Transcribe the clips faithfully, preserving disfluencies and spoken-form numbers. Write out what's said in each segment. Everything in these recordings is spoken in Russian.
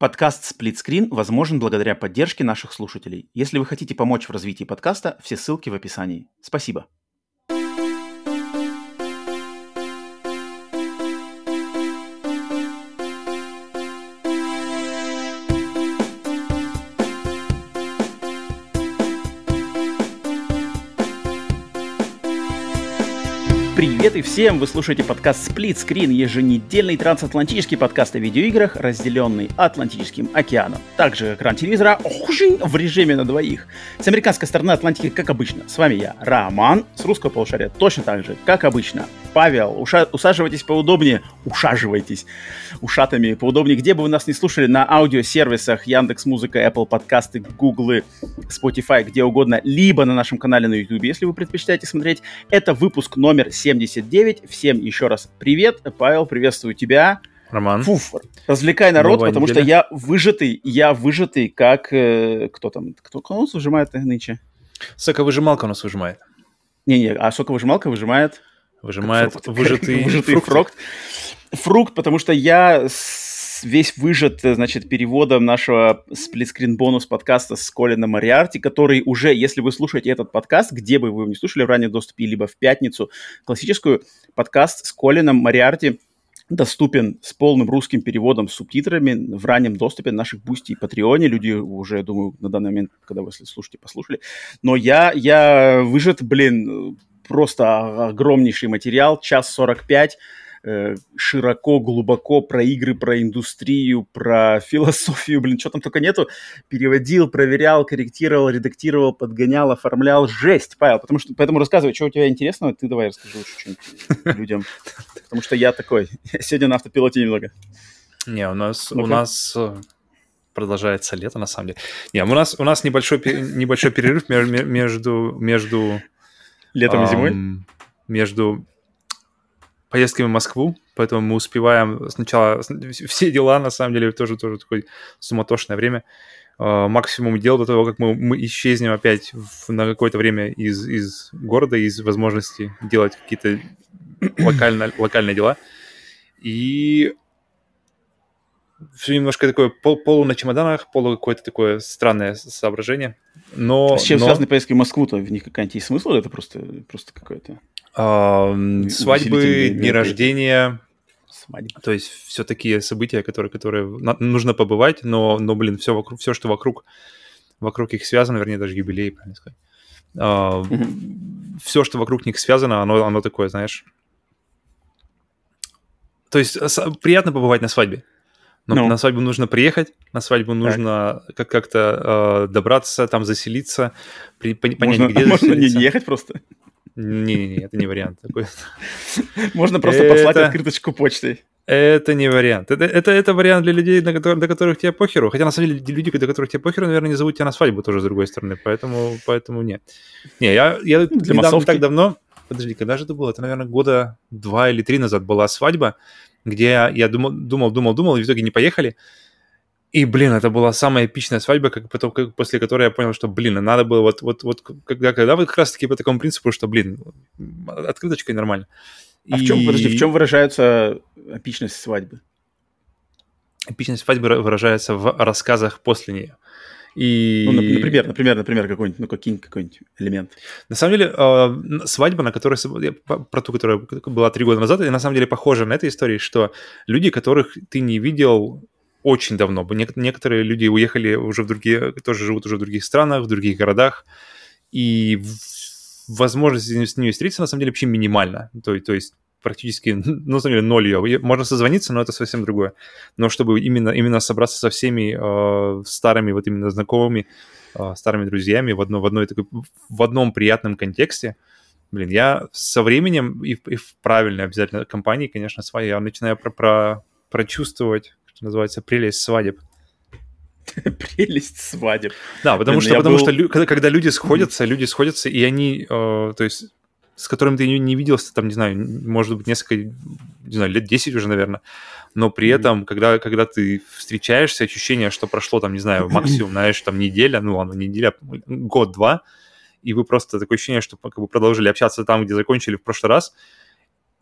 Подкаст «Сплитскрин» возможен благодаря поддержке наших слушателей. Если вы хотите помочь в развитии подкаста, все ссылки в описании. Спасибо. Привет и всем! Вы слушаете подкаст Split Screen, еженедельный трансатлантический подкаст о видеоиграх, разделенный Атлантическим океаном. Также экран телевизора в режиме на двоих. С американской стороны Атлантики, как обычно. С вами я, Роман. С русского полушария точно так же, как обычно. Павел, уша- усаживайтесь поудобнее. Ушаживайтесь. Ушатами поудобнее. Где бы вы нас не слушали, на аудиосервисах Яндекс.Музыка, Apple подкасты, Гуглы, Spotify, где угодно. Либо на нашем канале на YouTube, если вы предпочитаете смотреть. Это выпуск номер семьдесят девять. Всем еще раз привет. Павел, приветствую тебя. Роман. Фуф, развлекай народ, Новая потому неделя. что я выжатый, я выжатый, как... Э, кто там? Кто, кто у нас выжимает нынче? Соковыжималка у нас выжимает. Не-не, а соковыжималка выжимает... Выжимает фрукт. выжатый, выжатый фрукт. фрукт. Фрукт, потому что я с- весь выжат, значит, переводом нашего сплитскрин бонус подкаста с Колином Мориарти, который уже, если вы слушаете этот подкаст, где бы вы его не слушали, в раннем доступе, либо в пятницу, классическую, подкаст с Колином Мориарти доступен с полным русским переводом, с субтитрами в раннем доступе на наших Бусти и Патреоне. Люди уже, я думаю, на данный момент, когда вы если слушаете, послушали. Но я, я выжат, блин, просто огромнейший материал, час сорок пять, э, широко, глубоко про игры, про индустрию, про философию, блин, что там только нету. Переводил, проверял, корректировал, редактировал, подгонял, оформлял. Жесть, Павел, потому что, поэтому рассказывай, что у тебя интересного, ты давай расскажи лучше что-нибудь людям. Потому что я такой, сегодня на автопилоте немного. Не, у нас, Ну-ка. у нас э, продолжается лето, на самом деле. Не, у нас, у нас небольшой, пе- небольшой перерыв ме- ме- между... между Летом и зимой? ам, между поездками в Москву, поэтому мы успеваем сначала все дела, на самом деле, тоже, тоже такое суматошное время. А, максимум дел до того, как мы, мы исчезнем опять в- на какое-то время из, из города, из возможности делать какие-то локально, локальные дела. И все немножко такое пол, полу на чемоданах, полу какое-то такое странное соображение. Но, С чем но, связаны поездки в Москву-то? В них какая-нибудь есть смысл? Это просто, просто какое-то... ам, свадьбы, Увеселительные дни мероприятия. рождения, Свадьба. то есть все такие события, которые, которые на- нужно побывать, но, но блин, все вокруг, все, что вокруг, вокруг их связано, вернее, даже юбилей, правильно сказать. Мгм. Все, что вокруг них связано, оно, оно такое, знаешь. То есть с- приятно побывать на свадьбе. Но Ну. на свадьбу нужно приехать, на свадьбу нужно как- как-то э, добраться, там заселиться, при- пони- понять, Можно, где можно не, заселиться. не ехать просто. Не-не-не, это не вариант такой. Можно просто послать Это- открыточку почтой. Это не вариант. Это, это, это вариант для людей, до которых, до которых тебе похеру. Хотя, на самом деле, люди, до которых тебе похеру, наверное, не зовут тебя на свадьбу тоже, с другой стороны. Поэтому, поэтому нет. Не, я, я Для недавно, массовки. так давно... Подожди, когда же это было? Это, наверное, года два или три назад была свадьба, где я, я думал, думал, думал, думал, и в итоге не поехали. И, блин, это была самая эпичная свадьба, как потом, как, после которой я понял, что, блин, надо было вот, вот, вот когда, когда вот как раз-таки по такому принципу, что, блин, открыточкой нормально. А в чем, И подожди, в чем выражается эпичность свадьбы? эпичность свадьбы выражается в рассказах после нее. И... Ну, нап- например, например, например, какой-нибудь, ну, какой-нибудь, какой-нибудь элемент. На самом деле, э, свадьба, на которой... я про ту, которая была три года назад, и на самом деле похожа на этой истории, что люди, которых ты не видел очень давно, нек- некоторые люди уехали уже в другие... тоже живут уже в других странах, в других городах, и в- возможность с ними встретиться, на самом деле, вообще минимально. То, то есть практически, ну, на самом деле, ноль ее. Можно созвониться, но это совсем другое. Но чтобы именно, именно собраться со всеми э, старыми, вот именно знакомыми, э, старыми друзьями в, одно, в, одной такой, в одном приятном контексте, блин, я со временем и, в- и в правильной обязательно компании, конечно, своей, я начинаю про, про, прочувствовать, что называется, прелесть свадеб. Прелесть свадеб. Да, потому Блин, что, я потому был- что лю- когда, когда люди сходятся, люди сходятся, и они, э, то есть, с которыми ты не, не виделся, там, не знаю, может быть, несколько, не знаю, лет десять уже, наверное, но при Мгм. этом, когда, когда ты встречаешься, ощущение, что прошло, там, не знаю, максимум, знаешь, там, неделя, ну, ладно, неделя, год-два, и вы просто такое ощущение, что как бы продолжили общаться там, где закончили в прошлый раз,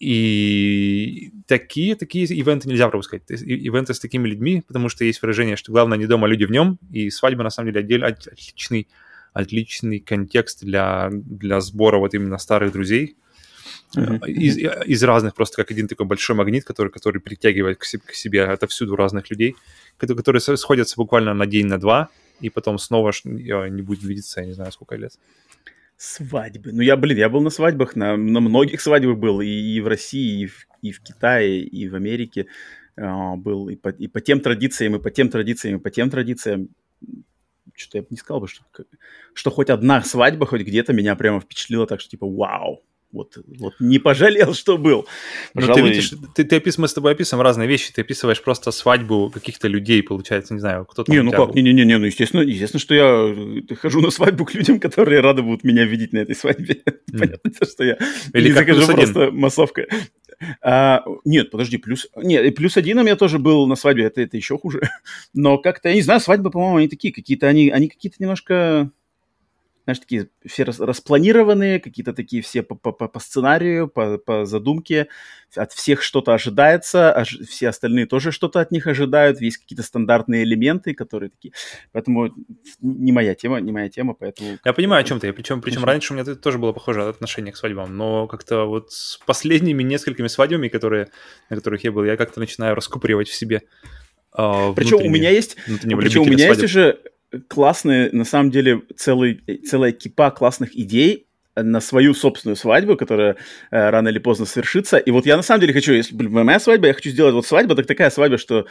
И такие, такие ивенты нельзя пропускать. Ивенты с такими людьми, потому что есть выражение, что главное не дома, а люди в нем. И свадьба, на самом деле, отдельно, отличный, отличный контекст для, для сбора вот именно старых друзей. Uh-huh. Из, из разных, просто как один такой большой магнит, который, который притягивает к себе, к себе отовсюду разных людей, которые, которые сходятся буквально на день, на два, и потом снова не будут видеться, я не знаю, сколько лет. Свадьбы. Ну, я, блин, я был на свадьбах, на, на многих свадьбах был, и, и в России, и в, и в Китае, и в Америке а, был, и по, и по тем традициям, и по тем традициям, и по тем традициям. Что-то я бы не сказал бы, что, что хоть одна свадьба, хоть где-то меня прямо впечатлила, так что типа вау. Вот, вот не пожалел, что был. Пожалуй... Ты видишь, ты, ты опис... мы с тобой описываем разные вещи. Ты описываешь просто свадьбу каких-то людей, получается, не знаю, кто-то... Не, ну как, не-не-не, ну естественно, естественно, что я хожу на свадьбу к людям, которые рады будут меня видеть на этой свадьбе. Mm. Понятно, что я Или не захожу просто один. массовкой. А, нет, подожди, плюс... Нет, плюс один у меня тоже был на свадьбе, это, это еще хуже. Но как-то, я не знаю, свадьбы, по-моему, они такие какие-то, они, они какие-то немножко... Знаешь, такие все распланированные, какие-то такие все по, по, по сценарию, по, по задумке. От всех что-то ожидается, а все остальные тоже что-то от них ожидают. Есть какие-то стандартные элементы, которые такие... Поэтому не моя тема, не моя тема, поэтому... Я понимаю, о чем ты. Причем, причем раньше у меня тоже было похоже отношение к свадьбам, но как-то вот с последними несколькими свадьбами, которые, на которых я был, я как-то начинаю раскупоривать в себе э, Причем у меня есть... Причем у меня есть уже... классные, на самом деле, целый, целая кипа классных идей на свою собственную свадьбу, которая э, рано или поздно свершится. И вот я на самом деле хочу, если блин, моя свадьба, я хочу сделать вот свадьба, так такая свадьба, что,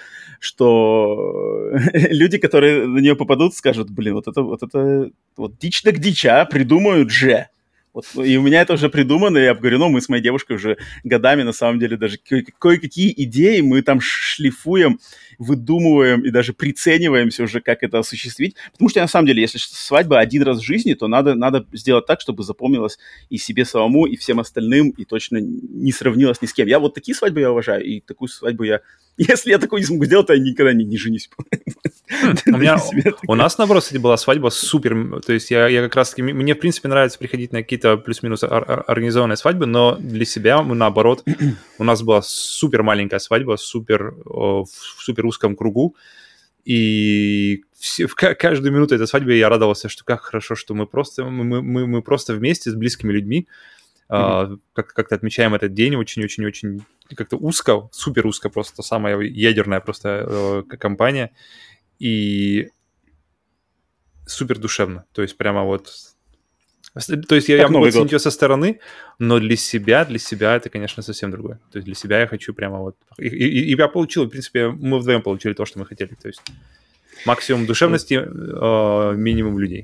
что люди, которые на нее попадут, скажут, блин, вот это вот, это, вот дичь так дичь, а, придумают же. Вот, и у меня это уже придумано, и я говорю, ну, мы с моей девушкой уже годами, на самом деле, даже ко- кое-какие идеи мы там шлифуем, выдумываем и даже прицениваемся уже, как это осуществить. Потому что, на самом деле, если свадьба один раз в жизни, то надо, надо сделать так, чтобы запомнилось и себе самому, и всем остальным, и точно не сравнилось ни с кем. Я вот такие свадьбы я уважаю, и такую свадьбу я... Если я такую не смогу сделать, то я никогда не, не женюсь. У меня, у нас, наоборот, кстати, была свадьба супер, то есть я, я как раз-таки, мне, в принципе, нравится приходить на какие-то плюс-минус организованные свадьбы, но для себя мы, наоборот, у нас была супер маленькая свадьба, супер, в супер узком кругу, и все, в каждую минуту этой свадьбы я радовался, что как хорошо, что мы просто, мы, мы, мы просто вместе с близкими людьми, Mm-hmm. Как- как-то отмечаем этот день очень-очень-очень как-то узко, супер узко, просто самая ядерная просто э, компания, и супер душевно, то есть прямо вот... То есть я, я могу оценить ее со стороны, но для себя, для себя это, конечно, совсем другое. То есть для себя я хочу прямо вот... И, и, и я получил, в принципе, мы вдвоем получили то, что мы хотели, то есть максимум душевности, э, минимум людей.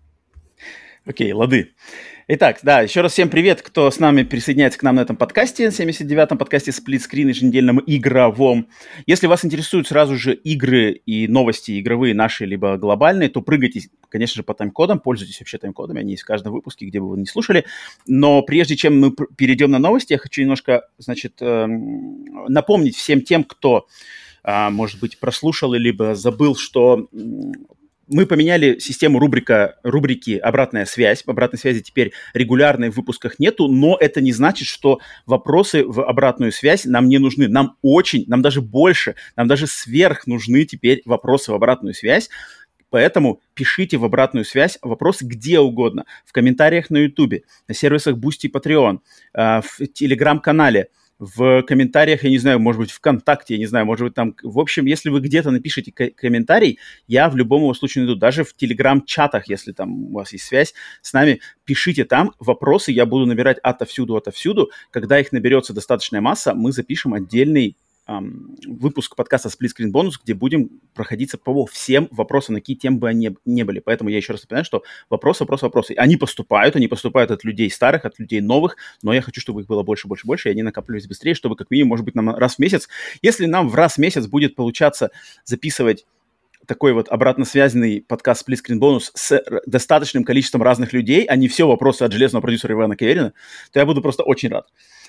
Окей, лады. Итак, да, еще раз всем привет, кто с нами присоединяется к нам на этом подкасте, семьдесят девятом подкасте Split Screen, еженедельном игровом. Если вас интересуют сразу же игры и новости игровые наши, либо глобальные, то прыгайте, конечно же, по тайм-кодам, пользуйтесь вообще тайм-кодами, они есть в каждом выпуске, где бы вы не слушали. Но прежде чем мы перейдем на новости, я хочу немножко, значит, напомнить всем тем, кто, может быть, прослушал либо забыл, что... Мы поменяли систему рубрика, рубрики «Обратная связь». Обратной связи теперь регулярной в выпусках нету, но это не значит, что вопросы в обратную связь нам не нужны. Нам очень, нам даже больше, нам даже сверх нужны теперь вопросы в обратную связь. Поэтому пишите в обратную связь вопросы где угодно. В комментариях на YouTube, на сервисах Boosty и Patreon, в Telegram-канале, в комментариях, я не знаю, может быть, ВКонтакте, я не знаю, может быть, там... В общем, если вы где-то напишите к- комментарий, я в любом его случае найду. Даже в Телеграм-чатах, если там у вас есть связь с нами, пишите там вопросы, я буду набирать отовсюду, отовсюду. Когда их наберется достаточная масса, мы запишем отдельный эм, выпуск подкаста Split Screen Bonus, где будем проходиться по всем вопросам, на какие темы бы они не были. Поэтому я еще раз напоминаю, что вопросы, вопросы, вопросы. Они поступают, они поступают от людей старых, от людей новых, но я хочу, чтобы их было больше, больше, больше, и они накапливались быстрее, чтобы как минимум, может быть, нам раз в месяц, если нам в раз в месяц будет получаться записывать такой вот обратносвязанный подкаст Split Screen Bonus с достаточным количеством разных людей, а не все вопросы от железного продюсера Ивана Каверина, то я буду просто очень рад.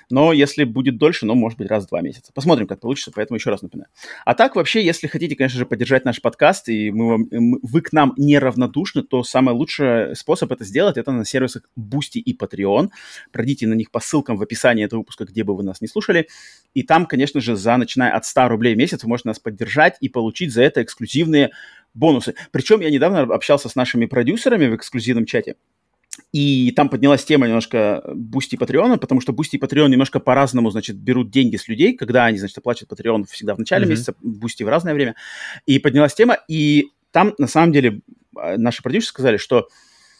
Но если будет дольше, ну, может быть, раз в два месяца. Посмотрим, как получится, поэтому еще раз напоминаю. А так, вообще, если хотите, конечно же, поддержать наш подкаст, и мы вам, мы, вы к нам неравнодушны, то самый лучший способ это сделать, это на сервисах Boosty и Patreon. Пройдите на них по ссылкам в описании этого выпуска, где бы вы нас не слушали. И там, конечно же, за, начиная от ста рублей в месяц, вы можете нас поддержать и получить за это эксклюзивные бонусы. Причем я недавно общался с нашими продюсерами в эксклюзивном чате, и там поднялась тема немножко Boosty и Patreon, потому что Boosty и Patreon немножко по-разному, значит, берут деньги с людей, когда они, значит, оплачивают Patreon всегда в начале mm-hmm. месяца, Boosty в разное время. И поднялась тема, и там, на самом деле, наши продюсеры сказали, что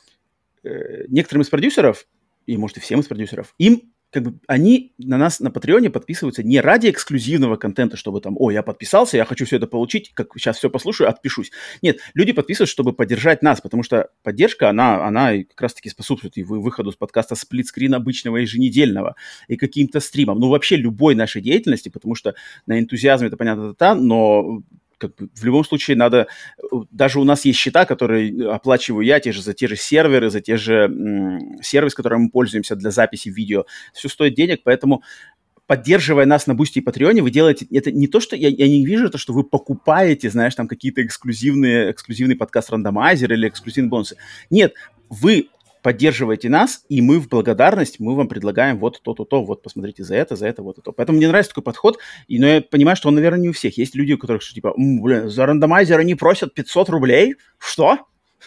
э, некоторым из продюсеров, и, может, и всем из продюсеров, им как бы они на нас на Патреоне подписываются не ради эксклюзивного контента, чтобы там, о, я подписался, я хочу все это получить, как сейчас все послушаю, отпишусь. Нет, люди подписываются, чтобы поддержать нас, потому что поддержка, она, она как раз-таки способствует и выходу с подкаста сплитскрин обычного еженедельного, и каким-то стримам, ну вообще любой нашей деятельности, потому что на энтузиазме это понятно, да, но как бы в любом случае надо... Даже у нас есть счета, которые оплачиваю я, те же, за те же серверы, за те же м- сервис, которым мы пользуемся для записи видео. Все стоит денег, поэтому, поддерживая нас на Boosty и Patreon, вы делаете... Это не то, что... Я, я не вижу это, что вы покупаете, знаешь, там какие-то эксклюзивные, эксклюзивный подкаст-рандомайзер или эксклюзивные бонусы. Нет, вы... поддерживайте нас, и мы в благодарность, мы вам предлагаем вот то-то, то, вот посмотрите за это, за это, вот это. Поэтому мне нравится такой подход, и, но я понимаю, что он, наверное, не у всех. Есть люди, у которых, что, типа, М, блин, за рандомайзер они просят пятьсот рублей? Что?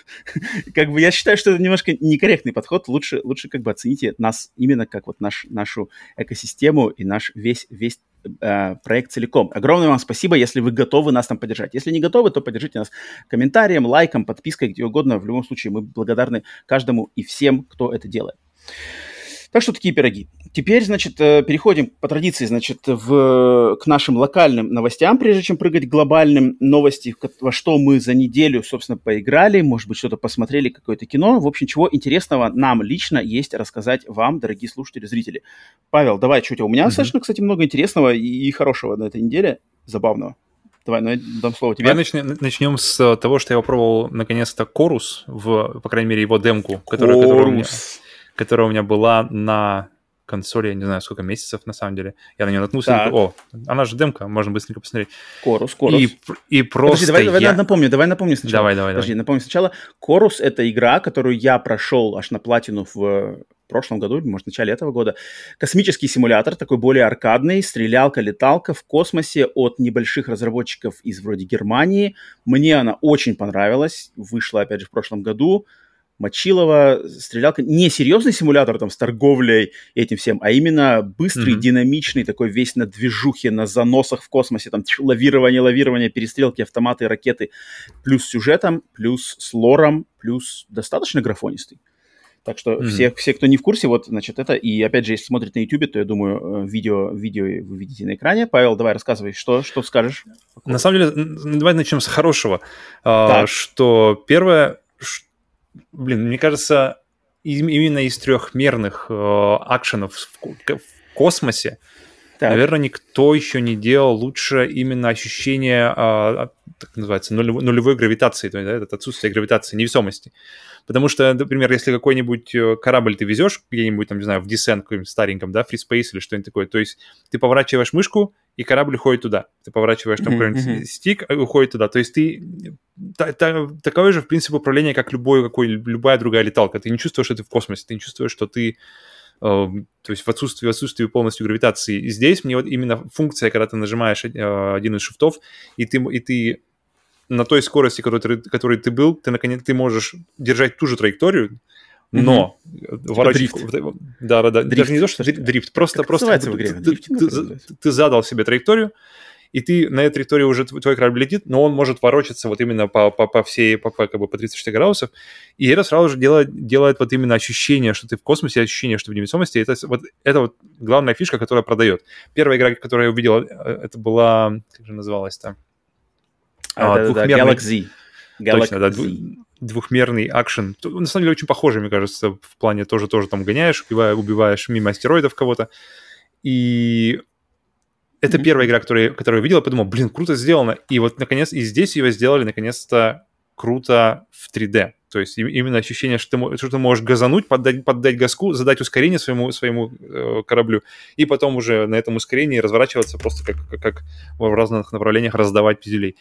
Как бы я считаю, что это немножко некорректный подход. Лучше, лучше как бы оцените нас именно как вот наш, нашу экосистему и наш весь, весь э, проект целиком. Огромное вам спасибо, если вы готовы нас там поддержать. Если не готовы, то поддержите нас комментарием, лайком, подпиской, где угодно. В любом случае мы благодарны каждому и всем, кто это делает. Так что такие пироги. Теперь, значит, переходим по традиции, значит, в, к нашим локальным новостям, прежде чем прыгать к глобальным новостям, во что мы за неделю, собственно, поиграли, может быть, что-то посмотрели, какое-то кино. В общем, чего интересного нам лично есть рассказать вам, дорогие слушатели, зрители. Павел, давай, что у тебя? У меня, mm-hmm. достаточно, кстати, много интересного и, и хорошего на этой неделе, забавного. Давай, ну, я дам слово тебе. Давай начнем, начнем с того, что я попробовал, наконец-то, Chorus, в, по крайней мере, его демку, которая, которая, у меня, которая у меня была на консоли, я не знаю, сколько месяцев, на самом деле. Я на нее наткнулся, и такой, о, она же демка, можно быстренько посмотреть. Chorus, Chorus. И, и просто Подожди, давай, я... давай напомню, давай напомню сначала. Давай, давай, Подожди, давай. напомню сначала. Chorus — это игра, которую я прошел аж на платину в прошлом году, может, в начале этого года. Космический симулятор, такой более аркадный, стрелялка-леталка в космосе от небольших разработчиков из вроде Германии. Мне она очень понравилась, вышла, опять же, в прошлом году. Мочилова, стрелялка, не серьезный симулятор там с торговлей и этим всем, а именно быстрый, mm-hmm. динамичный, такой весь на движухе, на заносах в космосе, там лавирование, лавирование, перестрелки, автоматы, ракеты, плюс сюжетом, плюс с лором, плюс достаточно графонистый. Так что mm-hmm. все, все, кто не в курсе, вот, значит, это, и опять же, если смотрите на YouTube, то, я думаю, видео, видео вы видите на экране. Павел, давай рассказывай, что, что скажешь? На самом деле, давай начнем с хорошего, а, что первое, блин, мне кажется, именно из трехмерных э, акшенов в, в космосе, так. наверное, никто еще не делал лучше именно ощущение, э, так называется, нулевой, нулевой гравитации, то есть, да, это отсутствие гравитации, невесомости. Потому что, например, если какой-нибудь корабль ты везешь где-нибудь, там, не знаю, в десент какой-нибудь стареньком, да, FreeSpace или что-нибудь такое, то есть ты поворачиваешь мышку, и корабль уходит туда. Ты поворачиваешь там mm-hmm. какой-нибудь стик, и уходит туда. То есть ты... Та, та, такое же, в принципе, управление, как любой, какой, любая другая леталка. Ты не чувствуешь, что ты в космосе, ты не чувствуешь, что ты... Э, то есть в отсутствии, в отсутствии полностью гравитации. И здесь мне вот именно функция, когда ты нажимаешь э, один из шифтов, и ты... И ты на той скорости, которой, которой ты был, ты, наконец, ты можешь держать ту же траекторию, но mm-hmm. ворочить... Типа да, да, да. Дрифт. Даже не то, что дрифт, просто... просто в игре? Ты, ты, ты, ты задал себе траекторию, и ты на этой траектории уже твой корабль летит, но он может ворочаться вот именно по, по, по всей, по, по, как бы по тридцать шесть градусов, и это сразу же делает, делает вот именно ощущение, что ты в космосе, ощущение, что в невесомости. Это вот, это вот главная фишка, которая продает. Первая игра, которую я увидел, это была... Как же называлась-то? А, а, двухмерный... Galaxy. Точно, да, двухмерный акшен. На самом деле очень похожий, мне кажется, в плане тоже, тоже там гоняешь, убиваешь, убиваешь мимо астероидов кого-то. И это mm-hmm. первая игра, которую, которую я видел, я подумал, блин, круто сделано. И вот, наконец, и здесь ее сделали, наконец-то, круто в три дэ. То есть именно ощущение, что ты, что ты можешь газануть, поддать, поддать газку, задать ускорение своему, своему э, кораблю, и потом уже на этом ускорении разворачиваться просто как, как, как в разных направлениях раздавать пизделей.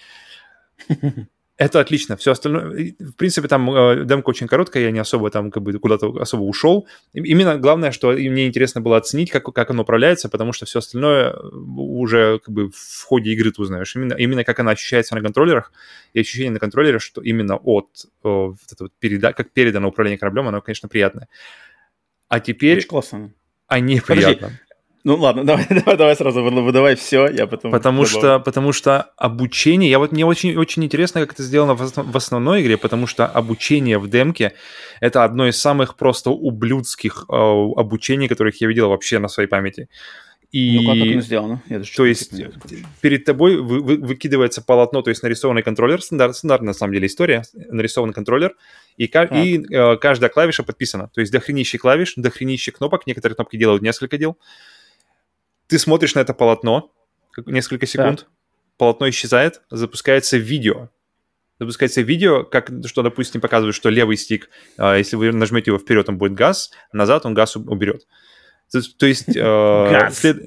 Это отлично. Все остальное... В принципе, там э, демка очень короткая, я не особо там как бы куда-то особо ушел. Именно главное, что мне интересно было оценить, как, как оно управляется, потому что все остальное уже как бы в ходе игры ты узнаешь. Именно, именно как она ощущается на контроллерах, и ощущение на контроллере, что именно от... Э, вот это вот переда... как передано управление кораблем, оно, конечно, приятное. А теперь... Очень классно. А неприятно. Подожди. Ну ладно, давай, давай, давай сразу выдавай все, я потом... Потому что, потому что обучение... Я вот, мне очень, очень интересно, как это сделано в, основ, в основной игре, потому что обучение в демке — это одно из самых просто ублюдских э, обучений, которых я видел вообще на своей памяти. И... Ну, как, как оно сделано? Я даже то есть перед тобой вы, вы, выкидывается полотно, то есть нарисованный контроллер, стандарт, стандартная на самом деле история, нарисованный контроллер, и, и э, каждая клавиша подписана. То есть дохренище клавиш, дохренище кнопок, некоторые кнопки делают несколько дел. Ты смотришь на это полотно несколько секунд, так. Полотно исчезает, запускается видео. Запускается видео, как, что, допустим, показывает, что левый стик, э, если вы нажмете его вперед, он будет газ, назад он газ уберет. То, то есть... Э, след...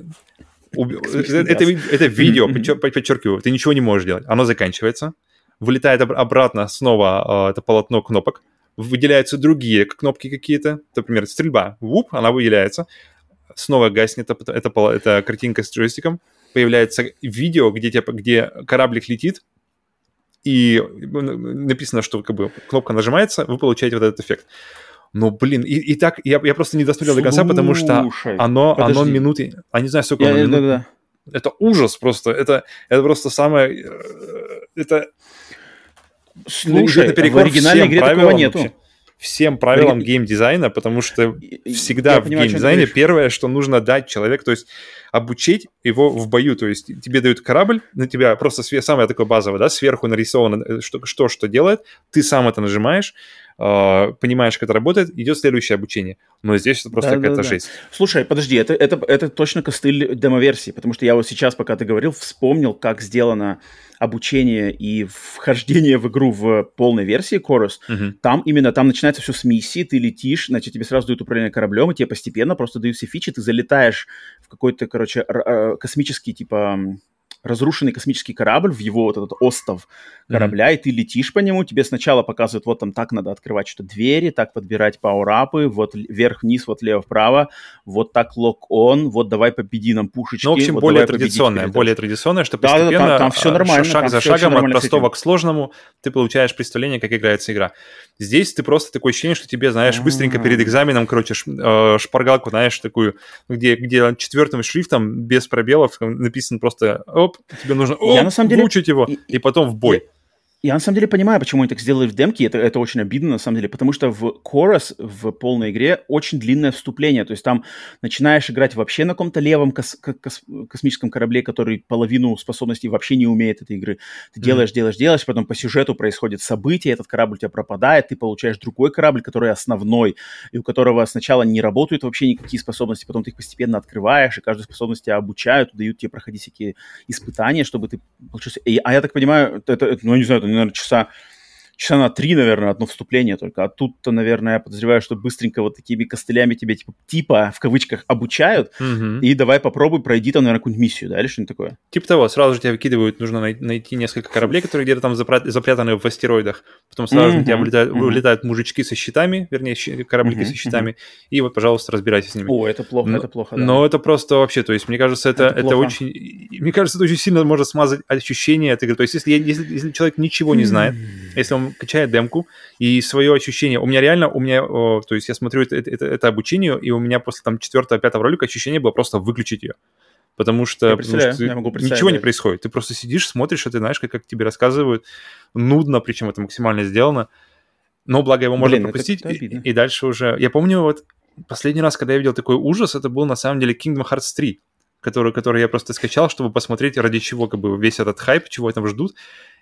это, это видео, подчеркиваю, ты ничего не можешь делать. Оно заканчивается, вылетает обратно снова э, это полотно кнопок, выделяются другие кнопки какие-то, например, стрельба, вуп, она выделяется. Снова гаснет это, это, это картинка с джойстиком, появляется видео, где, тебя, где кораблик летит, и написано, что как бы кнопка нажимается, вы получаете вот этот эффект. Но, блин, и, и так, я, я просто не досмотрел до конца, потому что оно, оно минуты, а не знаю, сколько я, оно минут. Да, да. Это ужас просто, это, это просто самое, это... Слушай, это в оригинальной игре такого нету. Вообще. Всем правилам Ориг... геймдизайна, потому что всегда я в понимаю, геймдизайне первое, что нужно дать человеку, то есть обучить его в бою, то есть тебе дают корабль, на тебя просто све... самое такое базовое, да, сверху нарисовано, что, что что делает, ты сам это нажимаешь, э, понимаешь, как это работает, идет следующее обучение. Но здесь это просто да, какая-то да, жесть. Да. Слушай, подожди, это, это, это точно костыль демо-версии, потому что я вот сейчас, пока ты говорил, вспомнил, как сделано обучение и вхождение в игру в полной версии Chorus. Uh-huh. Там именно, там начинается все с миссии, ты летишь, значит, тебе сразу дают управление кораблем, и тебе постепенно просто дают все фичи, ты залетаешь в какой-то, короче, космический, типа... разрушенный космический корабль, в его вот этот остов корабля, mm-hmm. и ты летишь по нему, тебе сначала показывают, вот там так надо открывать что-то двери, так подбирать пауэрапы, вот вверх-вниз, вот лево-вправо, вот так лок-он, вот давай победи нам пушечки. Ну, в общем, вот более традиционное, более традиционное, что постепенно, да, да, там, там все нормально, шаг там за все, шагом, все от простого к сложному, ты получаешь представление, как играется игра. Здесь ты просто такое ощущение, что тебе, знаешь, быстренько перед экзаменом, короче, шпаргалку, знаешь, такую, где, где четвертым шрифтом, без пробелов, написано просто, оп, тебе нужно оп, я, на самом деле, выучить его, и, и потом в бой. Я, я на самом деле понимаю, почему они так сделали в демке, это, это очень обидно, на самом деле, потому что в Chorus, в полной игре, очень длинное вступление, то есть там начинаешь играть вообще на каком-то левом кос- кос- космическом корабле, который половину способностей вообще не умеет этой игры. Ты mm-hmm. делаешь, делаешь, делаешь, потом по сюжету происходит событие, этот корабль у тебя пропадает, ты получаешь другой корабль, который основной, и у которого сначала не работают вообще никакие способности, потом ты их постепенно открываешь, и каждую способность тебя обучают, дают тебе проходить всякие испытания, чтобы ты получился... И, а я так понимаю, это, это, ну, я не знаю, это, наверное, часа, часа на три, наверное, одно вступление только. А тут-то, наверное, я подозреваю, что быстренько вот такими костылями тебя типа, типа в кавычках, обучают, mm-hmm. и давай попробуй, пройди там, наверное, какую-нибудь миссию, да, или что-нибудь такое. Типа того, сразу же тебя выкидывают, нужно най- найти несколько кораблей, которые где-то там запра- запрятаны в астероидах, потом сразу же mm-hmm. на тебя вылетают, mm-hmm. вылетают мужички со щитами, вернее, щ- кораблики mm-hmm. со щитами, mm-hmm. и вот, пожалуйста, разбирайтесь с ними. О, это плохо, но, это плохо, да. Но это просто вообще, то есть, мне кажется, это, это, это очень... Мне кажется, это очень сильно может смазать ощущение от игры. То есть, если, если, если человек ничего не знает, mm-hmm. если он качает демку, и свое ощущение... У меня реально, у меня... О, то есть, я смотрю это, это, это обучение, и у меня после там четвертого-пятого ролика ощущение было просто выключить ее. Потому что, я потому что я могу ничего не происходит. Ты просто сидишь, смотришь, и ты знаешь, как, как тебе рассказывают. Нудно, причем это максимально сделано. Но благо его можно Блин, пропустить. Это, это и, и дальше уже... Я помню, вот последний раз, когда я видел такой ужас, это был на самом деле Kingdom Hearts три, который, который я просто скачал, чтобы посмотреть, ради чего как бы весь этот хайп, чего там ждут.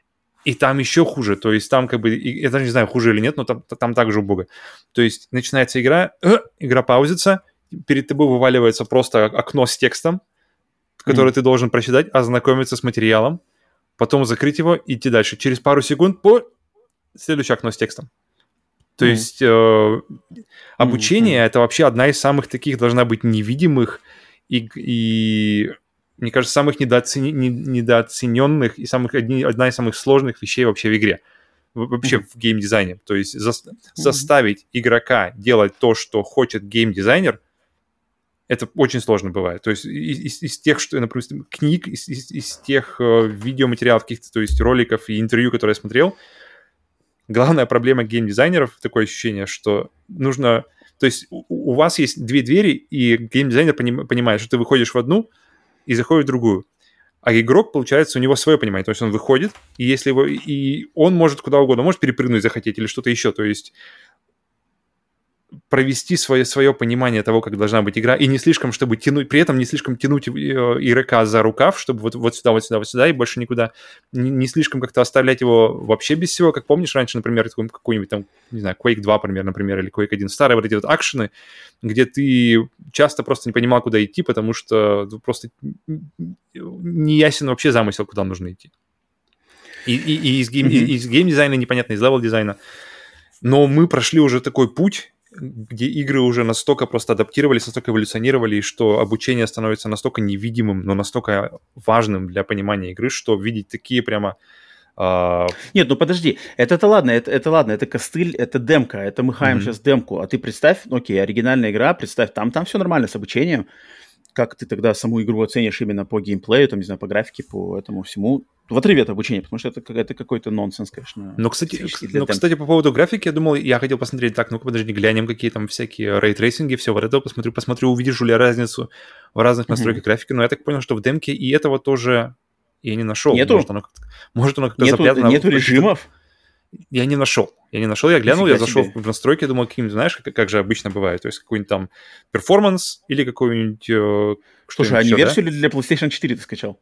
И там еще хуже, то есть там как бы, я даже не знаю, хуже или нет, но там, там также убого. То есть начинается игра, э, игра паузится, перед тобой вываливается просто окно с текстом, который mm. ты должен прочитать, ознакомиться с материалом, потом закрыть его, идти дальше. Через пару секунд, по, следующее окно с текстом. То mm-hmm. есть э, обучение mm-hmm. это вообще одна из самых таких должна быть невидимых и, и мне кажется, самых недооцени, недооцененных и самых, одни, одна из самых сложных вещей вообще в игре. Вообще mm-hmm. в геймдизайне. То есть за, mm-hmm. заставить игрока делать то, что хочет геймдизайнер, это очень сложно бывает. То есть из, из тех, что, например, книг, из, из, из тех э, видеоматериалов, каких-то, то есть роликов и интервью, которые я смотрел, главная проблема геймдизайнеров, такое ощущение, что нужно... То есть у, у вас есть две двери, и геймдизайнер поним, понимает, что ты выходишь в одну и заходишь в другую. А игрок, получается, у него свое понимание. То есть он выходит, и если его... И он может куда угодно, может перепрыгнуть захотеть или что-то еще. То есть провести свое, свое понимание того, как должна быть игра, и не слишком, чтобы тянуть, при этом не слишком тянуть игрока за рукав, чтобы вот, вот сюда, вот сюда, вот сюда, и больше никуда, не, не слишком как-то оставлять его вообще без всего, как помнишь раньше, например, какой-нибудь там, не знаю, Quake два, например, например, или Quake один, старые вот эти вот акшены, где ты часто просто не понимал, куда идти, потому что просто не ясен вообще замысел, куда нужно идти. И, и, и из, гейм, mm-hmm. из геймдизайна непонятно, из левел-дизайна. Но мы прошли уже такой путь, где игры уже настолько просто адаптировались, настолько эволюционировали, что обучение становится настолько невидимым, но настолько важным для понимания игры, что видеть такие прямо... Э... Нет, ну подожди, это-то ладно, это, это ладно, это костыль, это демка, это мы хаем mm-hmm. сейчас демку, а ты представь, ну окей, оригинальная игра, представь, там, там все нормально с обучением, как ты тогда саму игру оценишь именно по геймплею, там, не знаю, по графике, по этому всему, в отрыве от обучения, потому что это, это какой-то нонсенс, конечно. Но, кстати, но, кстати, по поводу графики, я думал, я хотел посмотреть, так, ну-ка, подожди, глянем, какие там всякие рейтрейсинги, все вот это, посмотрю, посмотрю, увидишь ли я разницу в разных настройках mm-hmm. графики, но я так понял, что в демке и этого тоже я не нашел. Нету? Может, оно, может, оно как-то нету, запрятано. Нету режимов? Я не нашел. Я не нашел, я глянул, Нифига я зашел себе. в настройки, думал, каким-нибудь, знаешь, как, как же обычно бывает, то есть какой-нибудь там перформанс или какой-нибудь... Э, Слушай, а не версию ли для PlayStation четыре ты скачал?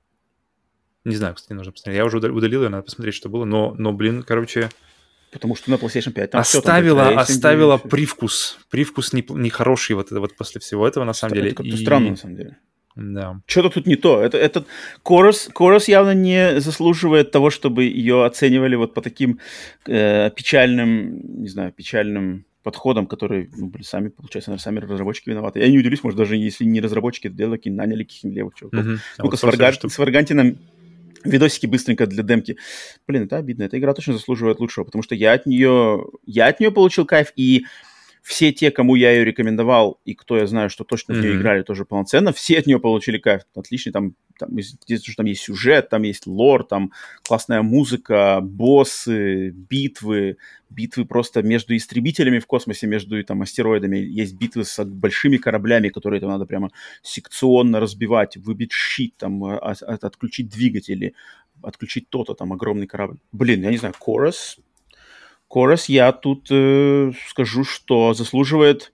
Не знаю, кстати, нужно посмотреть. Я уже удалил ее, надо посмотреть, что было, но, но блин, короче... Потому что на PlayStation пять там оставила, все, там оставила привкус. Привкус нехороший не вот, вот после всего этого, на самом это, деле. Это как-то и... странно, на самом деле. Да. Что-то тут не то. Это, этот Chorus, Chorus явно не заслуживает того, чтобы ее оценивали вот по таким э, печальным, не знаю, печальным подходам, которые, ну, блин, сами, получается, наверное, сами разработчики виноваты. Я не удивлюсь, может, даже если не разработчики это делали, наняли каких-нибудь левых чуваков. Mm-hmm. А Ну-ка, вот с, Варга... что... с Варгантином видосики быстренько для демки. Блин, это обидно. Эта игра точно заслуживает лучшего, потому что я от нее, я от нее получил кайф, и все те, кому я ее рекомендовал, и кто я знаю, что точно mm-hmm. в нее играли тоже полноценно, все от нее получили кайф. Отличный, там, там, здесь, там есть сюжет, там есть лор, там классная музыка, боссы, битвы, битвы просто между истребителями в космосе, между там астероидами. Есть битвы с большими кораблями, которые там надо прямо секционно разбивать, выбить щит, там, от, от, отключить двигатели, отключить то-то, там, огромный корабль. Блин, я не знаю, Chorus... Chorus я тут э, скажу, что заслуживает,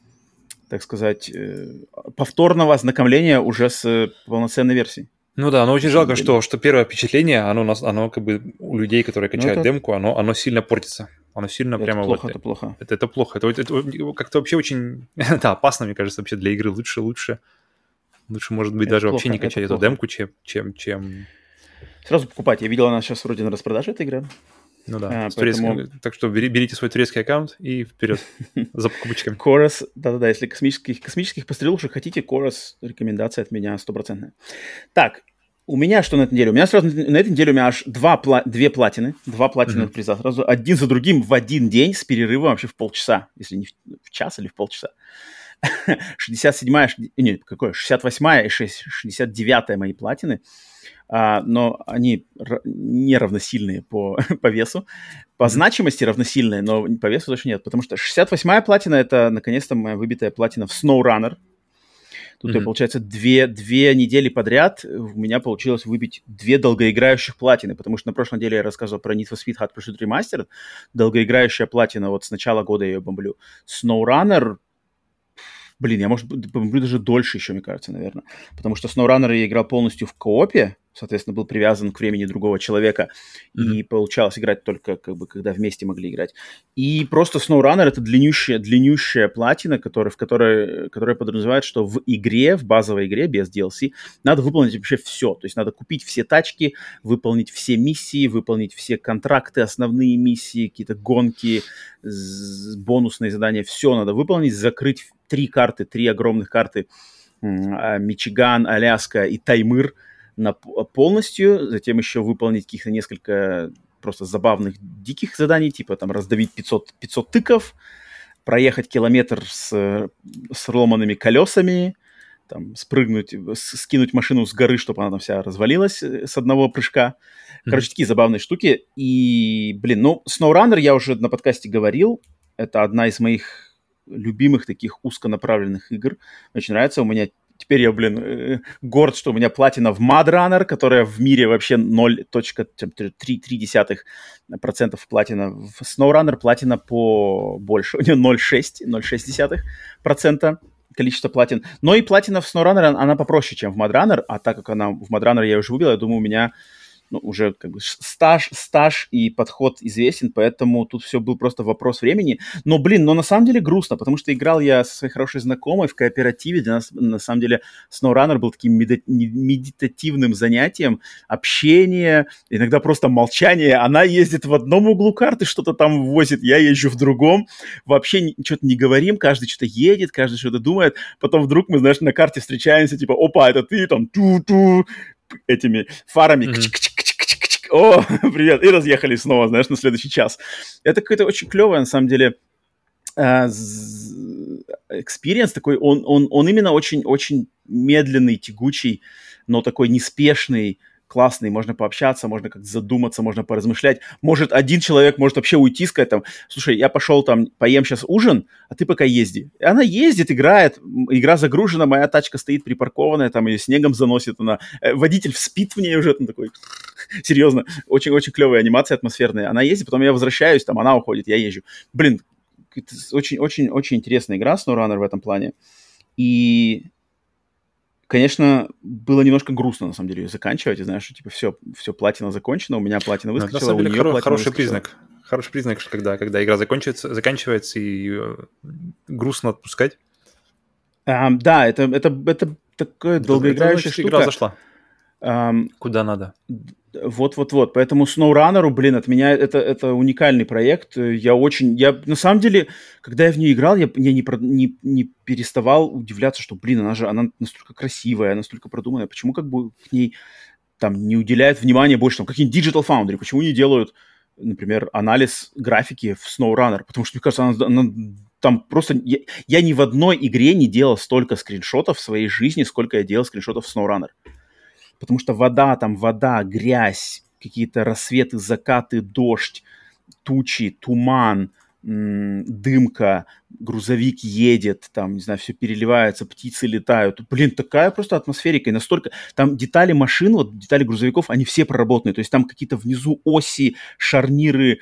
так сказать, э, повторного ознакомления уже с э, полноценной версией. Ну да, но очень жалко, что, что первое впечатление, оно, оно как бы у людей, которые качают ну, это... демку, оно, оно сильно портится. Оно сильно это прямо... Плохо, вот, это плохо. Это, это плохо. Это, это, это как-то вообще очень да, опасно, мне кажется, вообще для игры. Лучше, лучше, лучше может быть, это даже плохо, вообще не качать эту демку, чем, чем, чем... Сразу покупать. Я видел, она сейчас вроде на распродаже, эта игра. Ну да, а, поэтому... так что бери, берите свой турецкий аккаунт и вперед за покупочками. Chorus, да-да-да, если космических, космических пострелушек хотите, Chorus, рекомендация от меня стопроцентная. Так, у меня что на этой неделе? У меня сразу на этой неделе у меня аж два, две платины, два платиновых mm-hmm. приза сразу, один за другим в один день с перерывом вообще в полчаса, если не в, в час или в полчаса. шестьдесят седьмая, нет, какое, шестьдесят восьмая и шестьдесят девятая мои платины. Uh, но они р- не равносильные по, по весу. По mm-hmm. значимости равносильные, но по весу точно нет. Потому что шестьдесят восьмая платина — это, наконец-то, моя выбитая платина в SnowRunner. Тут, mm-hmm. я, получается, две, две недели подряд у меня получилось выбить две долгоиграющих платины. Потому что на прошлой неделе я рассказывал про Need for Speed Hot Pursuit Remastered. Долгоиграющая платина, вот с начала года я ее бомблю. SnowRunner... Блин, я, может, помню даже дольше еще, мне кажется, наверное. Потому что SnowRunner я играл полностью в коопе, соответственно, был привязан к времени другого человека, mm-hmm. и получалось играть только, как бы, когда вместе могли играть. И просто SnowRunner — это длиннющая, длиннющая платина, которая, в которой, которая подразумевает, что в игре, в базовой игре, без ди эл си, надо выполнить вообще все. То есть надо купить все тачки, выполнить все миссии, выполнить все контракты, основные миссии, какие-то гонки, бонусные задания. Все надо выполнить, закрыть три карты, три огромных карты: Мичиган, Аляска и Таймыр на полностью, затем еще выполнить каких-то несколько просто забавных диких заданий, типа там раздавить пятьсот, пятьсот тыков, проехать километр с, с ломаными колесами, там, спрыгнуть, скинуть машину с горы, чтобы она там вся развалилась с одного прыжка. Короче, mm-hmm. такие забавные штуки. И, блин, ну, SnowRunner я уже на подкасте говорил, это одна из моих любимых таких узконаправленных игр. Очень нравится. У меня теперь я, блин, горд, что у меня платина в MudRunner, которая в мире вообще ноль целых три десятых процента платина. В SnowRunner платина по больше. У нее ноль целых шесть десятых процента количество платин. Но и платина в SnowRunner, она попроще, чем в MudRunner, а так как она в MudRunner я уже убил, я думаю, у меня ну, уже как бы стаж, стаж и подход известен, поэтому тут все был просто вопрос времени. Но, блин, но на самом деле грустно, потому что играл я со своей хорошей знакомой в кооперативе. Для нас, на самом деле, SnowRunner был таким меди- медитативным занятием, общение, иногда просто молчание. Она ездит в одном углу карты, что-то там возит, я езжу в другом. Вообще что-то не говорим, каждый что-то едет, каждый что-то думает. Потом вдруг мы, знаешь, на карте встречаемся, типа, опа, это ты, там, ту-ту, этими фарами, mm-hmm. О, привет, и разъехали снова, знаешь, на следующий час. Это какой-то очень клевый, на самом деле, экспириенс такой, он, он, он именно очень-очень медленный, тягучий, но такой неспешный, классный, можно пообщаться, можно как-то задуматься, можно поразмышлять. Может, один человек может вообще уйти, сказать там, слушай, я пошел там, поем сейчас ужин, а ты пока езди. И она ездит, играет, игра загружена, моя тачка стоит припаркованная, там ее снегом заносит, она, водитель спит в ней уже, там такой, серьезно, очень-очень клевая анимация атмосферная. Она ездит, потом я возвращаюсь, там она уходит, я езжу. Блин, очень-очень-очень интересная игра SnowRunner в этом плане. И конечно, было немножко грустно, на самом деле, ее заканчивать. И знаешь, что, типа, все, все, платина закончена, у меня платина выскочила, на самом деле, у нее хоро- платина хороший выскочила. признак. Хороший признак, что когда, когда игра заканчивается, заканчивается и э, грустно отпускать. А, да, это, это, это такая это, долгоиграющая это, штука. Игра зашла. Um, Куда надо. Вот-вот-вот. Поэтому SnowRunner, блин, от меня это, это уникальный проект. Я очень... Я, на самом деле, когда я в нее играл, я, я не, не, не переставал удивляться, что, блин, она же она настолько красивая, настолько продуманная. Почему как бы к ней там не уделяют внимания больше? Там какие-нибудь Digital Foundry, почему не делают, например, анализ графики в SnowRunner? Потому что, мне кажется, она... она там просто... Я, я ни в одной игре не делал столько скриншотов в своей жизни, сколько я делал скриншотов в SnowRunner. Потому что вода, там вода, грязь, какие-то рассветы, закаты, дождь, тучи, туман, м- дымка, грузовик едет, там, не знаю, все переливается, птицы летают. Блин, такая просто атмосферика. И настолько... Там детали машин, вот детали грузовиков, они все проработаны. То есть там какие-то внизу оси, шарниры,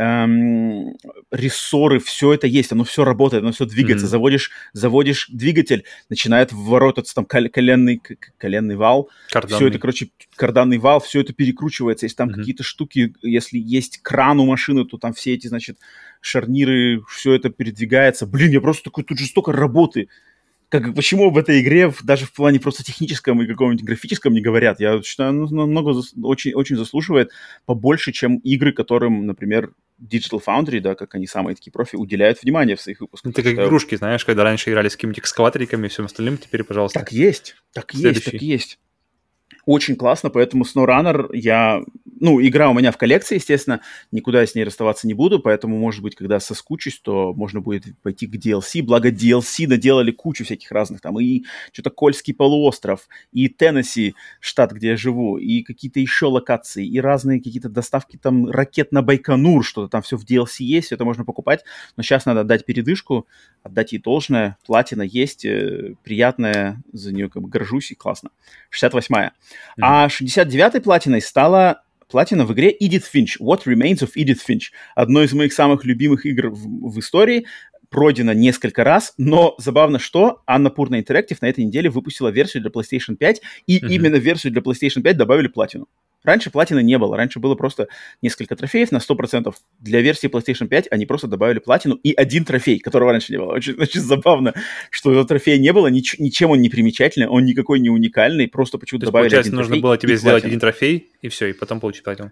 эм, рессоры, все это есть. Оно все работает, оно все двигается. Mm-hmm. Заводишь, заводишь двигатель, начинает воротаться там кол- коленный, коленный вал. Карданный. Все это, короче, карданный вал, все это перекручивается. Если там mm-hmm. какие-то штуки, если есть кран у машины, то там все эти, значит, шарниры, все это передвигается. Блин, я просто такой, тут же столько работы. Как, почему в этой игре даже в плане просто техническом и каком-нибудь графическом не говорят? Я считаю, ну, намного, очень, очень заслуживает побольше, чем игры, которым, например, Digital Foundry, да, как они самые такие профи, уделяют внимание в своих выпусках. Это как считаю... игрушки, знаешь, когда раньше играли с какими-то экскаваториками и всем остальным, теперь, пожалуйста. Так есть, так есть, так есть. Очень классно, поэтому SnowRunner я... Ну, игра у меня в коллекции, естественно, никуда я с ней расставаться не буду, поэтому, может быть, когда соскучусь, то можно будет пойти к ди эл си, благо ди эл си наделали кучу всяких разных, там, и что-то Кольский полуостров, и Теннесси, штат, где я живу, и какие-то еще локации, и разные какие-то доставки, там, ракет на Байконур, что-то там все в ди эл си есть, все это можно покупать, но сейчас надо отдать передышку, отдать ей должное, платина есть, э, приятная, за нее как бы горжусь, и классно. шестьдесят восьмая. Mm-hmm. А шестьдесят девятой платиной стала платина в игре Edith Finch. What Remains of Edith Finch. Одной из моих самых любимых игр в, в истории. пройдено несколько раз, но забавно, что Annapurna Interactive на этой неделе выпустила версию для PlayStation пять, и mm-hmm. именно в версию для PlayStation пять добавили платину. Раньше платины не было, раньше было просто несколько трофеев на сто процентов. Для версии PlayStation пять они просто добавили платину и один трофей, которого раньше не было. Очень, очень забавно, что этого трофея не было, нич- ничем он не примечательный, он никакой не уникальный, просто почему-то добавили один трофей. То один есть, получается, трофей нужно было тебе сделать платину. один трофей, и все, и потом получить платину.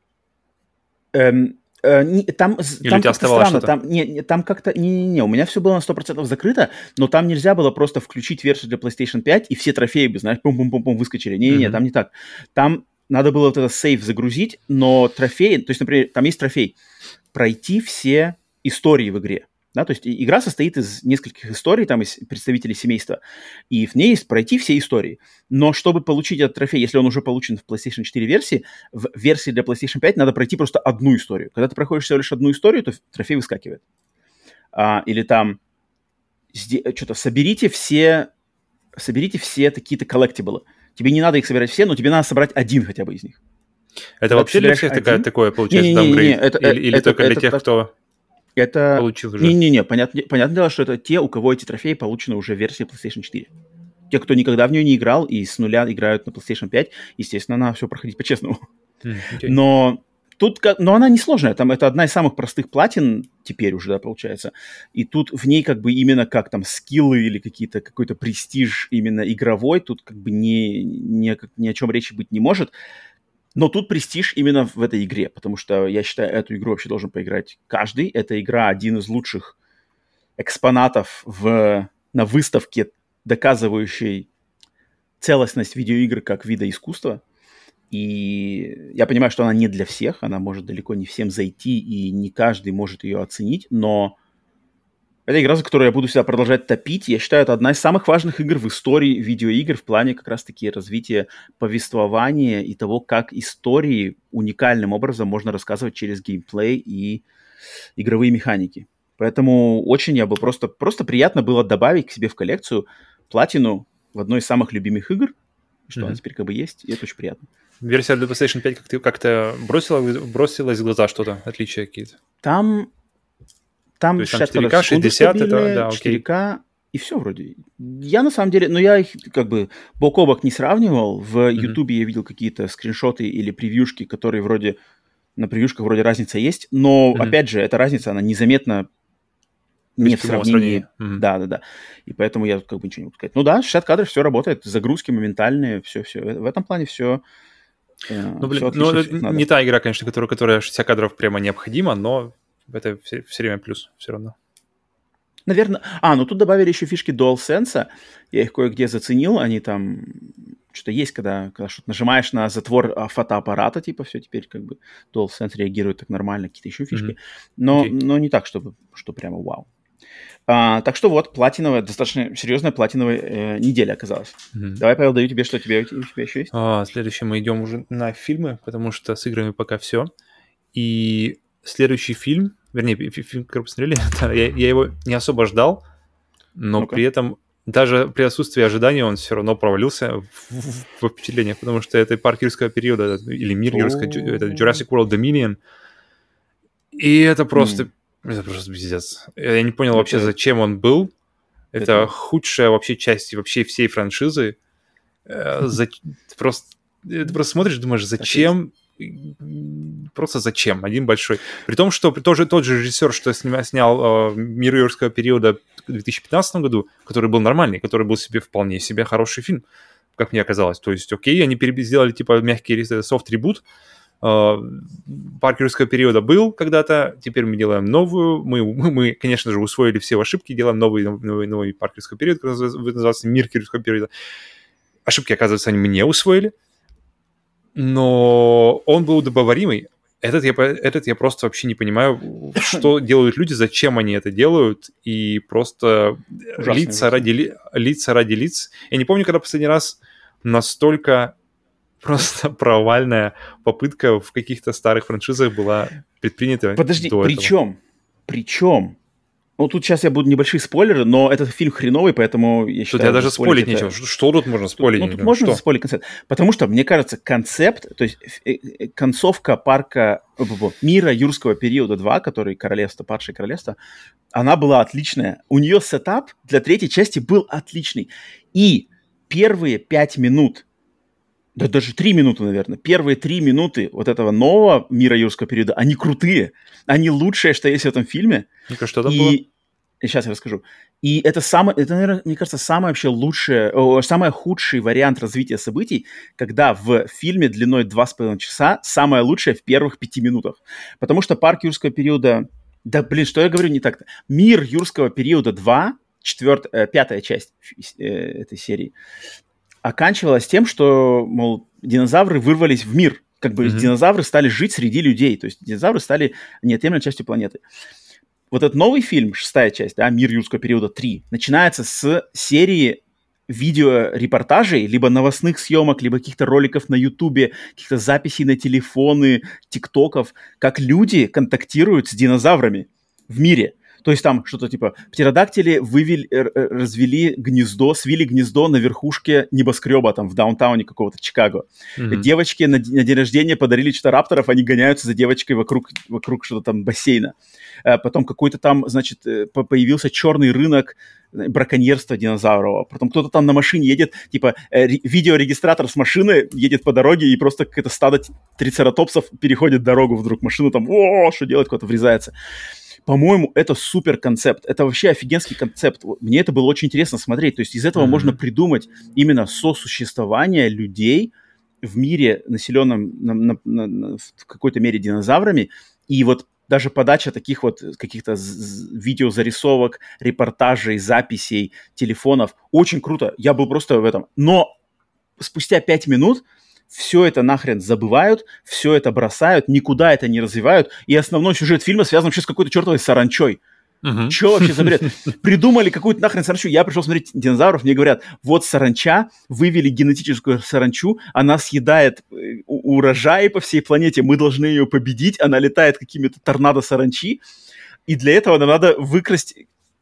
Эм, э, не, там Или там у тебя как-то странно, что-то? там, не, не, там как-то, не-не-не, у меня все было на сто процентов закрыто, но там нельзя было просто включить версию для PlayStation пять, и все трофеи бы, знаешь, пум-пум-пум-пум выскочили. Не-не-не, mm-hmm. там не так. Там надо было вот этот сейв загрузить, но трофей, то есть, например, там есть трофей, пройти все истории в игре. Да, то есть игра состоит из нескольких историй, там из представителей семейства, и в ней есть пройти все истории. Но чтобы получить этот трофей, если он уже получен в PlayStation четыре версии, в версии для PlayStation пять надо пройти просто одну историю. Когда ты проходишь всего лишь одну историю, то трофей выскакивает. А, или там что-то соберите все, соберите все такие-то коллектиблы. Тебе не надо их собирать все, но тебе надо собрать один хотя бы из них. Это когда вообще для всех один... такая, такое получается даунгрейд? Или, это, или это, только для это, тех, это, кто это... получил уже? Не-не-не, понятно, понятное дело, что это те, у кого эти трофеи получены уже в версии PlayStation четыре. Те, кто никогда в нее не играл и с нуля играют на PlayStation пять, естественно, надо все проходить по-честному. Mm, okay. Но тут, но она несложная, там это одна из самых простых платин теперь уже, да, получается. И тут в ней как бы именно как там скиллы или какие-то, какой-то престиж именно игровой, тут как бы ни, ни, ни о чем речи быть не может. Но тут престиж именно в этой игре, потому что я считаю, эту игру вообще должен поиграть каждый. Эта игра один из лучших экспонатов в, на выставке, доказывающей целостность видеоигр как вида искусства. И я понимаю, что она не для всех, она может далеко не всем зайти, и не каждый может ее оценить, но это игра, за которую я буду всегда продолжать топить. Я считаю, это одна из самых важных игр в истории видеоигр в плане как раз-таки развития повествования и того, как истории уникальным образом можно рассказывать через геймплей и игровые механики. Поэтому очень я бы просто, просто приятно было добавить к себе в коллекцию платину в одной из самых любимых игр, что mm-hmm. она теперь как бы есть, и это очень приятно. Версия для PlayStation пять как-то, как-то бросила, бросилась в глаза что-то, отличия какие-то? Там... Там, там четыре ка, шестьдесят, это, да, окей. четыре ка, и все вроде. Я на самом деле, ну я их как бы бок о бок не сравнивал. В Ютубе mm-hmm. я видел какие-то скриншоты или превьюшки, которые вроде, на превьюшках вроде разница есть, но, mm-hmm. опять же, эта разница, она незаметна не в сравнении. Mm-hmm. Да, да, да. И поэтому я тут как бы ничего не могу сказать. Ну да, шестьдесят кадров, все работает, загрузки моментальные, все-все. В этом плане все... Ну, блин, ну, это не та игра, конечно, которая, которая шестьдесят кадров прямо необходима, но... Это все, все время плюс все равно. Наверное... А, ну тут добавили еще фишки DualSense. Я их кое-где заценил. Они там... Что-то есть, когда, когда что-то нажимаешь на затвор фотоаппарата, типа, все, теперь как бы DualSense реагирует так нормально, какие-то еще фишки. Mm-hmm. Но, okay. но не так, чтобы, что прямо вау. А, так что вот, платиновая, достаточно серьезная платиновая э, неделя оказалась. Mm-hmm. Давай, Павел, даю тебе, что тебе, у тебя еще есть? А, следующее мы идем уже на фильмы, потому что с играми пока все. И... Следующий фильм, вернее, фильм, который посмотрели, я, я его не особо ждал, но ну-ка. При этом даже при отсутствии ожиданий он все равно провалился в, в, в впечатлениях, потому что это парк юрского периода, или мир юрского, это Jurassic World Dominion, и это просто, mm. это просто пиздец. Я не понял это... вообще, зачем он был. Это, это худшая вообще часть вообще всей франшизы. За... Просто, ты просто смотришь, думаешь, зачем... Просто зачем? Один большой. При том, что тоже тот же режиссер, что сня, снял э, «Мир юрского периода» в две тысячи пятнадцатом году, который был нормальный, который был себе вполне себе хороший фильм, как мне оказалось. То есть, окей, они сделали типа мягкий софт-ребут. Э, «Парк юрского периода» был когда-то, теперь мы делаем новую. Мы, мы, мы конечно же, усвоили все ошибки, делаем новый, новый, новый «Парк юрского периода», который называется «Мир юрского периода». Ошибки, оказывается, они мы не усвоили. Но он был удобоваримый. Этот я, этот я просто вообще не понимаю, что делают люди, зачем они это делают, и просто ужасно, лица, ради, лица ради лиц. Я не помню, когда последний раз настолько просто провальная попытка в каких-то старых франшизах была предпринята. Подожди, до причем, этого. причем, Ну, тут сейчас я буду небольшие спойлеры, но этот фильм хреновый, поэтому я считаю... Тут я даже спойлить это... нечего. Что тут можно спойлить? Ну, тут можно что? спойлить концепт. Потому что, мне кажется, концепт, то есть концовка парка мира юрского периода два, который Королевство, Падшее Королевство, она была отличная. У нее сетап для третьей части был отличный. И первые пять минут, да даже три минуты, наверное, первые три минуты вот этого нового мира юрского периода, они крутые. Они лучшие, что есть в этом фильме. Ну-ка, что там и... было? Сейчас я расскажу. И это, самое, это, наверное, мне кажется, самый вообще лучший, о, самый худший вариант развития событий, когда в фильме длиной два с половиной часа самое лучшее в первых пяти минутах. Потому что парк юрского периода... Да, блин, что я говорю не так-то? Мир юрского периода два, четвертая, пятая часть э, этой серии, оканчивалась тем, что, мол, динозавры вырвались в мир. Как бы mm-hmm. динозавры стали жить среди людей. То есть динозавры стали неотъемлемой частью планеты. Вот этот новый фильм, шестая часть, да, «Мир юрского периода три», начинается с серии видеорепортажей, либо новостных съемок, либо каких-то роликов на Ютубе, каких-то записей на телефоны, тиктоков, как люди контактируют с динозаврами в мире. То есть там что-то типа птеродактили вывели, развели гнездо, свили гнездо на верхушке небоскреба там в даунтауне какого-то Чикаго. Mm-hmm. Девочки на, на день рождения подарили что-то рапторов, они гоняются за девочкой вокруг, вокруг что-то там бассейна. А потом какой-то там, значит, появился черный рынок браконьерства динозаврового. Потом кто-то там на машине едет, типа ре- видеорегистратор с машины едет по дороге, и просто какое-то стадо трицератопсов переходит дорогу вдруг. Машина там, о, что делать, куда-то врезается. По-моему, это супер концепт. Это вообще офигенский концепт. Мне это было очень интересно смотреть. То есть из этого mm-hmm. можно придумать именно сосуществование людей в мире, населенном на, на, на, на, в какой-то мере динозаврами. И вот даже подача таких вот каких-то видеозарисовок, репортажей, записей, телефонов. Очень круто. Я был просто в этом. Но спустя пять минут все это нахрен забывают, все это бросают, никуда это не развивают, и основной сюжет фильма связан вообще с какой-то чертовой саранчой. Uh-huh. Че вообще за бред? Придумали какую-то нахрен саранчу. Я пришел смотреть динозавров, мне говорят, вот саранча, вывели генетическую саранчу, она съедает урожаи по всей планете, мы должны ее победить, она летает какими-то торнадо саранчи, и для этого нам надо выкрасть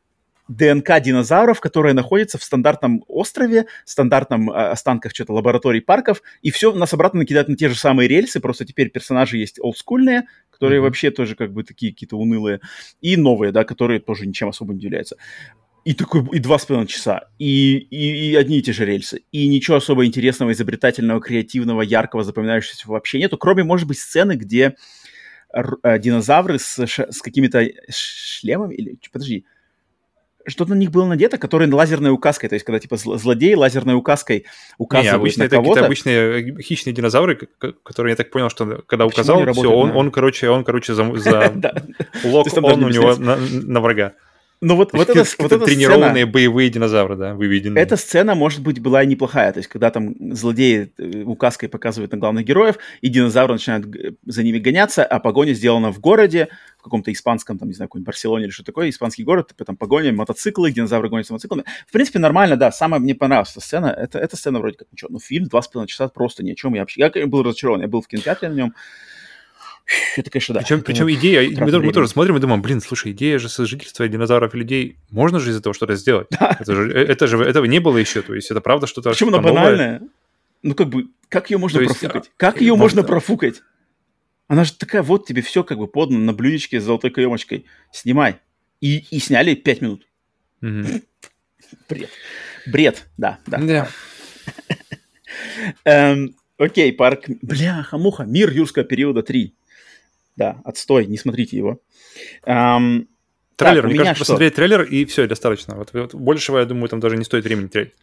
ДНК динозавров, которые находятся в стандартном острове, в стандартном э, останках что-то лабораторий, парков, и все нас обратно накидают на те же самые рельсы, просто теперь персонажи есть олдскульные, которые mm-hmm. вообще тоже как бы такие какие-то унылые, и новые, да, которые тоже ничем особо не удивляются. И такой, и два с половиной часа, и, и, и одни и те же рельсы, и ничего особо интересного, изобретательного, креативного, яркого, запоминающегося вообще нету, кроме, может быть, сцены, где р- э, динозавры с, ш- с какими-то шлемами, или, подожди, что-то на них было надето, которые лазерной указкой, то есть когда типа злодей лазерной указкой указывает не, обычно на это кого-то. Обычные хищные динозавры, которые, я так понял, что когда указал, все, он, он, короче, он, короче, за лок, он у него на врага. Ну вот, вот, это, вот эта тренированные сцена, боевые динозавры, да, выведенные. Эта сцена, может быть, была и неплохая. То есть, когда там злодеи указкой показывают на главных героев, и динозавры начинают за ними гоняться, а погоня сделана в городе, в каком-то испанском, там, не знаю, какой-нибудь Барселоне или что такое, испанский город, там погоня, мотоциклы, динозавры гонятся мотоциклами. В принципе, нормально, да. Самая мне понравилась эта сцена. Это, эта сцена вроде как ничего. Но фильм два с половиной часа просто ни о чем. Я, вообще, я был разочарован. Я был в кинотеатре на нем. Это, конечно, да. Причем, причем идея, мы, мы тоже смотрим и думаем, блин, слушай, идея же сожительства динозавров и людей, можно же из этого что-то сделать? Да. Это же, это же, этого не было еще, то есть это правда что-то Почему что-то она банальная? Новое? Ну, как бы, как ее можно то профукать? Есть, как ее можно профукать? Она же такая, вот тебе все как бы подано на блюдечке с золотой каемочкой. Снимай. И, и сняли пять минут. Mm-hmm. Бред. Бред, да. да. Yeah. эм, окей, парк... Бляха-муха. Мир юрского периода три. Да, отстой, не смотрите его. Эм, трейлер, так, мне кажется, что? Посмотреть трейлер, и все, достаточно. Вот, вот большего, я думаю, там даже не стоит времени терять.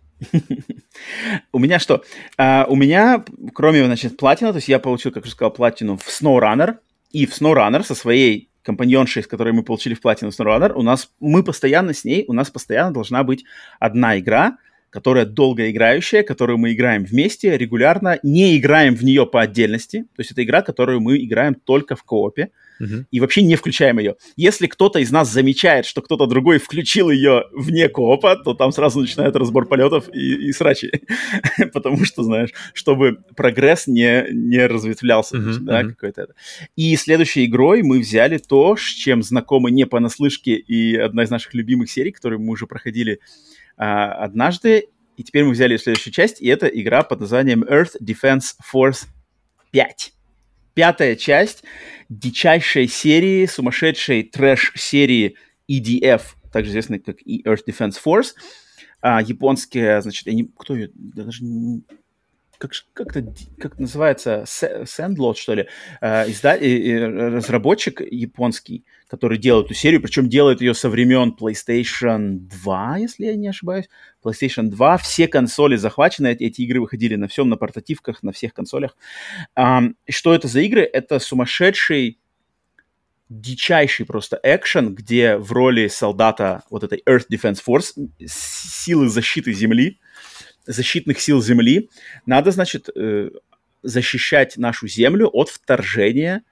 У меня что? Uh, у меня, кроме, значит, платина, то есть я получил, как я сказал, платину в SnowRunner, и в SnowRunner со своей компаньоншей, с которой мы получили в платину SnowRunner, у нас, мы постоянно с ней, у нас постоянно должна быть одна игра, которая долгоиграющая, которую мы играем вместе, регулярно, не играем в нее по отдельности, то есть это игра, которую мы играем только в коопе, Uh-huh. и вообще не включаем ее. Если кто-то из нас замечает, что кто-то другой включил ее вне коопа, то там сразу начинает разбор полетов и, и срачи. Потому что, знаешь, чтобы прогресс не, не разветвлялся. Uh-huh, значит, да, uh-huh. какой-то это. И следующей игрой мы взяли то, с чем знакомы не понаслышке, и одна из наших любимых серий, которую мы уже проходили а, однажды. И теперь мы взяли следующую часть, и это игра под названием Earth Defense Force пять. Пятая часть дичайшей серии, сумасшедшей трэш-серии и ди эф, также известной как Earth Defense Force. А, японская, значит, я не, кто ее, даже не, как, как-то, как называется, Sandlot, что ли, а, изда, и, и, разработчик японский, который делает эту серию, причем делает ее со времен PlayStation два, если я не ошибаюсь. PlayStation два, все консоли захвачены, эти, эти игры выходили на всем, на портативках, на всех консолях. А, что это за игры? Это сумасшедший, дичайший просто экшен, где в роли солдата вот этой Earth Defense Force, силы защиты Земли, защитных сил Земли, надо, значит, защищать нашу Землю от вторжения,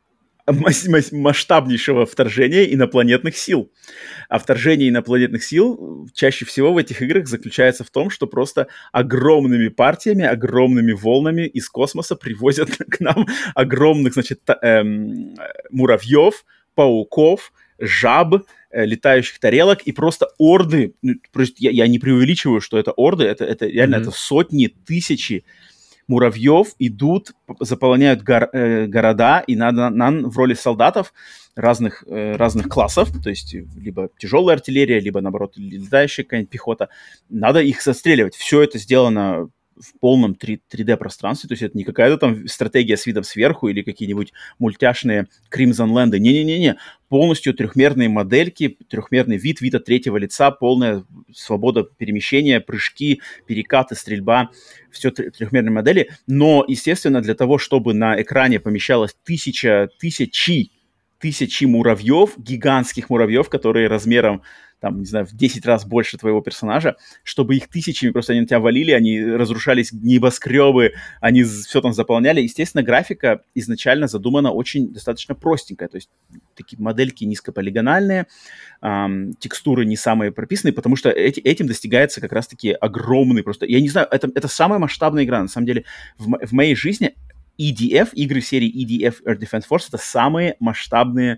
масштабнейшего вторжения инопланетных сил. А вторжение инопланетных сил чаще всего в этих играх заключается в том, что просто огромными партиями, огромными волнами из космоса привозят к нам огромных, значит, эм, муравьев, пауков, жаб, э, летающих тарелок и просто орды. Ну, просто я, я не преувеличиваю, что это орды, это, это реально mm-hmm. это сотни, тысячи муравьев идут, заполняют гор, э, города, и надо нам в роли солдатов разных, э, разных классов, то есть либо тяжелая артиллерия, либо, наоборот, летающая какая-нибудь пехота, надо их застреливать. Все это сделано в полном три дэ-пространстве, то есть это не какая-то там стратегия с видом сверху или какие-нибудь мультяшные Crimson Land'ы. Не-не-не-не, полностью трехмерные модельки, трехмерный вид, вид от третьего лица, полная свобода перемещения, прыжки, перекаты, стрельба, все трехмерные модели. Но, естественно, для того, чтобы на экране помещалось тысяча, тысячи, тысячи муравьев, гигантских муравьев, которые размером там, не знаю, в десять раз больше твоего персонажа, чтобы их тысячами просто они на тебя валили, они разрушались небоскребы, они все там заполняли. Естественно, графика изначально задумана очень достаточно простенькая, то есть такие модельки низкополигональные, эм, текстуры не самые прописанные, потому что эти, этим достигается как раз-таки огромный просто... Я не знаю, это, это самая масштабная игра, на самом деле, в, мо- в моей жизни и ди эф, игры серии и ди эф Earth Defense Force, это самые масштабные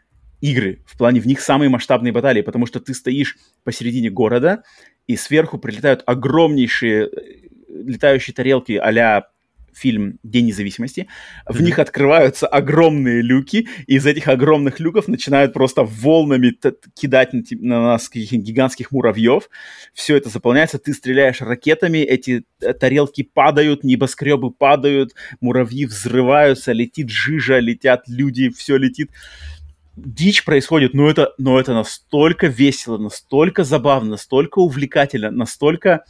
игры, в плане в них самые масштабные баталии, потому что ты стоишь посередине города, и сверху прилетают огромнейшие летающие тарелки а-ля фильм «День независимости». В mm-hmm. них открываются огромные люки, и из этих огромных люков начинают просто волнами т- кидать на, на нас каких-нибудь гигантских муравьев. Все это заполняется, ты стреляешь ракетами, эти тарелки падают, небоскребы падают, муравьи взрываются, летит жижа, летят люди, все летит. Дичь происходит, но это, но это настолько весело, настолько забавно, настолько увлекательно, настолько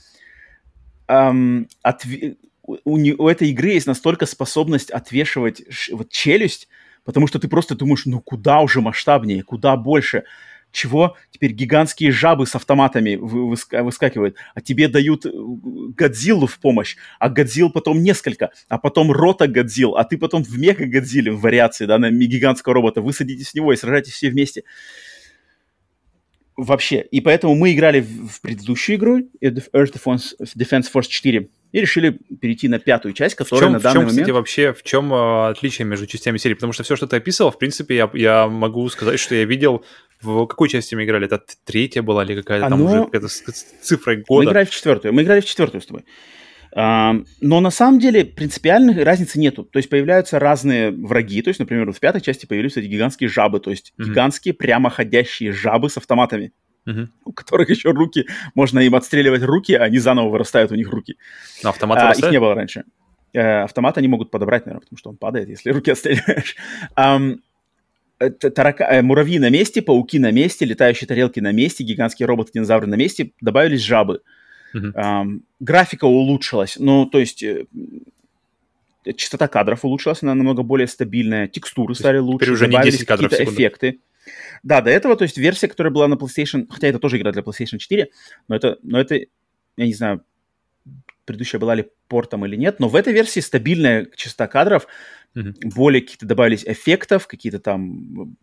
эм, отве... у, у этой игры есть настолько способность отвешивать ш... вот, челюсть, потому что ты просто думаешь, ну куда уже масштабнее, куда больше. Чего? Теперь гигантские жабы с автоматами выска- выскакивают, а тебе дают Годзиллу в помощь, а Годзилл потом несколько, а потом рота Годзилл, а ты потом в мега-Годзилле в вариации, да, на гигантского робота, вы садитесь в него и сражаетесь все вместе. Вообще. И поэтому мы играли в, в предыдущую игру, Earth Defense, Defense Force четыре, и решили перейти на пятую часть, которая чем, на данный в чем, момент... кстати, вообще, в чем uh, отличие между частями серии? Потому что все, что ты описывал, в принципе, я, я могу сказать, что я видел... В какой части мы играли? Это третья была или какая-то Оно... там уже какая-то с, с цифрой года? Мы играли в четвертую. Мы играли в четвертую с тобой. А, но на самом деле принципиальной разницы нету. То есть появляются разные враги. То есть, например, в пятой части появились эти гигантские жабы. То есть mm-hmm. гигантские прямоходящие жабы с автоматами. Mm-hmm. У которых еще руки, можно им отстреливать руки, а они заново вырастают у них руки. Но автоматы а, вырастают? Их не было раньше. А, автомат они могут подобрать, наверное, потому что он падает, если руки отстреливаешь. А, Тарака... Муравьи на месте, пауки на месте, летающие тарелки на месте, гигантские роботы-динозавры на месте, добавились жабы. Uh-huh. Um, графика улучшилась, ну, то есть э, частота кадров улучшилась, она намного более стабильная, текстуры стали лучше, теперь уже добавились не десять кадров какие-то эффекты. Да, до этого, то есть версия, которая была на PlayStation, хотя это тоже игра для PlayStation четыре, но это, но это, я не знаю, предыдущая была ли портом или нет, но в этой версии стабильная частота кадров, Mm-hmm. более какие-то добавились эффектов, какие-то там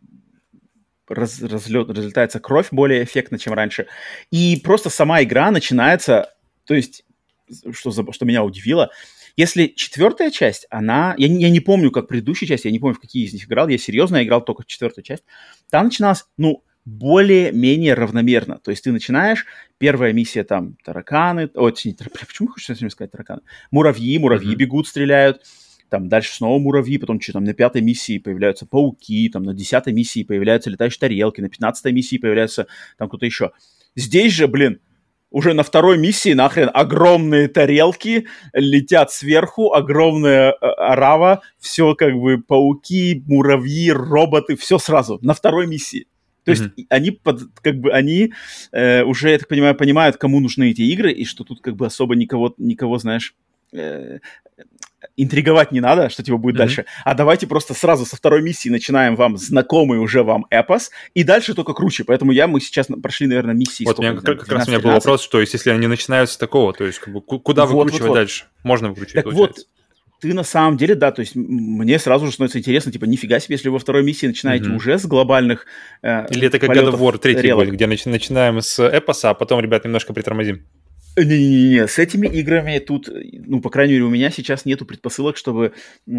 раз, разлет, разлетается кровь более эффектно, чем раньше. И просто сама игра начинается, то есть, что, за, что меня удивило, если четвертая часть, она... Я не, я не помню, как предыдущая часть, я не помню, в какие из них играл, я серьезно я играл только в четвертую часть. Там начиналась, ну, более-менее равномерно. То есть ты начинаешь, первая миссия там тараканы, о, точнее, почему хочется сказать тараканы? Муравьи, муравьи mm-hmm. бегут, стреляют. Там дальше снова муравьи, потом что там на пятой миссии появляются пауки, там на десятой миссии появляются летающие тарелки, на пятнадцатой миссии появляется там кто-то еще. Здесь же, блин, уже на второй миссии нахрен огромные тарелки летят сверху, огромная э, орава, все как бы пауки, муравьи, роботы, все сразу на второй миссии. То есть mm-hmm. они, под, как бы, они э, уже, я так понимаю, понимают, кому нужны эти игры, и что тут как бы особо никого, никого знаешь... Э, интриговать не надо, что типа будет mm-hmm. дальше, а давайте просто сразу со второй миссии начинаем вам знакомый уже вам эпос, и дальше только круче. Поэтому я, мы сейчас прошли, наверное, миссии. Вот сколько, меня, как, как раз у меня был вопрос, что если они начинают с такого, то есть как бы, куда вот, выкручивать вот, вот. дальше? Можно выкручивать, так получается. Вот, ты на самом деле, да, то есть мне сразу же становится интересно, типа, нифига себе, если вы во второй миссии начинаете mm-hmm. уже с глобальных э, Или это как God of War третий будет, где начи- начинаем с эпоса, а потом, ребят, немножко притормозим. Не-не-не, с этими играми тут, ну, по крайней мере, у меня сейчас нету предпосылок, чтобы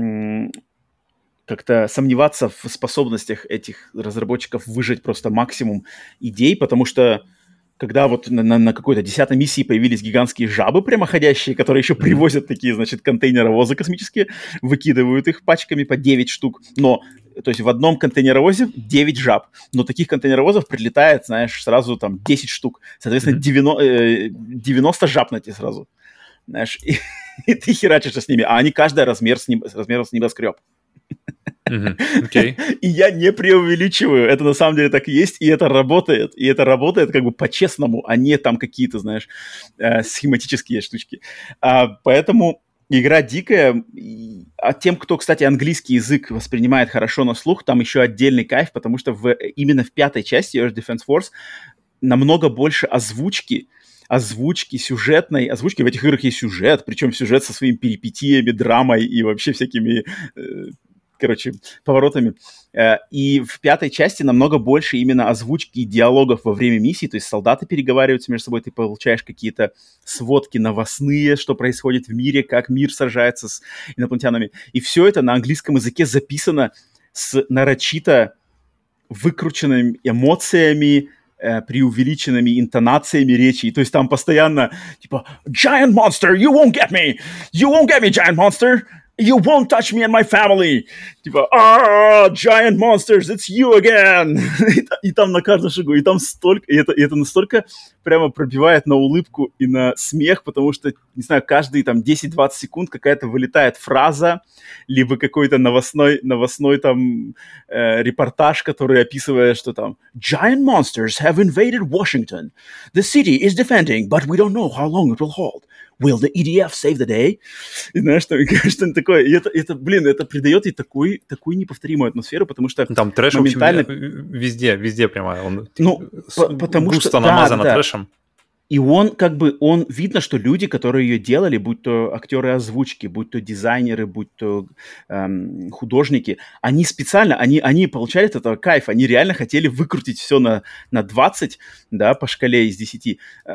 м- как-то сомневаться в способностях этих разработчиков выжать просто максимум идей, потому что когда вот на, на, на какой-то десятой миссии появились гигантские жабы прямоходящие, которые еще привозят такие, значит, контейнеровозы космические, выкидывают их пачками по девять штук, но, то есть в одном контейнеровозе девять жаб, но таких контейнеровозов прилетает, знаешь, сразу там десять штук, соответственно, mm-hmm. девяносто, э, девяносто жаб на тебе сразу, знаешь, и, и ты херачишься с ними, а они каждая размер с неб... размером с небоскреб. Mm-hmm. Okay. И я не преувеличиваю, это на самом деле так и есть, и это работает, и это работает как бы по-честному, а не там какие-то, знаешь, э, схематические штучки. А, поэтому игра дикая, а тем, кто, кстати, английский язык воспринимает хорошо на слух, там еще отдельный кайф, потому что в, именно в пятой части Earth Defense Force намного больше озвучки, озвучки, сюжетной, озвучки, в этих играх есть сюжет, причем сюжет со своими перипетиями, драмой и вообще всякими... Э, короче, поворотами. И в пятой части намного больше именно озвучки и диалогов во время миссии, то есть солдаты переговариваются между собой, ты получаешь какие-то сводки новостные, что происходит в мире, как мир сражается с инопланетянами. И все это на английском языке записано с нарочито выкрученными эмоциями, э, преувеличенными интонациями речи. И то есть там постоянно типа «Giant monster, you won't get me! You won't get me, giant monster! You won't touch me and my family!» Типа «Ah, giant monsters, it's you again!» и, и там на каждом шагу, и там столько, и это, и это настолько прямо пробивает на улыбку и на смех, потому что, не знаю, каждые там десять-двадцать секунд какая-то вылетает фраза, либо какой-то новостной, новостной там э, репортаж, который описывает, что там «Giant monsters have invaded Washington. The city is defending, but we don't know how long it will hold. Will the E D F save the day?» И знаешь, что, что-нибудь такое. И это, это, блин, это придает ей такой, такую неповторимую атмосферу, потому что там трэш моментально... везде, везде прямо. Он ну, по- потому густо что, намазан да, да. трэшем. И он, как бы, он, видно, что люди, которые ее делали, будь то актеры озвучки, будь то дизайнеры, будь то эм, художники, они специально, они, они получали от этого кайф, они реально хотели выкрутить все на, на двадцать, да, по шкале из десяти,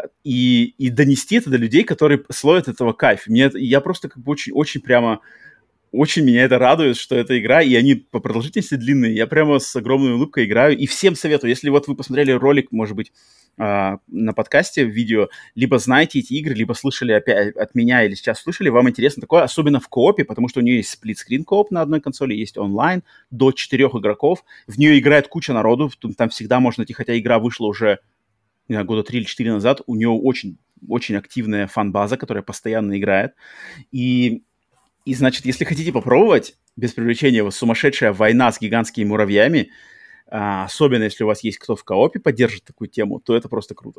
и, и донести это до людей, которые словят этого кайф. Мне, я просто как бы очень, очень прямо... Очень меня это радует, что эта игра, и они по продолжительности длинные. Я прямо с огромной улыбкой играю. И всем советую, если вот вы посмотрели ролик, может быть, на подкасте, в видео, либо знаете эти игры, либо слышали опять от меня, или сейчас слышали, вам интересно такое, особенно в коопе, потому что у нее есть сплитскрин кооп на одной консоли, есть онлайн, до четырех игроков. В нее играет куча народу, там всегда можно найти, хотя игра вышла уже, не знаю, года три или четыре назад, у нее очень, очень активная фан-база, которая постоянно играет. И И, значит, если хотите попробовать, без привлечения, вот сумасшедшая война с гигантскими муравьями, а, особенно если у вас есть кто в коопе поддержит такую тему, то это просто круто.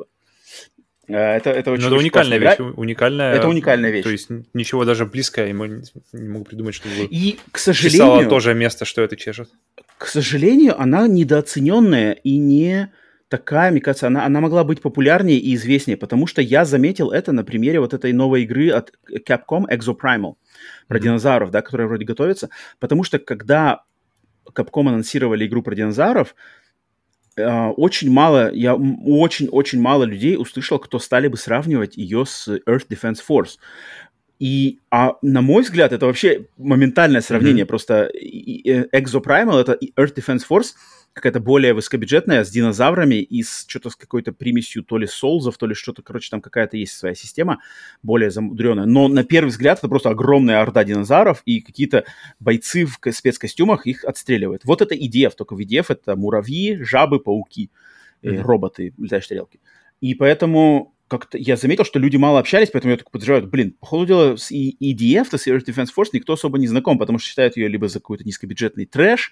А, это, это очень, это очень уникальная вещь. Уникальная, это уникальная вещь. То есть ничего даже близко, я не могу придумать, что И, к сожалению... то же место, что это чешет. К сожалению, она недооцененная и не... такая, мне кажется, она, она могла быть популярнее и известнее, потому что я заметил это на примере вот этой новой игры от Capcom Exoprimal про mm-hmm. динозавров, да, которая вроде готовится, потому что когда Capcom анонсировали игру про динозавров, э, очень мало, я очень-очень мало людей услышал, кто стали бы сравнивать ее с Earth Defense Force. И, а на мой взгляд, это вообще моментальное сравнение. Mm-hmm. Просто Exoprimal — это Earth Defense Force, какая-то более высокобюджетная, с динозаврами и с что-то с какой-то примесью то ли соулзов, то ли что-то, короче, там какая-то есть своя система, более замудренная. Но на первый взгляд это просто огромная орда динозавров, и какие-то бойцы в спецкостюмах их отстреливают. Вот это и ди эф, только в и ди эф это муравьи, жабы, пауки, mm-hmm. роботы, летающие тарелки. И поэтому... как-то я заметил, что люди мало общались, поэтому я так подозреваю, блин, по ходу дела с и ди эф, с Earth Defense Force, никто особо не знаком, потому что считают ее либо за какой-то низкобюджетный трэш,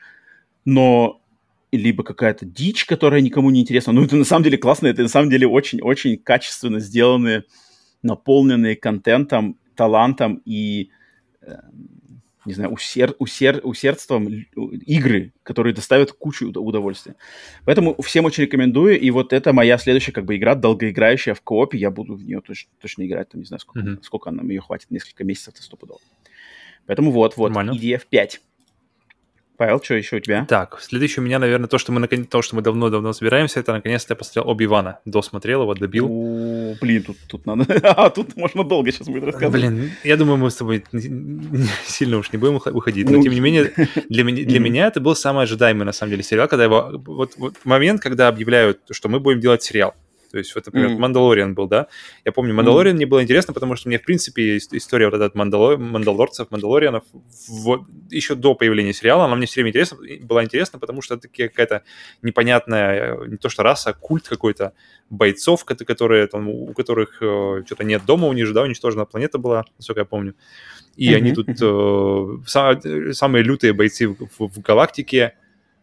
но либо какая-то дичь, которая никому не интересна. Ну, это на самом деле классно, это на самом деле очень-очень качественно сделанные, наполненные контентом, талантом и, э, не знаю, усер, усер, усердством игры, которые доставят кучу удовольствия. Поэтому всем очень рекомендую, и вот это моя следующая как бы игра, долгоиграющая в коопе, я буду в нее точно, точно играть, там не знаю, сколько, mm-hmm. сколько нам ее хватит, несколько месяцев-то стопудово. Поэтому вот, вот, и ди эф пять. Павел, что еще у тебя? Так, следующее у меня, наверное, то, что мы наконец, то, что мы давно-давно собираемся, это наконец-то я посмотрел Оби-Вана. Досмотрел его, добил. О, блин, тут, тут надо... а, тут можно долго сейчас будет рассказывать. Блин, я думаю, мы с тобой сильно уж не будем выходить. Но, ну, тем не менее, для, меня, для меня это был самый ожидаемый, на самом деле, сериал, когда его... Вот, вот момент, когда объявляют, что мы будем делать сериал. То есть, вот, например, mm-hmm. «Мандалориан» был, да? Я помню, «Мандалориан» mm-hmm. мне было интересно, потому что мне, в принципе, история вот эта Мандалор... мандалорцев, «Мандалорианов» вот, еще до появления сериала, она мне все время интересна, была интересна, потому что это какая-то непонятная, не то что раса, а культ какой-то бойцов, которые, там, у которых э, что-то нет дома, у них же, да, уничтожена планета была, насколько я помню. И mm-hmm. они тут э, сам, самые лютые бойцы в, в, в галактике.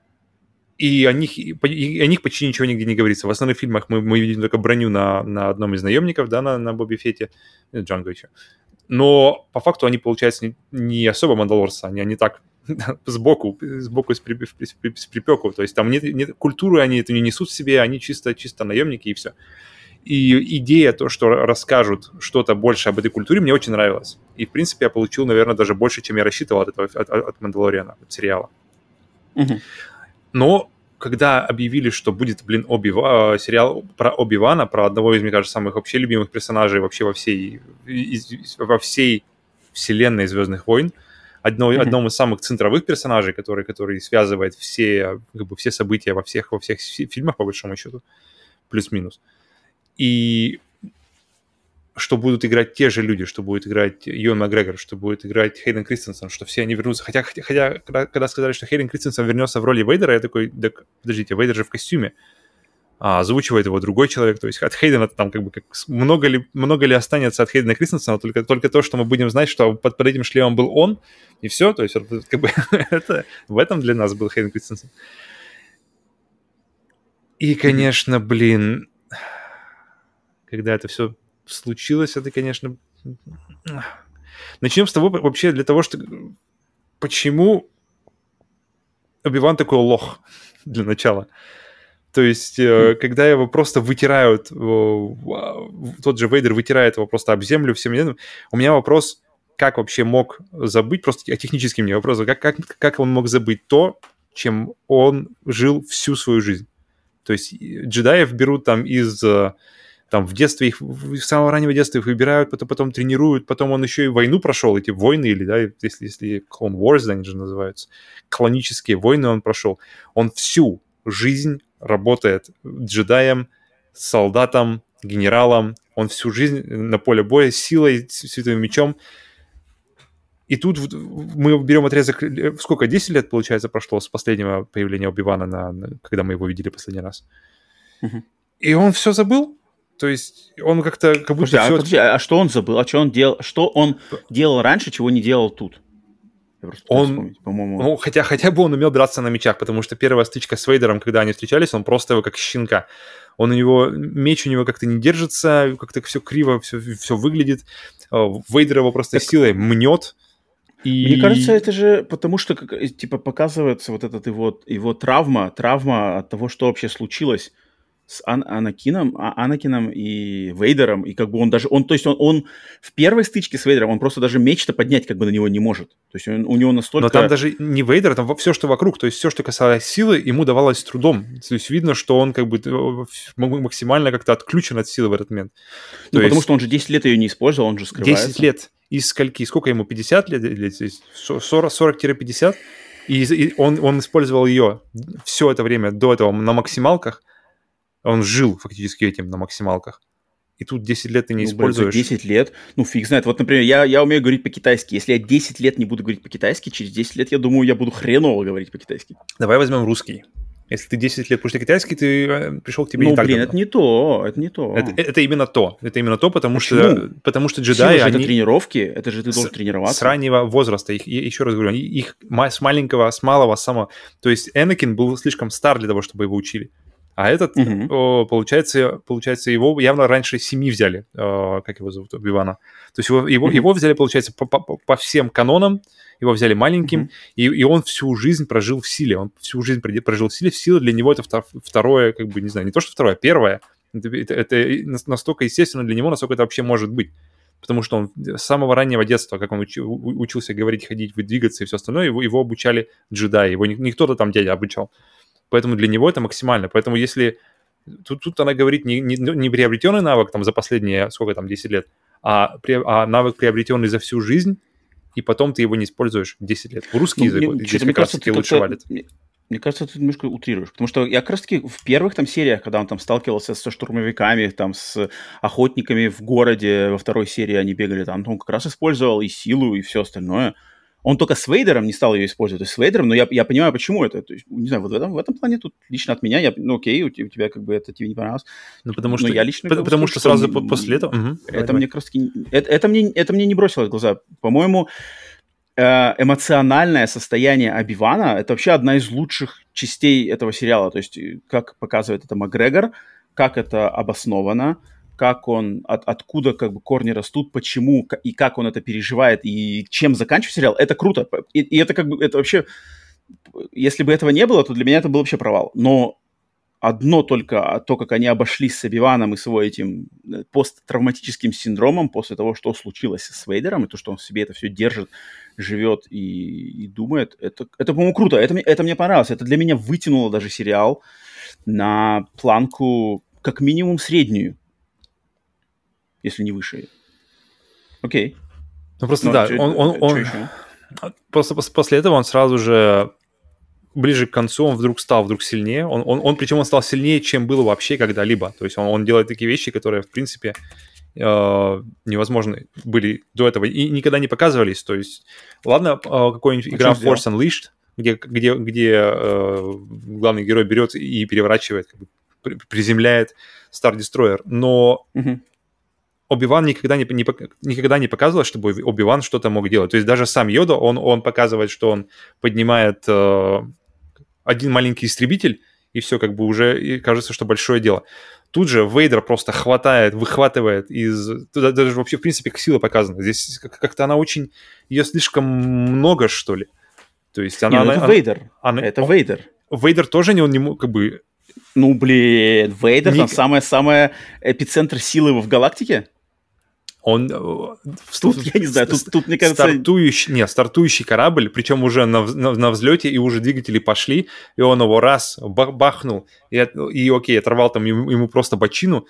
И о них, и о них почти ничего нигде не говорится. В основных фильмах мы, мы видим только броню на, на одном из наемников, да, на, на Боби Фетте, Джанго еще. Но по факту они, получается, не, не особо мандалорцы, они, они так сбоку, сбоку с, при, с припеку. То есть там нет, нет культуры, они это не несут в себе, они чисто, чисто наемники и все. И идея, то, что расскажут что-то больше об этой культуре, мне очень нравилась. И, в принципе, я получил, наверное, даже больше, чем я рассчитывал от этого, от, от Мандалориана, от сериала. Mm-hmm. Но когда объявили, что будет, блин, Оби-Ва, сериал про Оби-Вана, про одного из, мне кажется, самых вообще любимых персонажей вообще во всей, во всей вселенной «Звездных войн», одно, mm-hmm. одном из самых центровых персонажей, который, который связывает все, как бы, все события во всех, во всех фильмах, по большому счету, плюс-минус. И что будут играть те же люди, что будет играть Юэн Макгрегор, что будет играть Хейден Кристенсен, что все они вернутся. Хотя, хотя, хотя когда, когда сказали, что Хейден Кристенсен вернется в роли Вейдера, я такой, да, подождите, Вейдер же в костюме, а озвучивает его другой человек. То есть от Хейдена там как бы как, много, ли, много ли останется от Хейдена Кристенсена, только, только то, что мы будем знать, что под, под этим шлемом был он, и все. То есть как бы это, в этом для нас был Хейден Кристенсен. И, конечно, блин, когда это все случилось, это, конечно... Начнем с того, вообще, для того, что... Почему Оби-Ван такой лох для начала? То есть, mm. когда его просто вытирают, тот же Вейдер вытирает его просто об землю всем едом, у меня вопрос, как вообще мог забыть, просто технический мне вопрос, как, как, как он мог забыть то, чем он жил всю свою жизнь? То есть, джедаев берут там из... Там в детстве их, с самого раннего детства их выбирают, потом, потом тренируют, потом он еще и войну прошел, эти войны, или, да, если, если Clone Wars, да, они же называются, клонические войны он прошел. Он всю жизнь работает джедаем, солдатом, генералом, он всю жизнь на поле боя силой, святым мечом. И тут мы берем отрезок, сколько, десять лет, получается, прошло с последнего появления Оби-Вана, на, на, когда мы его видели последний раз. Mm-hmm. И он все забыл? То есть он как-то как будто... Подожди, все... а, подожди, а что он забыл? А что он делал? Что он делал раньше, чего не делал тут? Он, ну, хотя, хотя бы он умел драться на мечах, потому что первая стычка с Вейдером, когда они встречались, он просто его как щенка. Он у него, меч у него как-то не держится, как-то все криво, все, все выглядит. Вейдер его просто так... силой мнет. И... Мне кажется, это же потому, что типа показывается вот эта его, его травма, травма от того, что вообще случилось. с Ан- Анакином, а- Анакином и Вейдером, и как бы он даже, он, то есть он, он в первой стычке с Вейдером, он просто даже меч-то поднять как бы на него не может. То есть он, у него настолько... Но там даже не Вейдер, там все, что вокруг, то есть все, что касалось силы, ему давалось с трудом. То есть видно, что он как бы максимально как-то отключен от силы в этот момент. Ну, то потому есть что он же десять лет ее не использовал, он же скрывается. десять лет из скольки? Сколько ему? пятьдесят лет? сорок-пятьдесят? И он, он использовал ее все это время до этого на максималках. Он жил фактически этим на максималках. И тут десять лет ты не ну, используешь. Блин, десять лет? Ну, фиг знает. Вот, например, я, я умею говорить по-китайски. Если я десять лет не буду говорить по-китайски, через десять лет, я думаю, я буду хреново говорить по-китайски. Давай возьмем русский. Если ты десять лет будешь китайский, ты пришел к тебе ну, не так блин, давно. это не то, это не то. Это, это именно то. Это именно то, потому Почему? что, потому что джедаи, Сила же они... это тренировки, это же ты с, должен тренироваться. С раннего возраста, их, я еще раз говорю, их с маленького, с малого самого... То есть Энакин был слишком стар для того, чтобы его учили. А этот, Угу. о, получается, получается, его явно раньше семьи взяли, о, как его зовут, Оби-Вана. То есть его, его, Угу. его взяли, получается, по, по, по всем канонам, его взяли маленьким, Угу. и, и он всю жизнь прожил в силе. Он всю жизнь прожил в силе. В силе для него это второе, как бы, не знаю, не то, что второе, а первое. Это, это, это настолько естественно для него, насколько это вообще может быть. Потому что он с самого раннего детства, как он уч, учился говорить, ходить, двигаться и все остальное, его, его обучали джедаи. Его не, не кто-то там дядя обучал. Поэтому для него это максимально. Поэтому если... Тут, тут она говорит не, не, не приобретенный навык там, за последние, сколько там, десять лет, а, при, а навык, приобретенный за всю жизнь, и потом ты его не используешь десять лет. Русский ну, язык мне, здесь мне как кажется, раз-таки ты лучше валит. Мне, мне кажется, ты немножко утрируешь. Потому что я как раз-таки в первых там сериях, когда он там сталкивался со штурмовиками, там с охотниками в городе, во второй серии они бегали там, он как раз использовал и силу, и все остальное. Он только с Вейдером не стал ее использовать. То есть с Вейдером, но я, я понимаю, почему это. То есть, не знаю, вот в этом, в этом плане тут лично от меня, я, ну окей, у тебя, у тебя как бы это тебе не понравилось. Ну, потому но что, я лично потому, потому что сразу что после этого... Угу, это, давай, давай. Мне как раз это, это, мне, это мне не бросилось в глаза. По-моему, эмоциональное состояние Оби-Вана — это вообще одна из лучших частей этого сериала. То есть как показывает это Макгрегор, как это обосновано, как он, от, откуда как бы корни растут, почему и как он это переживает, и чем заканчивается сериал, это круто. И, и это как бы, это вообще, если бы этого не было, то для меня это был вообще провал. Но одно только, то, как они обошлись с Оби-Ваном и с его этим посттравматическим синдромом после того, что случилось с Вейдером, и то, что он в себе это все держит, живет и, и думает, это, это, по-моему, круто. Это, это мне понравилось. Это для меня вытянуло даже сериал на планку как минимум среднюю, если не выше. Окей. Ну просто Но да, чё, он, он, он просто после этого он сразу же ближе к концу он вдруг стал вдруг сильнее. Он, он, он причем он стал сильнее, чем было вообще когда-либо. То есть он, он делает такие вещи, которые в принципе э, невозможны были до этого и никогда не показывались. То есть ладно, э, какой-нибудь а игра Force Unleashed, где, где, где э, главный герой берет и переворачивает, как бы, приземляет Star Destroyer, но угу. Оби-Ван никогда не, не, никогда не показывал, чтобы Оби-Ван что-то мог делать. То есть даже сам Йода, он, он показывает, что он поднимает э, один маленький истребитель, и все, как бы уже и кажется, что большое дело. Тут же Вейдер просто хватает, выхватывает из... Туда даже вообще, в принципе, сила показана. Здесь как-то она очень... Ее слишком много, что ли. То есть она... Не, ну это она, Вейдер. Она, это он, Вейдер. Вейдер тоже не, он не как бы... Ну, блин, Вейдер, не... там самый-самый эпицентр силы в галактике? Он... Тут, я не знаю, тут, тут мне кажется... Стартующий, нет, стартующий корабль, причем уже на, на, на взлете, и уже двигатели пошли, и он его раз бахнул, и, и окей, оторвал там ему, ему просто бочину,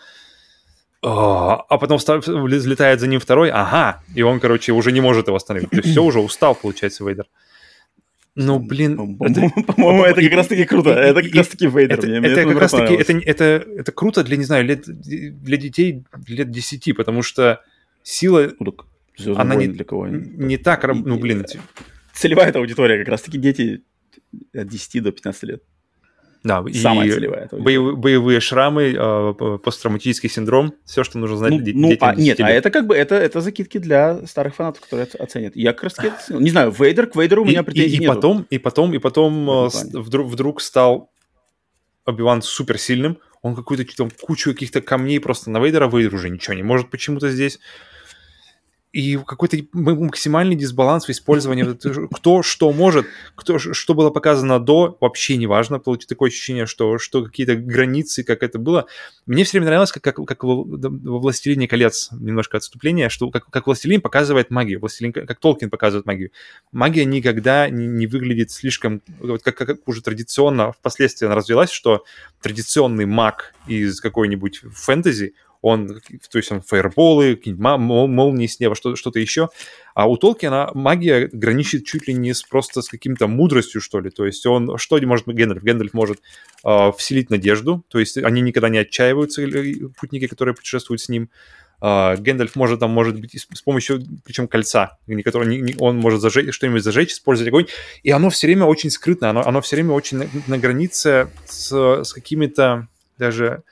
а потом взлетает за ним второй, ага, и он, короче, уже не может его остановить. То есть все, уже устал, получается, Вейдер. Ну, блин... По-моему, это как раз-таки круто. Это как раз-таки Вейдер. Это как раз-таки... Это круто для, не знаю, для детей лет десяти, потому что сила, ну, она не, для кого не так, ну, блин. Целевая эта аудитория, как раз-таки дети от десяти до пятнадцати лет. Да, самая и целевая. Боевые, боевые шрамы, э, посттравматический синдром, все, что нужно знать ну, детям. Ну, а, нет, а это как бы, это, это закидки для старых фанатов, которые оценят. Я как раз таки оценил. Не знаю, Вейдер, к Вейдеру у меня претензий нет. И потом, и потом, и потом вдруг, вдруг стал Оби-Ван суперсильным, он какую-то там кучу каких-то камней просто на Вейдера, Вейдер уже ничего не может почему-то здесь. и какой-то максимальный дисбаланс в использовании, кто что может, кто, что было показано до, вообще не важно, получить такое ощущение, что, что какие-то границы, как это было. Мне все время нравилось, как, как, как во, во «Властелине колец», немножко отступление, что как, как «Властелин» показывает магию, «Властелин», как Толкин показывает магию. Магия никогда не, не выглядит слишком, вот как, как уже традиционно впоследствии она развилась, что традиционный маг из какой-нибудь фэнтези, он, то есть он фаерболы, какие-нибудь молнии с неба, что- что-то еще. А у Толкина магия граничит чуть ли не с, просто с каким-то мудростью, что ли. То есть он, что может Гэндальф? Гэндальф может э, вселить надежду, то есть они никогда не отчаиваются, путники, которые путешествуют с ним. Э, Гэндальф может, там, может быть, с помощью, причем кольца, которое не, не, он может зажечь, что-нибудь зажечь, использовать огонь. И оно все время очень скрытно, оно, оно все время очень на, на границе с, с какими-то даже...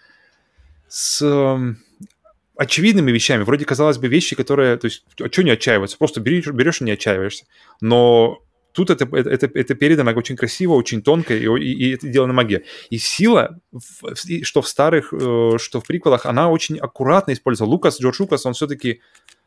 с э, очевидными вещами. Вроде, казалось бы, вещи, которые... То есть, а что не отчаиваться? Просто берешь, берешь и не отчаиваешься. Но тут это, это, это передано очень красиво, очень тонко, и, и, и это сделано магия. И сила, в, что в старых, э, что в приквелах, она очень аккуратно использовала. Лукас, Джордж Лукас, он все-таки...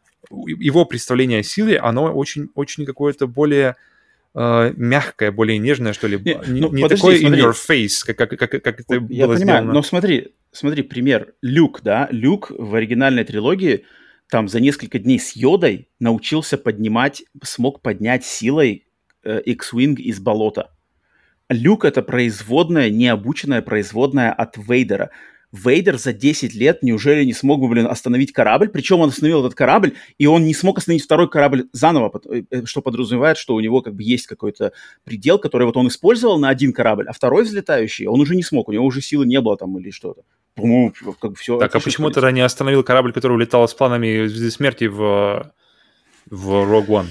Его представление о силе, оно очень, очень какое-то более... Uh, мягкое, более нежное, что ли, не, не, ну, не подожди, такое смотри. in your face, как, как, как, как это вот, было я понимаю, сделано. Но смотри, смотри, пример. Люк, да, Люк в оригинальной трилогии там за несколько дней с Йодой научился поднимать, смог поднять силой э, X-Wing из болота. Люк — это производная, необученная производная от Вейдера. Вейдер за десять лет неужели не смог бы, блин, остановить корабль? Причем он остановил этот корабль, и он не смог остановить второй корабль заново, что подразумевает, что у него как бы есть какой-то предел, который вот он использовал на один корабль, а второй взлетающий он уже не смог, у него уже силы не было там или что-то. Ну, как бы все. Так, а почему тогда не остановил корабль, который улетал с планами Звезды Смерти в, в Rogue One?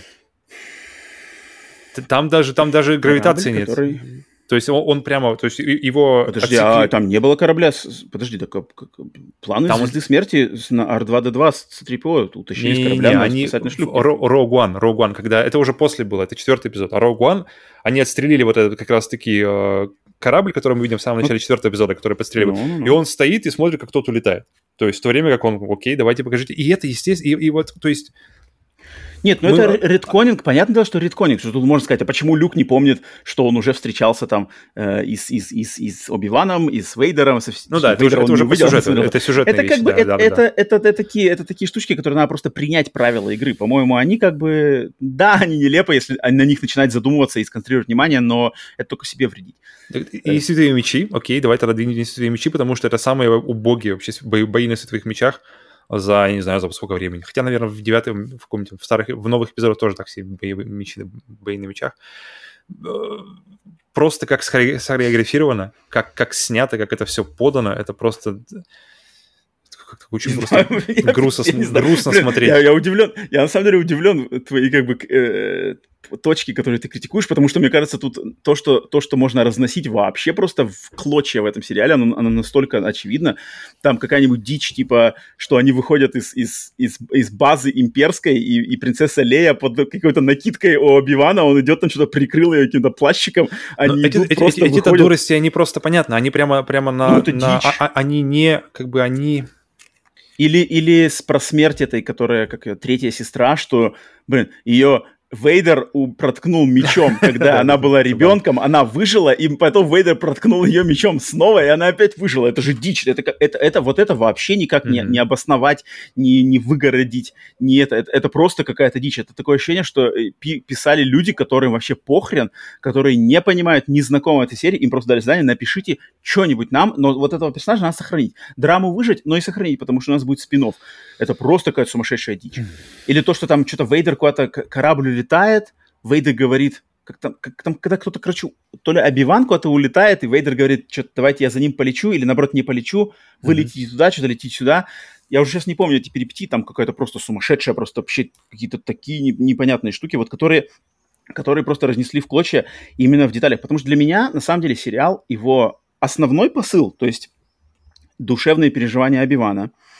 Там даже, там даже гравитации нет. Который... То есть он, он прямо, то есть его... Подожди, отсекли... а там не было корабля? С... Подожди, так как, как, планы там Звезды он... Смерти на ар два дэ два с си три пи о утащили с корабля на спасательный шлюп. Rogue One, Rogue One, когда... Это уже после было, это четвертый эпизод. А Rogue One, они отстрелили вот этот как раз-таки э, корабль, который мы видим в самом начале четвертого эпизода, который подстреливает. No, no, no. И он стоит и смотрит, как тот улетает. То есть в то время как он, окей, давайте покажите. И это, естественно, и, и вот, то есть... Нет, ну мы... это редконинг, понятно дело, что редконинг, что тут можно сказать, а почему Люк не помнит, что он уже встречался там э, и, с, и, с, и, с, и с Оби-Ваном, и с Вейдером. Со, ну да, это уже, это уже по сюжету, это сюжетная это вещь. Как бы, да, это, да, это, да. Это, это, это, такие, это такие штучки, которые надо просто принять правила игры. По-моему, они как бы, да, они нелепы, если на них начинать задумываться и сконцентрировать внимание, но это только себе вредить. И святые мечи, окей, давай тогда двинем святые мечи, потому что это самые убогие вообще бои, бои на святых мечах за, я не знаю, за сколько времени. Хотя, наверное, в девятом, в каком-то, в старых, в новых эпизодах тоже так все боевые мечи, бои на мечах. Просто как схореографировано, как, как снято, как это все подано, это просто... Как-то очень просто грустно, грустно смотреть. Я, я удивлен, я на самом деле удивлен твои как бы э, точки, которые ты критикуешь, потому что мне кажется, тут то, что, то, что можно разносить вообще просто в клочья в этом сериале, оно, оно настолько очевидно. Там какая-нибудь дичь, типа, что они выходят из, из, из, из базы имперской, и, и принцесса Лея под какой-то накидкой у Оби-Вана, он идет там, что-то прикрыл ее каким-то плащиком. Они эти, эти, просто эти, эти дурости, они просто понятны, они прямо, прямо на... Ну, на а, а, они не, как бы, они... Или, или с про смерть этой, которая, как ее, третья сестра, что, блин, ее Вейдер проткнул мечом, когда она была ребенком, она выжила, и потом Вейдер проткнул ее мечом снова, и она опять выжила. Это же дичь. Это, это, это, вот это вообще никак не, не обосновать, не, не выгородить. Не это, это, это просто какая-то дичь. Это такое ощущение, что пи- писали люди, которым вообще похрен, которые не понимают, не знакомы этой серии, им просто дали задание: напишите что-нибудь нам, но вот этого персонажа надо сохранить. Драму выжить, но и сохранить, потому что у нас будет спин-офф. Это просто какая-то сумасшедшая дичь. Или то, что там что-то Вейдер куда-то корабль улетает, Вейдер говорит, как там, как там, когда кто-то, короче, то ли Оби-Ван куда-то улетает, и Вейдер говорит, что-то давайте я за ним полечу, или наоборот не полечу, вы mm-hmm. летите туда, что-то летите сюда. Я уже сейчас не помню эти перипетии, там какая-то просто сумасшедшая, просто вообще какие-то такие непонятные штуки, вот которые, которые просто разнесли в клочья именно в деталях. Потому что для меня, на самом деле, сериал, его основной посыл, то есть душевные переживания Оби-Вана,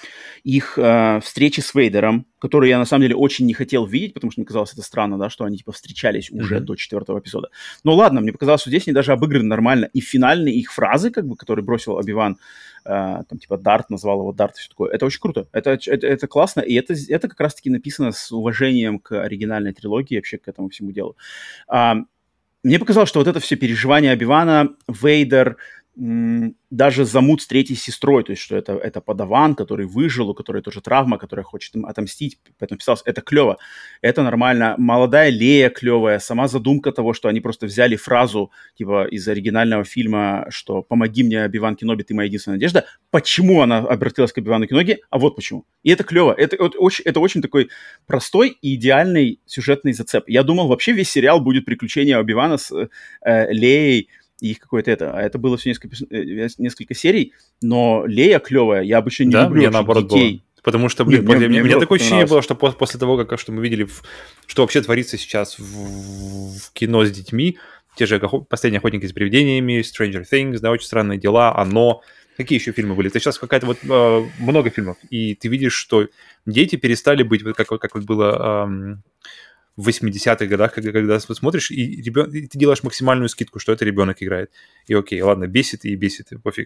их э, встречи с Вейдером, которые я на самом деле очень не хотел видеть, потому что мне казалось это странно, да, что они типа встречались уже mm-hmm. до четвертого эпизода. Но ладно, мне показалось, что здесь они даже обыграны нормально. И финальные их фразы, как бы, которые бросил Оби-Ван, э, там типа Дарт, назвал его Дарт и все такое, это очень круто. Это, это, это классно, и это, это как раз-таки написано с уважением к оригинальной трилогии, вообще к этому всему делу. А, мне показалось, что вот это все переживание Оби-Вана, Вейдер, даже замут с третьей сестрой, то есть что это, это подаван, который выжил, у которой тоже травма, которая хочет им отомстить, поэтому писалось, это клево, это нормально. Молодая Лея клевая, сама задумка того, что они просто взяли фразу типа из оригинального фильма, что «помоги мне, Оби-Ван Кеноби, ты моя единственная надежда». Почему она обратилась к Оби-Вану Кеноби? А вот почему. И это клево. Это, это, очень, это очень такой простой и идеальный сюжетный зацеп. Я думал, вообще весь сериал будет приключения Оби-Вана с э, Леей, и их какое-то это. А это было все несколько, несколько серий, но Лея клевая. Я обычно не да, люблю мне наоборот детей. Было. Потому что, блин, мне, мне, мне такое ощущение было, что после того, как что мы видели, в, что вообще творится сейчас в, в кино с детьми, те же «Последние охотники с привидениями», «Stranger Things», да, «Очень странные дела», «Оно». Какие еще фильмы были? Это сейчас какая-то вот э, много фильмов, и ты видишь, что дети перестали быть, как, как вот было... Э, в восьмидесятых годах, когда, когда ты смотришь, и, ребен... и ты делаешь максимальную скидку, что это ребенок играет. И окей, ладно, бесит и бесит, и пофиг.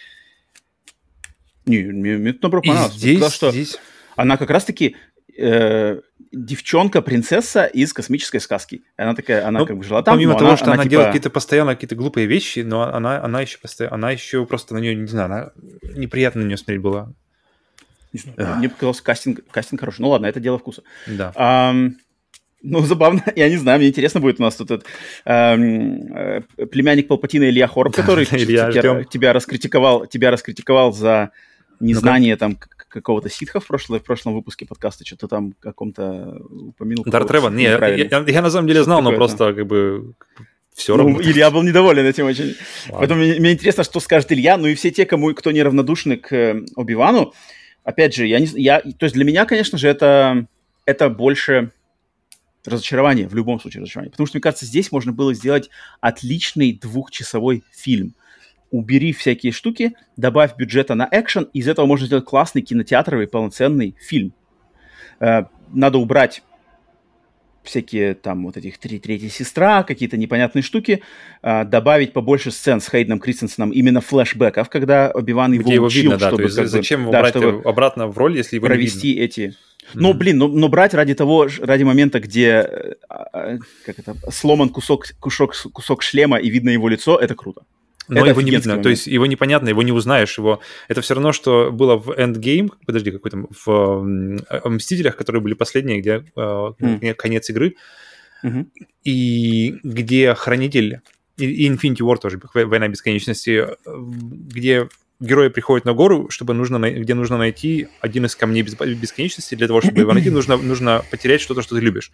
Не, мне, мне наоборот понравилось. Здесь, сказал, что здесь... она как раз-таки э, девчонка-принцесса из космической сказки. Она такая, она ну, как бы жила там, помимо но того, она, что она, она типа... делает какие-то постоянно какие-то глупые вещи, но она, она, еще, постоянно, она еще просто на нее, не знаю, она... неприятно на нее смотреть было. Не знаю, а. Мне показался кастинг, кастинг хороший. Ну ладно, это дело вкуса. Да. А, ну, забавно, я не знаю, мне интересно будет у нас тут этот эм, э, племянник Палпатина Илья Хорб, который Илья, тебя, тебя, раскритиковал, тебя раскритиковал за незнание ну, там какого-то ситха в, прошлом, в прошлом выпуске подкаста, что-то там в каком-то упомянул. Дарт Реван, не, я, я, я на самом деле знал, но просто как бы все равно. Ну, Илья был недоволен этим очень. Ладно. Поэтому мне, мне интересно, что скажет Илья, ну и все те, кому, кто неравнодушны к Оби-Вану. Опять же, я не, я, то есть для меня, конечно же, это, это больше... разочарование, в любом случае разочарование. Потому что, мне кажется, здесь можно было сделать отличный двухчасовой фильм. Убери всякие штуки, добавь бюджета на экшен, и из этого можно сделать классный кинотеатровый полноценный фильм. Э, надо убрать всякие там вот этих три третья сестра, какие-то непонятные штуки, э, добавить побольше сцен с Хейденом Кристенсеном, именно флешбеков, когда Оби-Ван его его учил, видно, да, чтобы... То есть зачем его да, брать обратно в роль, если его провести не видно? эти... Ну, mm-hmm. блин, но, но брать ради того, ради момента, где как это, сломан кусок, кусок, кусок шлема и видно его лицо, это круто. Но это его не видно, момент. То есть его непонятно, его не узнаешь. Его... Это все равно, что было в Endgame, подожди, какой там, в Мстителях, которые были последние, где mm. конец игры, mm-hmm. и где Хранитель, и Infinity War тоже, Война Бесконечности, где... герои приходят на гору, чтобы нужно, где нужно найти один из камней бесконечности. Для того, чтобы его найти, нужно, нужно потерять что-то, что ты любишь.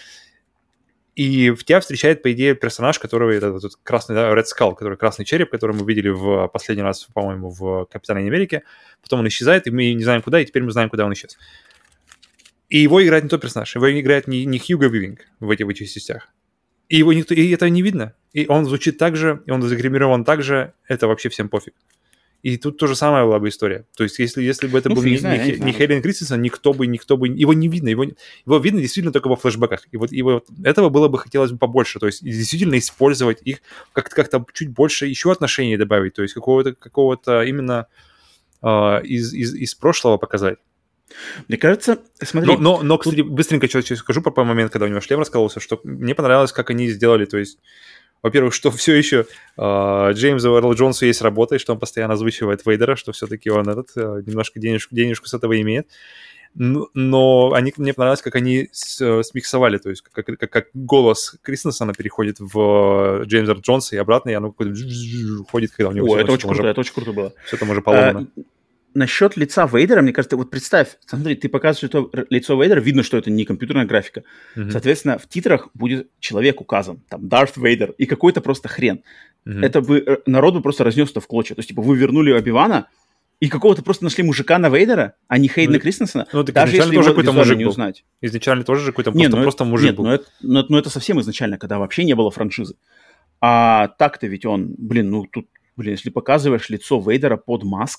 И в тебя встречает, по идее, персонаж, который этот, этот красный, да, Red Skull, который красный череп, который мы видели в последний раз, по-моему, в Капитане Америке. Потом он исчезает, и мы не знаем куда, и теперь мы знаем, куда он исчез. И его играет не тот персонаж, его играет не, не Хьюго Вивинг в этих, в этих частях. И его никто, и это не видно. И он звучит так же, и он загримирован так же, это вообще всем пофиг. И тут то же самое была бы история. То есть, если, если бы это ну, был не, знаю, не, не, не Хейден Кристенсен, никто бы, никто бы... Его не видно. Его, его видно действительно только во флешбеках. И вот, и вот этого было бы хотелось бы побольше. То есть, действительно использовать их, как-то, как-то чуть больше еще отношений добавить. То есть, какого-то, какого-то именно э, из, из, из прошлого показать. Мне кажется, смотри... Но, но, но кстати, быстренько что-то скажу по, по моменту, когда у него шлем раскололся, что мне понравилось, как они сделали, то есть... Во-первых, что все еще э, Джеймсу Эрл Джонсу есть работа, и что он постоянно озвучивает Вейдера, что все-таки он этот, э, немножко денежку, денежку с этого имеет. Но, но они, мне понравилось, как они с, смиксовали, то есть как, как, как голос Кристенсена переходит в Джеймса Эрл Джонса и обратно, и оно какое-то уходит, когда у него... О, все, это очень круто, уже, это очень круто было. Все там уже поломано. А, насчет лица Вейдера, мне кажется, вот представь, смотри, ты показываешь это лицо Вейдера, видно, что это не компьютерная графика. Mm-hmm. Соответственно, в титрах будет человек указан, там, Дарт Вейдер, и какой-то просто хрен. Mm-hmm. Это бы, народ бы просто разнес это в клочья. То есть, типа, вы вернули Оби-Вана, и какого-то просто нашли мужика на Вейдера, а не Хейдена ну, Кристенсена, ну, даже если тоже его мужик не был. узнать. Изначально тоже же какой-то не, просто, ну, просто мужик нет, был. Нет, но это, но это совсем изначально, когда вообще не было франшизы. А так-то ведь он, блин, ну тут, блин, если показываешь лицо Вейдера под маской,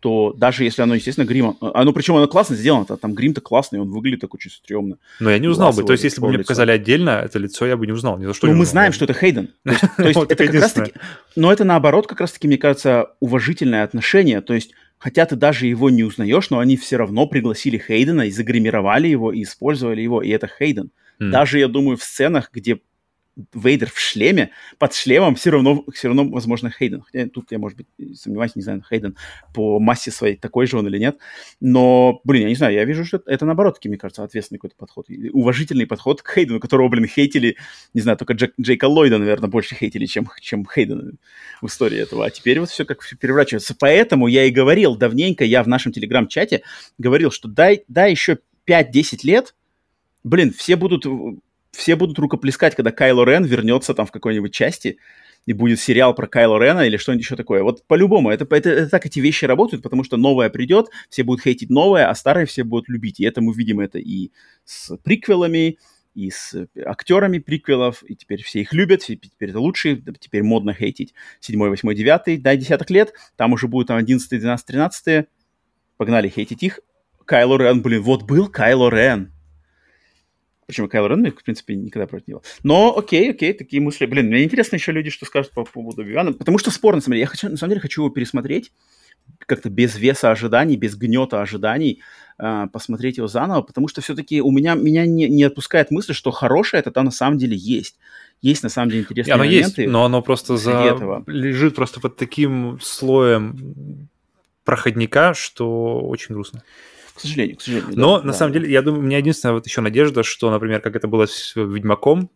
что даже если оно, естественно, грим... Оно, причем оно классно сделано, там грим-то классный, он выглядит так очень стрёмно. Но я не узнал бы. То есть если бы мне показали отдельно это лицо, я бы не узнал. Ни за что ну, не мы узнал. знаем, что это Хейден. То есть, то есть это как раз-таки... Но это, наоборот, как раз-таки, мне кажется, уважительное отношение. То есть хотя ты даже его не узнаешь, но они все равно пригласили Хейдена и загримировали его, и использовали его, и это Хейден. Mm. Даже, я думаю, в сценах, где Вейдер в шлеме, под шлемом все равно, все равно, возможно, Хейден. Хотя тут я, может быть, сомневаюсь, не знаю, Хейден по массе своей такой же он или нет. Но, блин, я не знаю, я вижу, что это, это наоборот, таки, мне кажется, ответственный какой-то подход. Уважительный подход к Хейдену, которого, блин, хейтили, не знаю, только Джек, Джейка Ллойда, наверное, больше хейтили, чем, чем Хейдена в истории этого. А теперь вот все как переворачивается. Поэтому я и говорил давненько, я в нашем телеграм-чате говорил, что дай, дай еще пять-десять лет, блин, все будут... Все будут рукоплескать, когда Кайло Рен вернется там в какой-нибудь части, и будет сериал про Кайло Рена или что-нибудь еще такое. Вот по-любому, это, это, это так эти вещи работают, потому что новое придет, все будут хейтить новое, а старое все будут любить. И это мы видим это и с приквелами, и с актерами приквелов, и теперь все их любят, и теперь это лучшие, теперь модно хейтить седьмой, восьмой, девятый, дай десяток лет, там уже будет там одиннадцатый, двенадцатый, тринадцатый, погнали хейтить их. Кайло Рен, блин, вот был Кайло Рен. Причем Кайло Рен, в принципе, никогда против не было. Но окей, окей, такие мысли. Блин, мне интересно еще люди, что скажут по поводу Оби-Вана. Потому что спорно, смотри, я хочу, на самом деле хочу его пересмотреть, как-то без веса ожиданий, без гнета ожиданий, э, посмотреть его заново, потому что все-таки у меня, меня не, не отпускает мысль, что хорошее это там на самом деле есть. Есть на самом деле интересные оно моменты. Есть, но оно просто за... этого. лежит просто под таким слоем проходника, что очень грустно. К сожалению, к сожалению. Но, да, на да, самом да. деле, я думаю, у меня единственная вот еще надежда, что, например, как это было с Ведьмаком,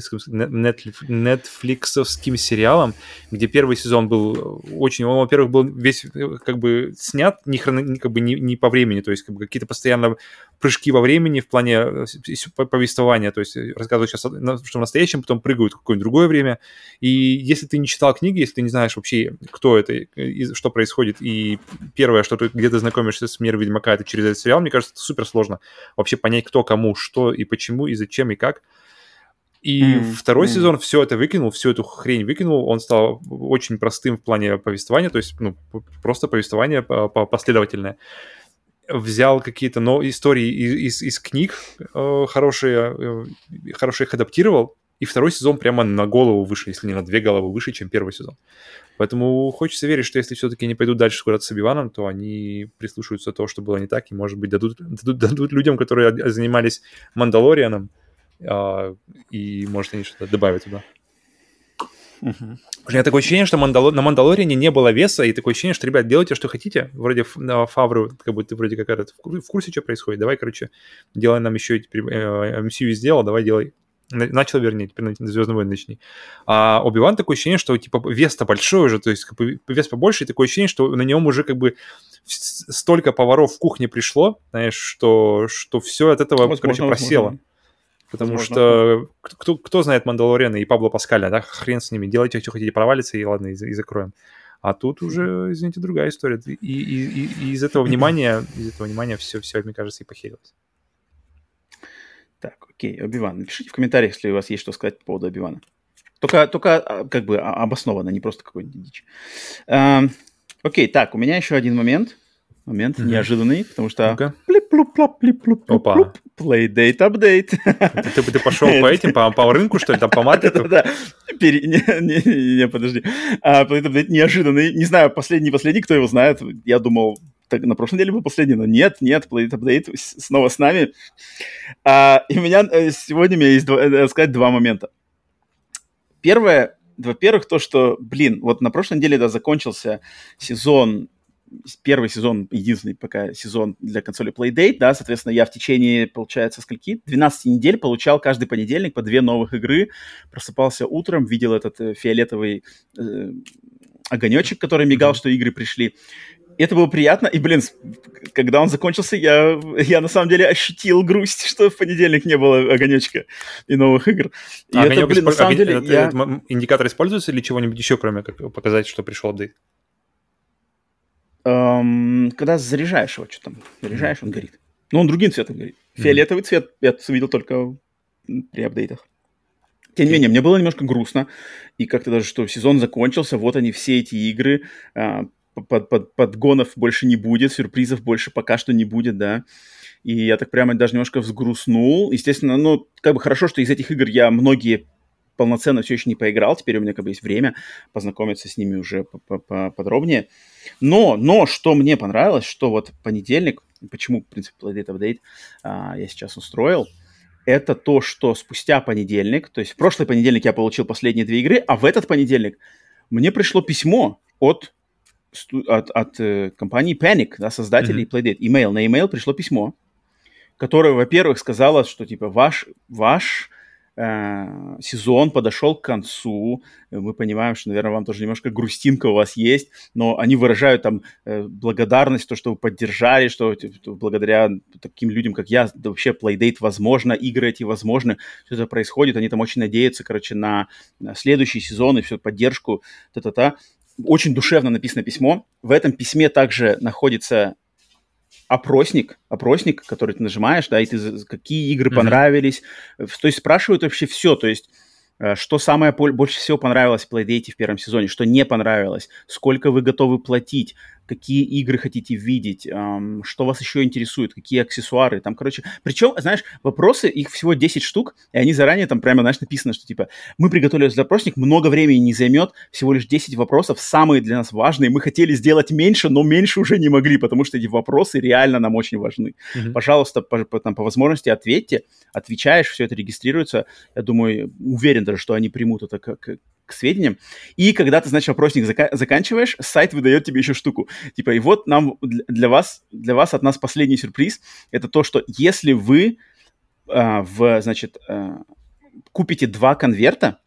нетфликсовским сериалом, где первый сезон был очень... Он, во-первых, был весь как бы снят не, хрон... как бы не, не по времени, то есть как бы какие-то постоянно прыжки во времени в плане повествования, то есть рассказывают сейчас, что в настоящем, потом прыгают в какое-нибудь другое время. И если ты не читал книги, если ты не знаешь вообще, кто это, и что происходит, и первое, что ты где-то знакомишься с миром Ведьмака, это через этот сериал, мне кажется, это супер сложно вообще понять, кто кому, что и почему, и зачем, и как. И mm-hmm. второй mm-hmm. сезон все это выкинул, всю эту хрень выкинул, он стал очень простым в плане повествования, то есть ну, просто повествование последовательное. Взял какие-то но, истории из, из, из книг, э, хорошие, э, хорошие их адаптировал, и второй сезон прямо на голову выше, если не на две головы выше, чем первый сезон. Поэтому хочется верить, что если все-таки не пойдут дальше куда-то с Оби-Ваном, то они прислушаются к тому, что было не так, и, может быть, дадут, дадут, дадут людям, которые занимались Мандалорианом, э, и, может, они что-то добавят туда. Uh-huh. Потому что у меня такое ощущение, что Мандало... на Мандалориане не было веса, и такое ощущение, что, ребят, делайте, что хотите. Вроде Фавру, как будто ты вроде как этот, в курсе, что происходит. Давай, короче, делай нам еще теперь эм си ю сделал, давай делай. Начал, вернее, теперь на «Звездные войны» начни. А Оби-Ван такое ощущение, что типа вес-то большой уже, то есть как бы, вес побольше, и такое ощущение, что на нем уже как бы столько поваров в кухне пришло, знаешь, что, что все от этого, возможно, короче, просело. Возможно. Потому возможно. Что кто, кто знает Мандалориана и Пабло Паскаля, да, хрен с ними, делайте, что хотите, провалиться, и ладно, и, и закроем. А тут уже, извините, другая история. И, и, и, и из этого внимания, из этого внимания все, все, мне кажется, и похерилось. Так, окей, Оби-Ван. Напишите в комментариях, если у вас есть что сказать по поводу Оби-Вана. Только, только как бы обоснованно, не просто какой-нибудь дичь. Эм, окей, так, у меня еще один момент. Момент mm-hmm. неожиданный, потому что... Okay. Плип-плуп-плоп, плип-плуп-плуп, playdate update. Ты, ты пошел по этим, по, по рынку, что ли, там по маркету? Да-да-да. Не, подожди. Playdate update неожиданный. Не знаю, последний, последний, кто его знает. Я думал, так, на прошлой неделе был последний, но нет, нет, Playdate update снова с нами. И у меня сегодня у меня есть, сказать, два момента. Первое, во-первых, то, что, блин, вот на прошлой неделе, да, закончился сезон, первый сезон, единственный пока сезон для консоли Playdate, да, соответственно, я в течение, получается, скольки? двенадцати недель получал каждый понедельник по две новых игры, просыпался утром, видел этот э, фиолетовый э, огонечек, который мигал, mm-hmm. что игры пришли. И это было приятно, и, блин, когда он закончился, я, я на самом деле ощутил грусть, что в понедельник не было огонечка и новых игр. И а это, блин, исп... на самом деле... Это, я... это индикатор используется или чего-нибудь еще, кроме как показать, что пришел апдейт? Um, когда заряжаешь его, что там, заряжаешь, он горит. Но он другим цветом горит. Фиолетовый mm-hmm. цвет я видел только при апдейтах. Тем не менее, мне было немножко грустно. И как-то даже, что сезон закончился, вот они, все эти игры. Uh, под, под, подгонов больше не будет, сюрпризов больше пока что не будет, да. И я так прямо даже немножко взгрустнул. Естественно, ну, как бы хорошо, что из этих игр я многие полноценно все еще не поиграл. Теперь у меня как бы есть время познакомиться с ними уже подробнее. Но, но что мне понравилось, что вот понедельник, почему, в принципе, Playdate Update а, я сейчас устроил, это то, что спустя понедельник, то есть в прошлый понедельник я получил последние две игры, а в этот понедельник мне пришло письмо от, от, от э, компании Panic, да, создателей mm-hmm. Playdate. Email, на email пришло письмо, которое, во-первых, сказало, что типа ваш, ваш э, сезон подошел к концу. Мы понимаем, что, наверное, вам тоже немножко грустинка у вас есть, но они выражают там э, благодарность, то, что вы поддержали, что типа, благодаря таким людям, как я, да, вообще Playdate возможно, игры эти возможны, все это происходит. Они там очень надеются, короче, на, на следующий сезон и всю поддержку. Та-та-та. Очень душевно написано письмо. В этом письме также находится опросник, опросник, который ты нажимаешь, да, и ты какие игры mm-hmm. понравились. То есть спрашивают вообще все, то есть что самое больше всего понравилось в Playdate в первом сезоне, что не понравилось, сколько вы готовы платить, какие игры хотите видеть, эм, что вас еще интересует, какие аксессуары, там, короче. Причем, знаешь, вопросы, их всего десять штук, и они заранее там прямо, знаешь, написано, что, типа, мы приготовили запросник, много времени не займет, всего лишь десять вопросов, самые для нас важные, мы хотели сделать меньше, но меньше уже не могли, потому что эти вопросы реально нам очень важны. Mm-hmm. Пожалуйста, по, по, там, по возможности ответьте, отвечаешь, все это регистрируется, я думаю, уверен даже, что они примут это как к сведениям. И когда ты, значит, опросник зака- заканчиваешь, сайт выдает тебе еще штуку. Типа, и вот нам для вас, для вас от нас последний сюрприз. Это то, что если вы э, в, значит, э, купите два конверта,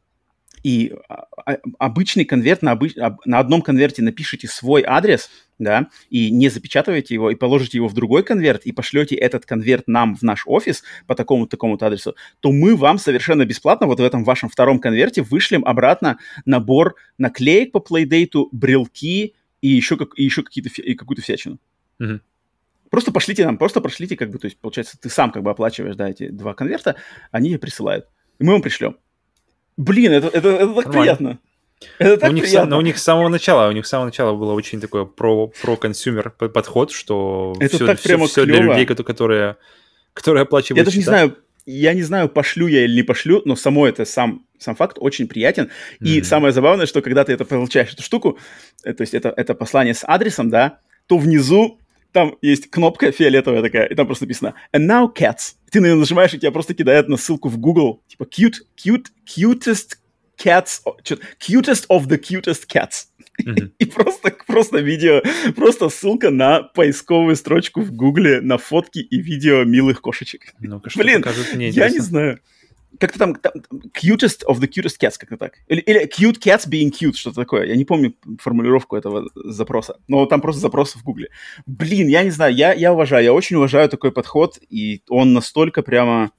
и обычный конверт, на, обыч... на одном конверте напишите свой адрес, да, и не запечатываете его, и положите его в другой конверт, и пошлете этот конверт нам в наш офис по такому-то, такому-то адресу, то мы вам совершенно бесплатно вот в этом вашем втором конверте вышлем обратно набор наклеек по Playdate, брелки и еще, как... и еще какие-то... и какую-то всячину. Mm-hmm. Просто пошлите нам, просто пошлите, как бы, то есть, получается, ты сам как бы оплачиваешь, да, эти два конверта, они присылают, и мы вам пришлем. Блин, это, это, это так Нормально. Приятно. Это так но, у них приятно. С, но у них с самого начала, у них с самого начала было очень такой про, про-консюмер подход, что это все, так все, прямо все для людей, которые, которые оплачивают Я даже счета. не знаю, я не знаю, пошлю я или не пошлю, но само это сам, сам факт очень приятен. И mm-hmm. самое забавное, что когда ты это получаешь, эту штуку, то есть это, это послание с адресом, да, то внизу там есть кнопка фиолетовая такая, и там просто написано «And now cats». Ты на нее нажимаешь, и тебя просто кидает на ссылку в Google, типа «Cute, cute, cutest cats, cutest of the cutest cats». Mm-hmm. И просто, просто видео, просто ссылка на поисковую строчку в Гугле на фотки и видео милых кошечек. Ну-ка, Блин, я не знаю. Как-то там, там cutest of the cutest cats, как-то так. Или, или cute cats being cute, что-то такое. Я не помню формулировку этого запроса. Но там просто запрос в Гугле. Блин, я не знаю, я, я уважаю, я очень уважаю такой подход, и он настолько прямо...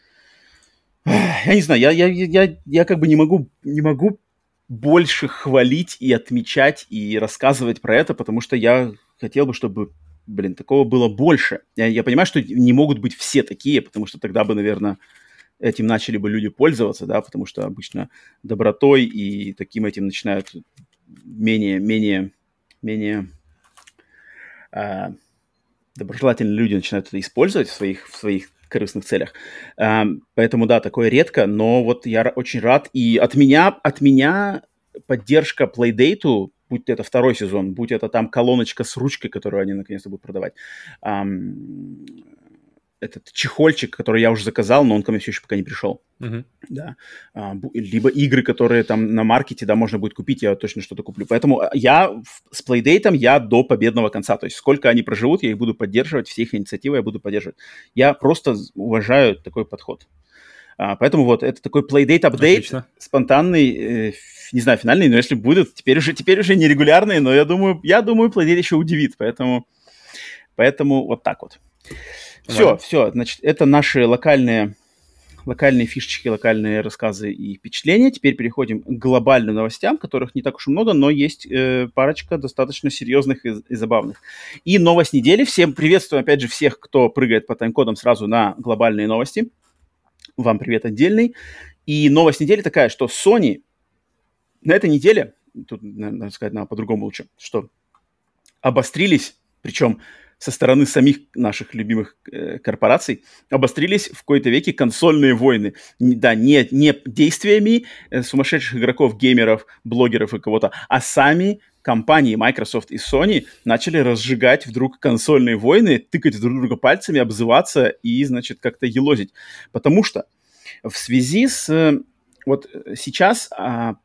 Я не знаю, я, я, я, я как бы не могу, не могу больше хвалить и отмечать, и рассказывать про это, потому что я хотел бы, чтобы, блин, такого было больше. Я, я понимаю, что не могут быть все такие, потому что тогда бы, наверное... этим начали бы люди пользоваться, да, потому что обычно добротой и таким этим начинают менее, менее, менее э, доброжелательные люди начинают это использовать в своих, в своих корыстных целях. Э, поэтому, да, такое редко, но вот я очень рад. И от меня, от меня поддержка Playdate, будь это второй сезон, будь это там колоночка с ручкой, которую они наконец-то будут продавать, эм, этот чехольчик, который я уже заказал, но он ко мне все еще пока не пришел. Uh-huh. Да. А, либо игры, которые там на маркете, да, можно будет купить, я точно что-то куплю. Поэтому я с Playdate я до победного конца. То есть сколько они проживут, я их буду поддерживать, все их инициативы я буду поддерживать. Я просто уважаю такой подход. А, поэтому вот, это такой Playdate Update, Отлично. спонтанный, э, не знаю, финальный, но если будет, теперь уже, теперь уже нерегулярный, но я думаю, я думаю, Playdate еще удивит. Поэтому, поэтому вот так вот. Все, Ладно. все, значит, это наши локальные, локальные фишечки, локальные рассказы и впечатления. Теперь переходим к глобальным новостям, которых не так уж и много, но есть э, парочка достаточно серьезных и, и забавных. И новость недели. Всем приветствую, опять же, всех, кто прыгает по тайм-кодам сразу на глобальные новости. Вам привет отдельный. И новость недели такая, что Sony на этой неделе, тут, надо сказать, надо по-другому лучше, что обострились, причем со стороны самих наших любимых э, корпораций, обострились в какой-то веке консольные войны. Да, не, не действиями э, сумасшедших игроков, геймеров, блогеров и кого-то, а сами компании Microsoft и Sony начали разжигать вдруг консольные войны, тыкать друг друга пальцами, обзываться и, значит, как-то елозить. Потому что в связи с... Вот сейчас а,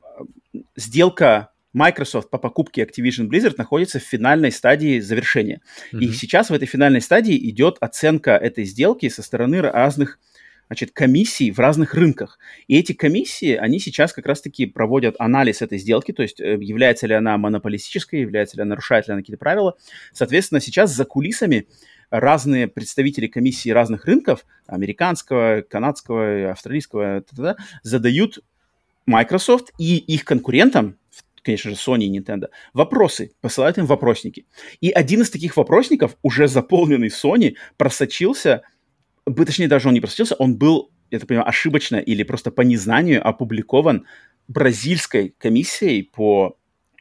сделка Microsoft по покупке Activision Blizzard находится в финальной стадии завершения. Mm-hmm. И сейчас в этой финальной стадии идет оценка этой сделки со стороны разных, значит, комиссий в разных рынках. И эти комиссии, они сейчас как раз-таки проводят анализ этой сделки, то есть является ли она монополистической, является ли она, нарушает ли она какие-то правила. Соответственно, сейчас за кулисами разные представители комиссии разных рынков, американского, канадского, австралийского, т.д., задают Microsoft и их конкурентам, конечно же, Sony и Nintendo, вопросы, посылают им вопросники. И один из таких вопросников, уже заполненный Sony, просочился, точнее, даже он не просочился, он был, я так понимаю, ошибочно или просто по незнанию опубликован бразильской комиссией по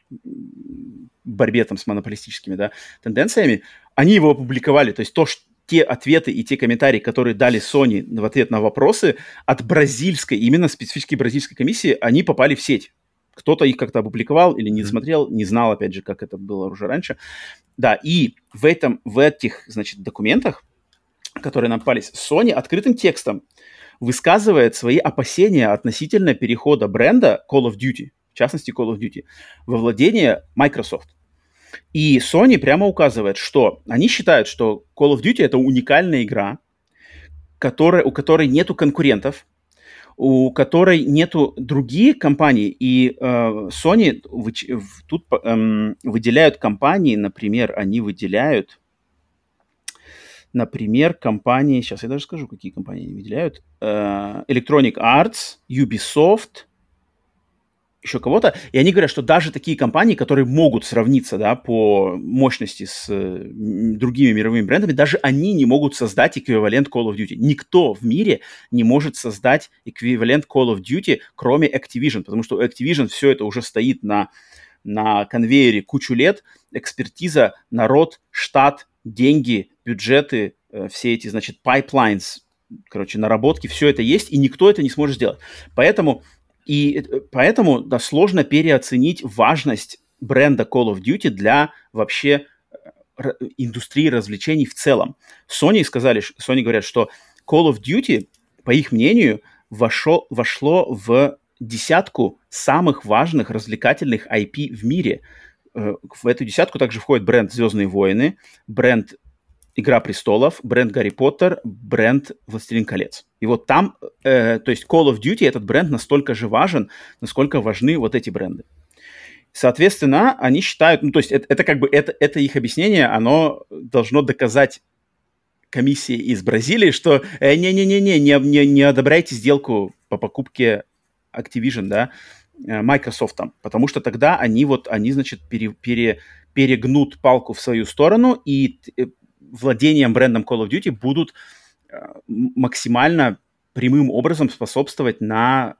борьбе там с монополистическими, да, тенденциями. Они его опубликовали, то есть то, что те ответы и те комментарии, которые дали Sony в ответ на вопросы от бразильской, именно специфической бразильской комиссии, они попали в сеть. Кто-то их как-то опубликовал или не смотрел, не знал, опять же, как это было уже раньше. Да, и в, этом, в этих, значит, документах, которые нам попались, Sony открытым текстом высказывает свои опасения относительно перехода бренда Call of Duty, в частности Call of Duty, во владение Microsoft. И Sony прямо указывает, что они считают, что Call of Duty — это уникальная игра, которая, у которой нету конкурентов, у которой нету другие компании, и э, Sony вы, тут э, выделяют компании, например, они выделяют, например, компании, сейчас я даже скажу, какие компании они выделяют, э, Electronic Arts, Ubisoft, еще кого-то, и они говорят, что даже такие компании, которые могут сравниться, да, по мощности с э, другими мировыми брендами, даже они не могут создать эквивалент Call of Duty. Никто в мире не может создать эквивалент Call of Duty, кроме Activision, потому что у Activision все это уже стоит на, на конвейере кучу лет, экспертиза, народ, штат, деньги, бюджеты, э, все эти, значит, pipelines, короче, наработки, все это есть, и никто это не сможет сделать. Поэтому... И поэтому да, сложно переоценить важность бренда Call of Duty для вообще р- индустрии развлечений в целом. Sony сказали, Sony говорят, что Call of Duty, по их мнению, вошел, вошло в десятку самых важных развлекательных ай пи в мире. В эту десятку также входит бренд «Звездные войны», бренд «Игра престолов», бренд «Гарри Поттер», бренд «Властелин колец». И вот там, э, то есть Call of Duty, этот бренд настолько же важен, насколько важны вот эти бренды. Соответственно, они считают, ну, то есть это, это как бы, это, это их объяснение, оно должно доказать комиссии из Бразилии, что э, не-не-не-не, не, не, не одобряйте сделку по покупке Activision, да, Microsoft там, потому что тогда они вот, они, значит, пере, пере, перегнут палку в свою сторону, и владением брендом Call of Duty будут э, максимально прямым образом способствовать на,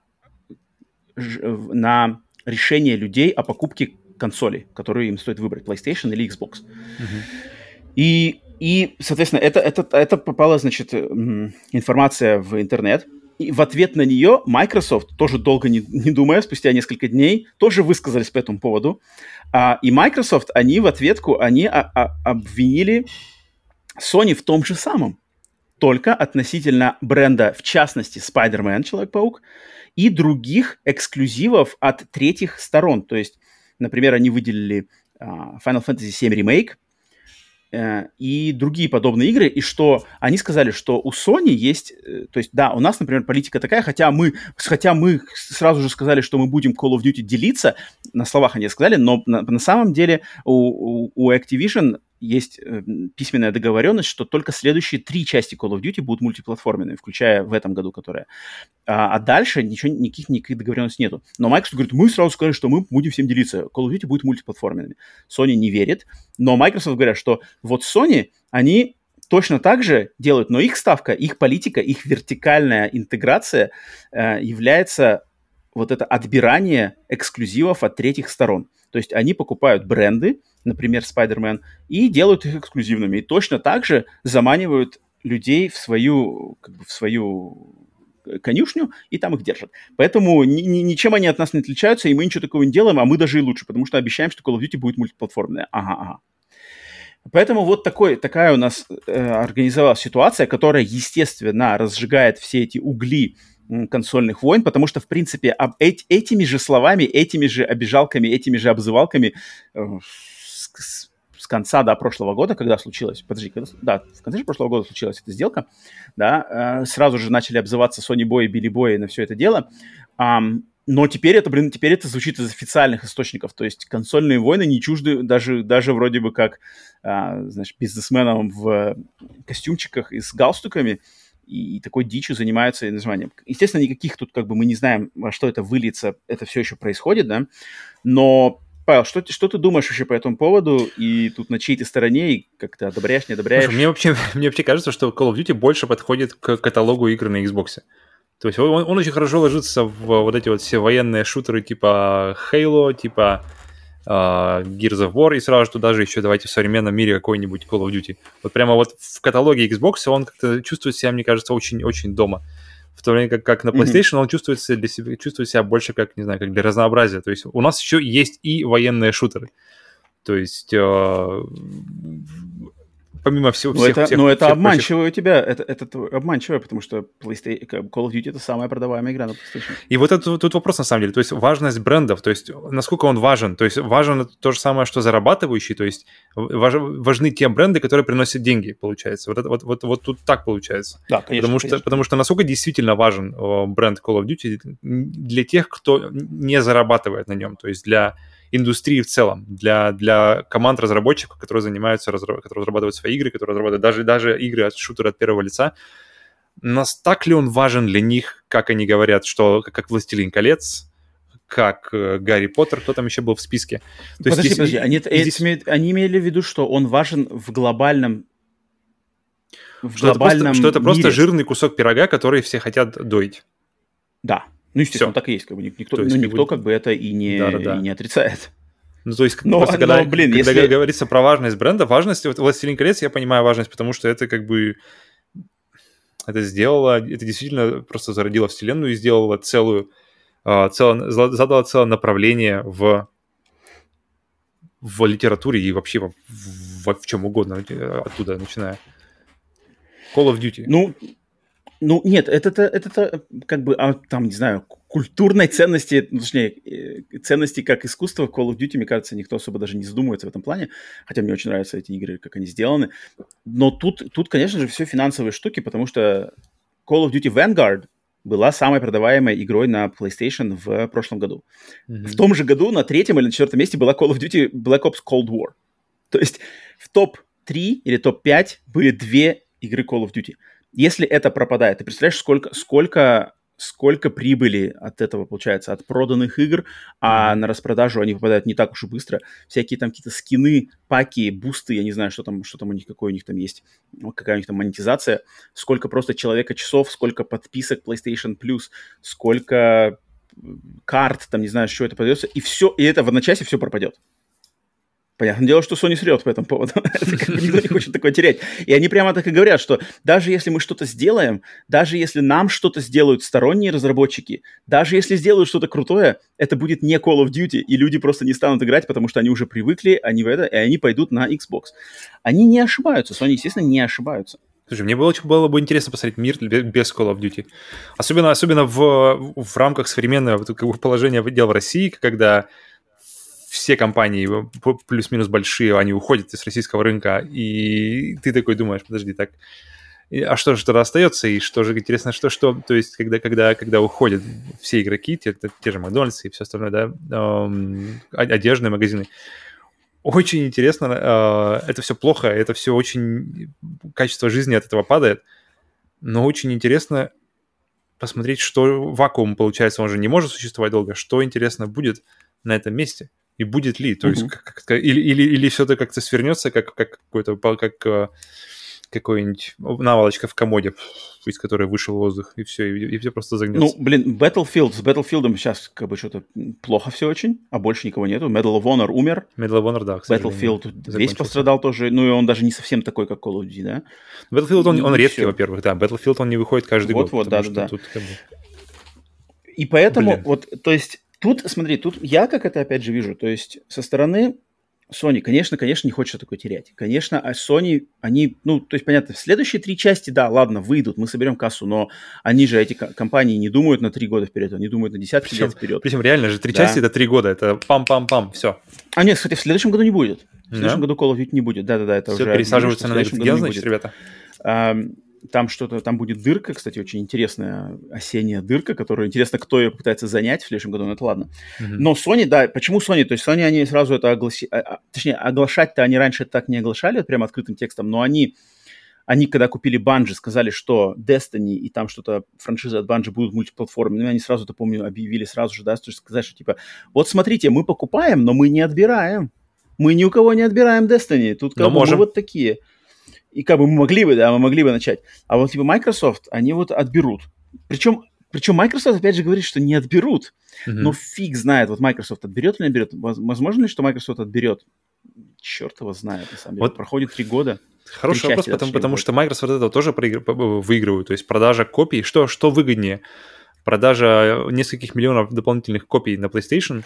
ж, на решение людей о покупке консолей, которые им стоит выбрать, PlayStation или Xbox. Mm-hmm. И, и, соответственно, это, это, это попала, значит, информация в интернет, и в ответ на нее Microsoft, тоже долго не, не думая, спустя несколько дней, тоже высказались по этому поводу. А, и Microsoft, они в ответку, они а, а, обвинили Sony в том же самом, только относительно бренда, в частности, Spider-Man, Человек-паук, и других эксклюзивов от третьих сторон. То есть, например, они выделили uh, Final Fantasy семь Remake uh, и другие подобные игры, и что они сказали, что у Sony есть, uh, то есть, да, у нас, например, политика такая, хотя мы, хотя мы сразу же сказали, что мы будем Call of Duty делиться, на словах они сказали, но на, на самом деле у, у, у Activision есть э, письменная договоренность, что только следующие три части Call of Duty будут мультиплатформенными, включая в этом году, которая. А, а дальше ничего, никаких, никаких договоренностей нету. Но Microsoft говорит, мы сразу сказали, что мы будем всем делиться. Call of Duty будет мультиплатформенными. Sony не верит. Но Microsoft говорят, что вот Sony, они точно так же делают, но их ставка, их политика, их вертикальная интеграция э, является вот это отбирание эксклюзивов от третьих сторон. То есть они покупают бренды, например, Spider-Man, и делают их эксклюзивными. И точно так же заманивают людей в свою, как бы в свою конюшню, и там их держат. Поэтому ни, ни, ничем они от нас не отличаются, и мы ничего такого не делаем, а мы даже и лучше, потому что обещаем, что Call of Duty будет мультиплатформенная. Ага, ага. Поэтому вот такой, такая у нас э, организовалась ситуация, которая, естественно, разжигает все эти угли м, консольных войн, потому что, в принципе, об, эт, этими же словами, этими же обижалками, этими же обзывалками э, с, с, с конца, да, прошлого года, когда случилось, подожди, когда, да, в конце прошлого года случилась эта сделка, да, э, сразу же начали обзываться Sony Boy, Billy Boy на все это дело. Um, Но теперь это, блин, теперь это звучит из официальных источников. То есть консольные войны не чужды даже, даже вроде бы как, а, знаешь, бизнесменам в костюмчиках и с галстуками и, и такой дичью занимаются названием. Естественно, никаких тут как бы мы не знаем, во что это выльется. Это все еще происходит, да. Но, Павел, что, что ты думаешь вообще по этому поводу? И тут на чьей ты стороне? И как ты одобряешь, не одобряешь? Слушай, мне вообще, мне вообще кажется, что Call of Duty больше подходит к каталогу игр на Xbox. То есть он, он очень хорошо ложится в вот эти вот все военные шутеры типа Halo, типа uh, Gears of War, и сразу же туда же еще давайте в современном мире какой-нибудь Call of Duty. Вот прямо вот в каталоге Xbox он как-то чувствует себя, мне кажется, очень-очень дома. В то время как, как на PlayStation mm-hmm. он чувствует себя, для себя, чувствует себя больше как, не знаю, как для разнообразия. То есть у нас еще есть и военные шутеры. То есть... Uh, помимо всего, но всех, это, всех, но это всех обманчиво прочих... у тебя, это, это обманчиво, потому что PlayStation, Call of Duty — это самая продаваемая игра на PlayStation. И вот это тут вопрос на самом деле, то есть важность брендов, то есть насколько он важен, то есть важен то же самое, что зарабатывающий, то есть важ, важны те бренды, которые приносят деньги, получается. Вот, это, вот, вот, вот тут так получается. Да, конечно. Потому что, конечно. потому что насколько действительно важен бренд Call of Duty для тех, кто не зарабатывает на нем, то есть для индустрии в целом, для, для команд разработчиков, которые занимаются, которые разрабатывают свои игры, которые разрабатывают даже, даже игры от шутера от первого лица. Нас так ли он важен для них, как они говорят, что как «Властелин колец», как э, «Гарри Поттер», кто там еще был в списке? То подожди, есть, подожди, и, они, и здесь... имеют, они имели в виду, что он важен в глобальном в что глобальном это просто, что это просто мире. Жирный кусок пирога, который все хотят доить. Да. Ну, естественно, так и есть. Как бы, никто ну, никто как бы это и не, да, да, да. и не отрицает. Ну, то есть, но, просто, когда, но, блин, когда если... говорится про важность бренда, важность, вот «Властелин колец», я понимаю важность, потому что это как бы... Это сделало, это действительно просто зародило вселенную и сделало целую... Целое, задало целое направление в, в литературе и вообще в, в, в чем угодно, оттуда начиная. Call of Duty. Ну, ну нет, это-то, это-то как бы, а, там, не знаю, культурной ценности, ну, точнее, ценности как искусства в Call of Duty, мне кажется, никто особо даже не задумывается в этом плане, хотя мне очень нравятся эти игры, как они сделаны. Но тут, тут конечно же, все финансовые штуки, потому что Call of Duty Vanguard была самой продаваемой игрой на PlayStation в прошлом году. Mm-hmm. В том же году на третьем или на четвертом месте была Call of Duty Black Ops Cold War. То есть в топ три или топ пять были две игры Call of Duty. Если это пропадает, ты представляешь, сколько, сколько, сколько прибыли от этого получается, от проданных игр, а mm-hmm. на распродажу они попадают не так уж и быстро. Всякие там какие-то скины, паки, бусты, я не знаю, что там, что там у них, какой у них там есть, какая у них там монетизация, сколько просто человека часов, сколько подписок PlayStation Plus, сколько карт, там, не знаю, что это продается, и все, и это в одночасье все пропадет. Понятное дело, что Sony срет по этому поводу. Это как бы никто не хочет такое терять. И они прямо так и говорят, что даже если мы что-то сделаем, даже если нам что-то сделают сторонние разработчики, даже если сделают что-то крутое, это будет не Call of Duty, и люди просто не станут играть, потому что они уже привыкли, они в это, и они пойдут на Xbox. Они не ошибаются. Sony, естественно, не ошибаются. Слушай, мне было, было бы интересно посмотреть мир без Call of Duty. Особенно, особенно в, в рамках современного положения дел в России, когда все компании плюс-минус большие, они уходят из российского рынка, и ты такой думаешь, подожди, так, а что же тогда остается, и что же, интересно, что, что, то есть, когда, когда, когда уходят все игроки, те, те же Макдональдс и все остальное, да, эм, одежные магазины, очень интересно, э, это все плохо, это все очень, качество жизни от этого падает, но очень интересно посмотреть, что вакуум, получается, он же не может существовать долго, что интересно будет на этом месте. И будет ли? То uh-huh. есть, как, как, или, или, или все это как-то свернется, как, как какой-то, как, какой-нибудь наволочка в комоде, из которой вышел воздух, и все, и, и все просто загнется. Ну, блин, Battlefield, с Battlefield сейчас как бы что-то плохо все очень, а больше никого нету. Medal of Honor умер. Medal of Honor, да, к Battlefield весь пострадал тоже, ну и он даже не совсем такой, как Call of Duty, да? Battlefield, он, он редкий, во-первых, да, Battlefield, он не выходит каждый вот, год. Вот, да, да, да. Как бы... И поэтому, блин. вот, то есть, тут, смотри, тут я как это опять же вижу, то есть со стороны Sony, конечно, конечно, не хочется такое терять. Конечно, а Sony, они, ну, то есть, понятно, в следующие три части, да, ладно, выйдут, мы соберем кассу, но они же, эти компании, не думают на три года вперед, они думают на десятки причем, лет вперед. Причем реально же, три да. части — это три года, это пам-пам-пам, все. А нет, кстати, в следующем году не будет. В следующем да? году Call of Duty не будет, да-да-да, это все уже... пересаживаются на Next Gen, значит, ребята? А, там что-то, там будет дырка, кстати, очень интересная осенняя дырка, которую интересно, кто ее пытается занять в следующем году, но это ладно. Mm-hmm. Но Sony, да, почему Sony? То есть Sony, они сразу это огласили, а, точнее, оглашать-то они раньше так не оглашали, прямо открытым текстом, но они, они когда купили Bungie, сказали, что Destiny и там что-то, франшизы от Bungie будут мультиплатформенными, они сразу, это помню, объявили сразу же, да, то есть сказать, что типа, вот смотрите, мы покупаем, но мы не отбираем. Мы ни у кого не отбираем Destiny, тут как но бы можем. мы вот такие. И как бы мы могли бы, да, мы могли бы начать. А вот типа Microsoft, они вот отберут. Причем, причем Microsoft опять же говорит, что не отберут. Mm-hmm. Но фиг знает, вот Microsoft отберет или не отберет. Возможно ли, что Microsoft отберет? Черт его знает, на самом деле. Вот проходит три года. Хороший три вопрос, части, потому, потому что Microsoft это тоже проигр... выигрывают. То есть продажа копий. Что, что выгоднее? Продажа нескольких миллионов дополнительных копий на PlayStation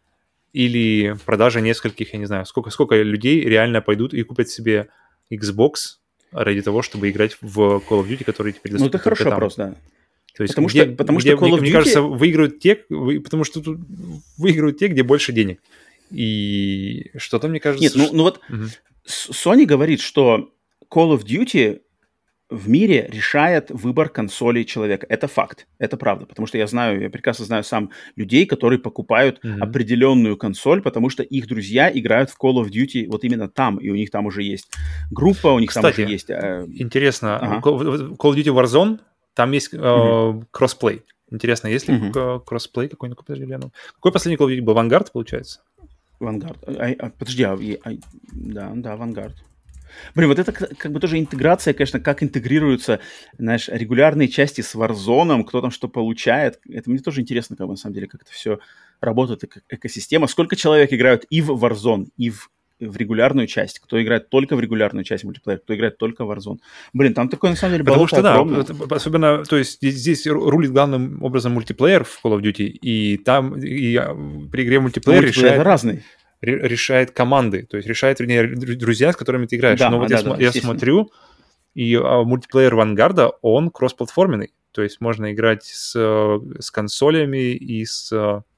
или продажа нескольких, я не знаю, сколько, сколько людей реально пойдут и купят себе Xbox ради того, чтобы играть в Call of Duty, который теперь доступен. Ну, это хороший вопрос, да. То есть потому где, что, потому где, что Call of Duty... Мне кажется, выиграют те, потому что тут выиграют те, где больше денег. И что-то, мне кажется... Нет, ну, что... ну вот угу. Sony говорит, что Call of Duty в мире решает выбор консолей человека. Это факт, это правда. Потому что я знаю, я прекрасно знаю сам людей, которые покупают mm-hmm. определенную консоль, потому что их друзья играют в Call of Duty вот именно там, и у них там уже есть группа, у них Кстати, там уже есть... Э... интересно, ага. Call of Duty Warzone, там есть э, mm-hmm. кроссплей. Интересно, есть ли mm-hmm. кроссплей какой-нибудь? Какой последний Call of Duty был? Vanguard, получается? Vanguard. А, а, подожди, а, а, да, да, Vanguard. Блин, вот это как бы тоже интеграция, конечно, как интегрируются, знаешь, регулярные части с Warzone, кто там что получает. Это мне тоже интересно, как бы, на самом деле, как это все работает, эко- экосистема. Сколько человек играют и в Warzone, и в, в регулярную часть. Кто играет только в регулярную часть мультиплеера, кто играет только в Warzone. Блин, там такое, на самом деле, Потому что, огромное. Да, особенно, то есть здесь, здесь рулит главным образом мультиплеер в Call of Duty, и там и при игре мультиплеер решает... разный. решает команды, то есть решает, вернее, друзья, с которыми ты играешь. Да, Но вот да, я, да, см- я смотрю, и а, мультиплеер Вангарда, он кроссплатформенный, то есть можно играть с, с консолями и с...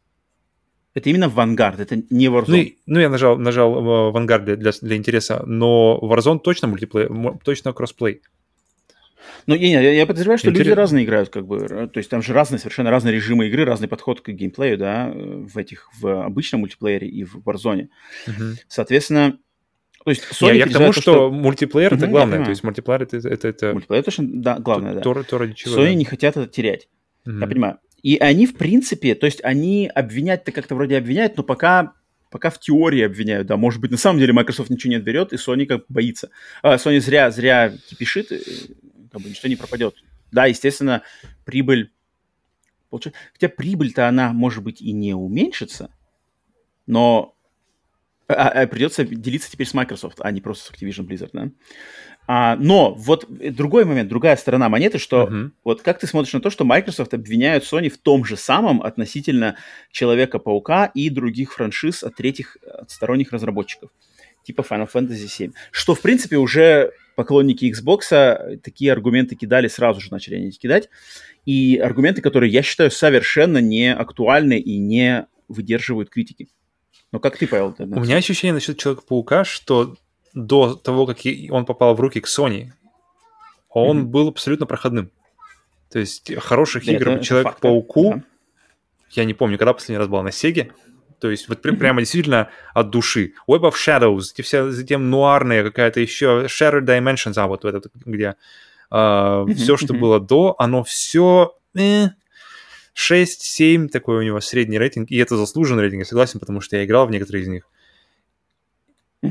Это именно Vanguard, это не Warzone. Ну, ну я нажал, нажал в Vanguard для, для интереса, но Warzone точно мультиплеер, точно кроссплей. Ну, я, я, я подозреваю, что Интерес... люди разные играют, как бы, то есть там же разные, совершенно разные режимы игры, разный подход к геймплею, да, в этих, в обычном мультиплеере и в Warzone. Uh-huh. Соответственно, то есть Sony... Я, я к тому, то, что, что мультиплеер uh-huh, — это главное, то есть мультиплеер — это... это, это... Мультиплеер точно, да, главное, то, да. То, то, ради чего, Sony да. не хотят это терять, uh-huh. я понимаю. И они, в принципе, то есть они обвинять-то как-то вроде обвиняют, но пока... Пока в теории обвиняют, да, может быть, на самом деле Microsoft ничего не отберет, и Sony как бы боится. А, Sony зря, зря кипишит, как бы ничто не пропадет. Да, естественно, прибыль... Получается, хотя прибыль-то она, может быть, и не уменьшится, но а, а, придется делиться теперь с Microsoft, а не просто с Activision Blizzard, да. А, но вот другой момент, другая сторона монеты, что uh-huh. вот как ты смотришь на то, что Microsoft обвиняют Sony в том же самом относительно Человека-паука и других франшиз от третьих, от сторонних разработчиков, типа Final Fantasy семь. Что, в принципе, уже поклонники Xbox такие аргументы кидали, сразу же начали они кидать. И аргументы, которые, я считаю, совершенно не актуальны и не выдерживают критики. Но как ты, Павел? Ты, У меня ощущение насчет Человека-паука, что до того, как он попал в руки к Sony, он mm-hmm. был абсолютно проходным. То есть хороших да, игр Человеку-пауку, да. Я не помню, когда последний раз был на Сеге, то есть вот mm-hmm. прямо действительно от души. Web of Shadows, эти все затем нуарные, какая-то еще Shattered Dimensions, а вот этот, где э, mm-hmm. все, что mm-hmm. было до, оно все э, шесть семь, такой у него средний рейтинг, и это заслуженный рейтинг, я согласен, потому что я играл в некоторые из них. Mm-hmm.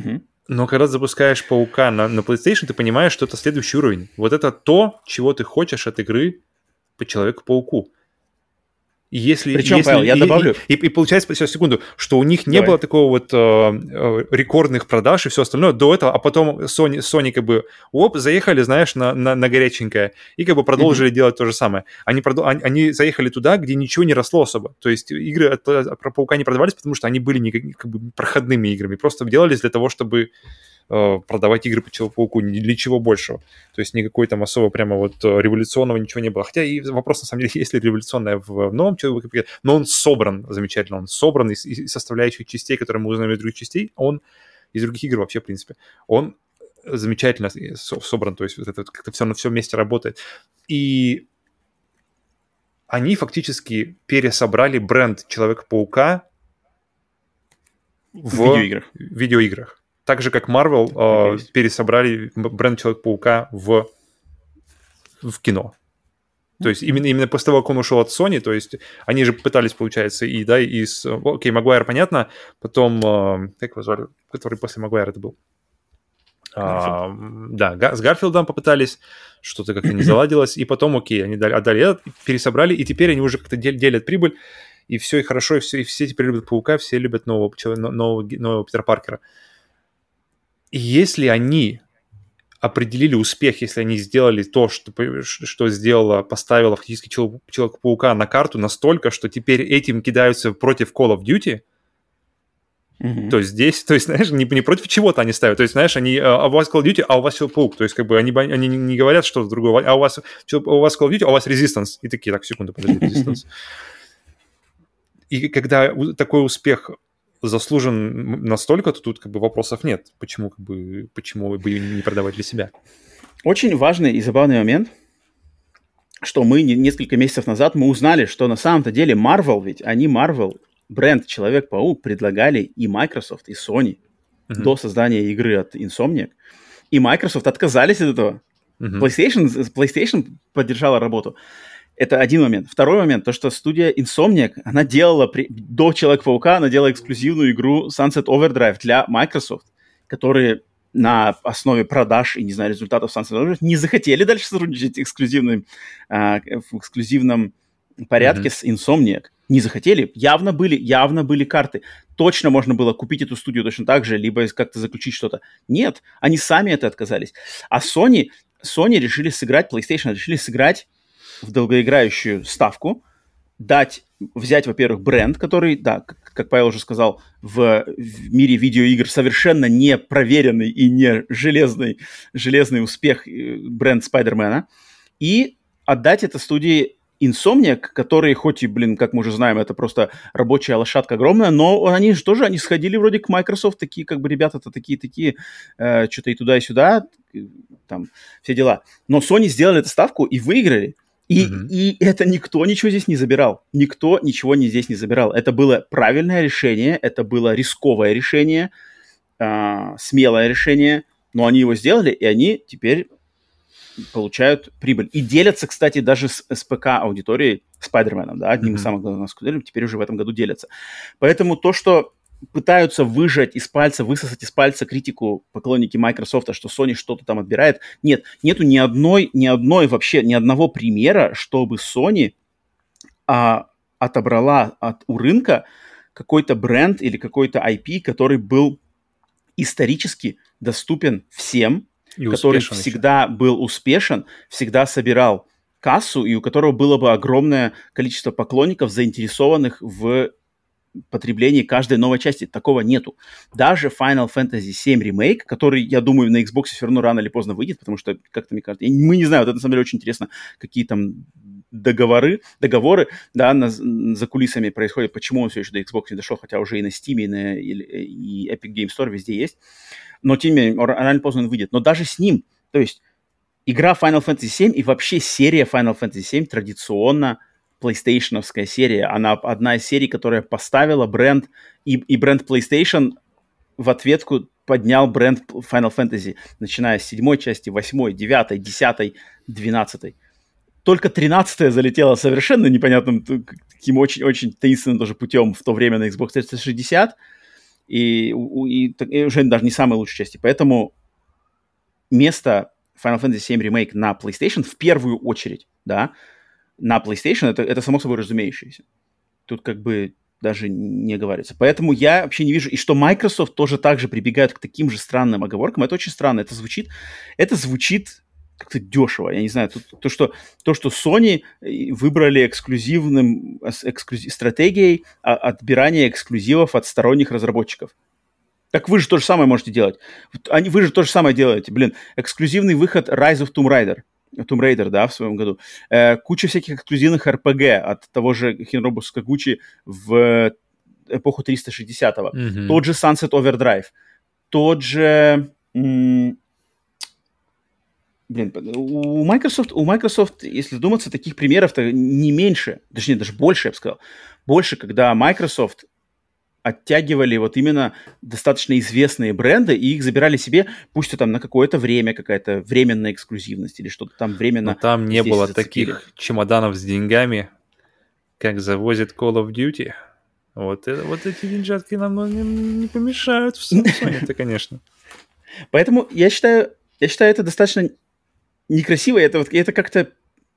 Но когда запускаешь Паука на, на PlayStation, ты понимаешь, что это следующий уровень. Вот это то, чего ты хочешь от игры по Человеку-пауку. И если, Причем, если, Павел, я и, добавлю. И, и, и получается, сейчас, секунду, что у них не Давай. было такого вот э, э, рекордных продаж и все остальное до этого, а потом Sony, Sony как бы, оп, заехали, знаешь, на, на, на горяченькое, и как бы продолжили mm-hmm. делать то же самое. Они, продол- они, они заехали туда, где ничего не росло особо. То есть игры от, от, про Паука не продавались, потому что они были не, как бы проходными играми, просто делались для того, чтобы продавать игры по Человеку-пауку, ни для чего большего. То есть никакой там особо прямо вот революционного ничего не было. Хотя и вопрос, на самом деле, есть ли революционное в новом Человеке-пауке, но он собран замечательно. Он собран из, из составляющих частей, которые мы узнаем из других частей, он из других игр вообще, в принципе. Он замечательно собран, то есть вот это как-то все, все вместе работает. И они фактически пересобрали бренд Человека-паука в, в видеоиграх. видеоиграх. Так же, как Marvel э, пересобрали бренд Человека-паука в, в кино. То есть именно, именно после того, как он ушел от Sony, то есть они же пытались, получается, и, да, и с... Окей, Магуайр, понятно, потом... Э, как его звали? Который после Магуайра это был? А, да, с Гарфилдом попытались, что-то как-то не заладилось, и потом, окей, они дали, отдали этот, пересобрали, и теперь они уже как-то делят прибыль, и все, и хорошо, и все, и все теперь любят Паука, все любят нового, нового, нового Питера Паркера. И если они определили успех, если они сделали то, что, что сделала, поставила фактически Человека-паука на карту настолько, что теперь этим кидаются против Call of Duty, mm-hmm. то есть здесь, то есть, знаешь, не, не против чего-то они ставят. То есть, знаешь, они, а у вас Call of Duty, а у вас Человек-паук. То есть, как бы они, они не говорят что-то другое, а у вас, у вас Call of Duty, а у вас Resistance. И такие, так, секунду, подожди, Resistance. И когда такой успех заслужен настолько, то тут как бы вопросов нет. Почему, как бы, почему бы не продавать для себя? Очень важный и забавный момент, что мы несколько месяцев назад мы узнали, что на самом-то деле Marvel, ведь они Marvel, бренд Человек-паук предлагали и Microsoft, и Sony mm-hmm. до создания игры от Insomniac. И Microsoft отказались от этого. Mm-hmm. PlayStation, PlayStation поддержала работу. Это один момент. Второй момент, то, что студия Insomniac, она делала, при... до Человека-паука, она делала эксклюзивную игру Sunset Overdrive для Microsoft, которые на основе продаж и, не знаю, результатов Sunset Overdrive не захотели дальше сотрудничать эксклюзивным, э, в эксклюзивном порядке mm-hmm. с Insomniac. Не захотели. Явно были, явно были карты. Точно можно было купить эту студию точно так же, либо как-то заключить что-то. Нет, они сами это отказались. А Sony, Sony решили сыграть, PlayStation решили сыграть в долгоиграющую ставку, дать, взять, во-первых, бренд, который, да, как, как Павел уже сказал, в, в мире видеоигр совершенно не проверенный и не железный, железный успех бренд Спайдермена, и отдать это студии Insomniac, которые, хоть и, блин, как мы уже знаем, это просто рабочая лошадка огромная, но они же тоже, они сходили вроде к Microsoft, такие, как бы, ребята-то такие-такие, э, что-то и туда, и сюда, там, все дела. Но Sony сделали эту ставку и выиграли. И, mm-hmm. и это никто ничего здесь не забирал. Никто ничего не, здесь не забирал. Это было правильное решение, это было рисковое решение, э, смелое решение, но они его сделали, и они теперь получают прибыль. И делятся, кстати, даже с эс пи кей-аудиторией Спайдерменом, да, одним mm-hmm. из самых главных скудеров, теперь уже в этом году делятся. Поэтому то, что пытаются выжать из пальца, высосать из пальца критику поклонники Microsoft, что Sony что-то там отбирает. Нет, нету ни одной, ни одной вообще, ни одного примера, чтобы Sony а, отобрала от, у рынка какой-то бренд или какой-то ай пи, который был исторически доступен всем, и который всегда еще. был успешен, всегда собирал кассу, и у которого было бы огромное количество поклонников, заинтересованных в потреблении каждой новой части. Такого нету. Даже Final Fantasy семь Remake, который, я думаю, на Xbox все равно рано или поздно выйдет, потому что, как-то мне кажется, мы не знаем, вот это на самом деле очень интересно, какие там договоры, договоры, да, на, за кулисами происходят, почему он все еще до Xbox не дошел, хотя уже и на Steam, и, на, и, и Epic Game Store везде есть. Но тем не менее, рано или поздно он выйдет. Но даже с ним, то есть игра Final Fantasy семь и вообще серия Final Fantasy семь традиционно PlayStation-овская серия. Она одна из серий, которая поставила бренд, и, и бренд PlayStation в ответку поднял бренд Final Fantasy, начиная с седьмой части, восьмой, девятой, десятой, двенадцатой. Только тринадцатая залетела совершенно непонятным, таким очень-очень таинственным тоже путем в то время на Xbox триста шестьдесят. и, и, и уже даже не самые лучшие части. Поэтому место Final Fantasy семь Remake на PlayStation в первую очередь, да, на PlayStation, это, это само собой разумеющееся. Тут как бы даже не говорится. Поэтому я вообще не вижу... И что Microsoft тоже так же прибегают к таким же странным оговоркам, это очень странно. Это звучит, это звучит как-то дешево. Я не знаю, то, то, что, то, что Sony выбрали эксклюзивным, эксклюзив, стратегией отбирания эксклюзивов от сторонних разработчиков. Так вы же то же самое можете делать. Они, вы же то же самое делаете. Блин, эксклюзивный выход Rise of Tomb Raider. Tomb Raider, да, в своем году. Э, куча всяких эксклюзивных эр пи джи от того же Хинробу Скагучи в эпоху триста шестидесятого. Mm-hmm. Тот же Sunset Overdrive. Тот же... М- Блин, у Microsoft, у Microsoft, если задуматься, таких примеров-то не меньше, точнее, даже больше, я бы сказал. Больше, когда Microsoft оттягивали вот именно достаточно известные бренды и их забирали себе, пусть то там на какое-то время, какая-то временная эксклюзивность или что-то там временно. Но там не было зацепили. Таких чемоданов с деньгами, как завозит Call of Duty. Вот, это, вот эти деньжатки нам не, не помешают в Sony-то, конечно. Поэтому я считаю, я считаю, это достаточно некрасиво. Это, вот, это как-то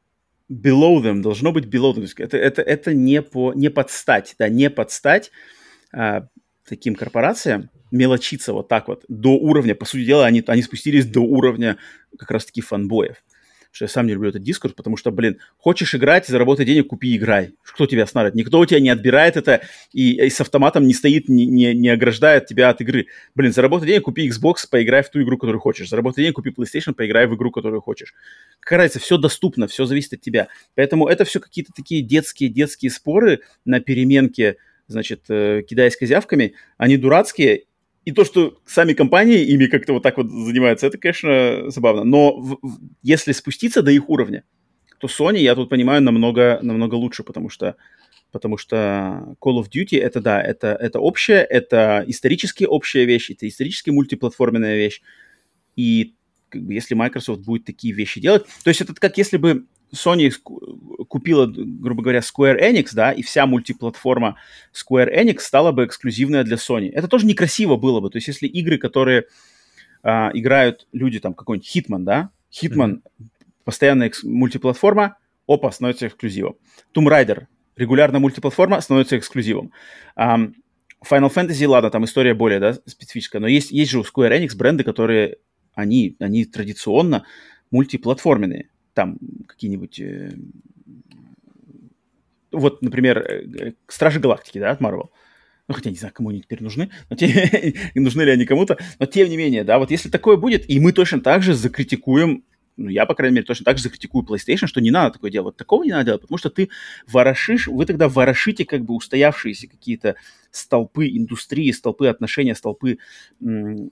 below them, должно быть below them. Это, это, это не, по, не подстать, да, не подстать а, таким корпорациям мелочиться вот так вот до уровня, по сути дела, они, они спустились до уровня как раз-таки фанбоев. Что я сам не люблю этот дискурс, потому что, блин, хочешь играть, заработай денег, купи, играй. Кто тебя останавливает? Никто у тебя не отбирает это и, и с автоматом не стоит, не, не, не ограждает тебя от игры. Блин, заработай денег, купи Xbox, поиграй в ту игру, которую хочешь. Заработай денег, купи PlayStation, поиграй в игру, которую хочешь. Какая разница, все доступно, все зависит от тебя. Поэтому это все какие-то такие детские, детские споры на переменке, значит, э, кидаясь козявками, они дурацкие. И то, что сами компании ими как-то вот так вот занимаются, это, конечно, забавно. Но в, в, если спуститься до их уровня, то Sony, я тут понимаю, намного, намного лучше, потому что, потому что Call of Duty, это да, это, это общее, это исторически общая вещь, это исторически мультиплатформенная вещь. И как бы, если Microsoft будет такие вещи делать... То есть это как если бы Sony купила, грубо говоря, Square Enix, да, и вся мультиплатформа Square Enix стала бы эксклюзивная для Sony. Это тоже некрасиво было бы. То есть если игры, которые а, играют люди, там, какой-нибудь Hitman, да, Hitman, mm-hmm. постоянная экс- мультиплатформа, опа, становится эксклюзивом. Tomb Raider, регулярная мультиплатформа, становится эксклюзивом. Um, Final Fantasy, ладно, там история более, да, специфическая, но есть, есть же у Square Enix бренды, которые, они, они традиционно мультиплатформенные. Там какие-нибудь... Э, вот, например, э, Стражи Галактики, да, от Marvel. Ну, хотя не знаю, кому они теперь нужны, но те, нужны ли они кому-то. Но тем не менее, да, вот если такое будет, и мы точно так же закритикуем, ну, я, по крайней мере, точно так же закритикую PlayStation, что не надо такое делать. Вот такого не надо делать, потому что ты ворошишь, вы тогда ворошите как бы устоявшиеся какие-то столпы индустрии, столпы отношения, столпы... М-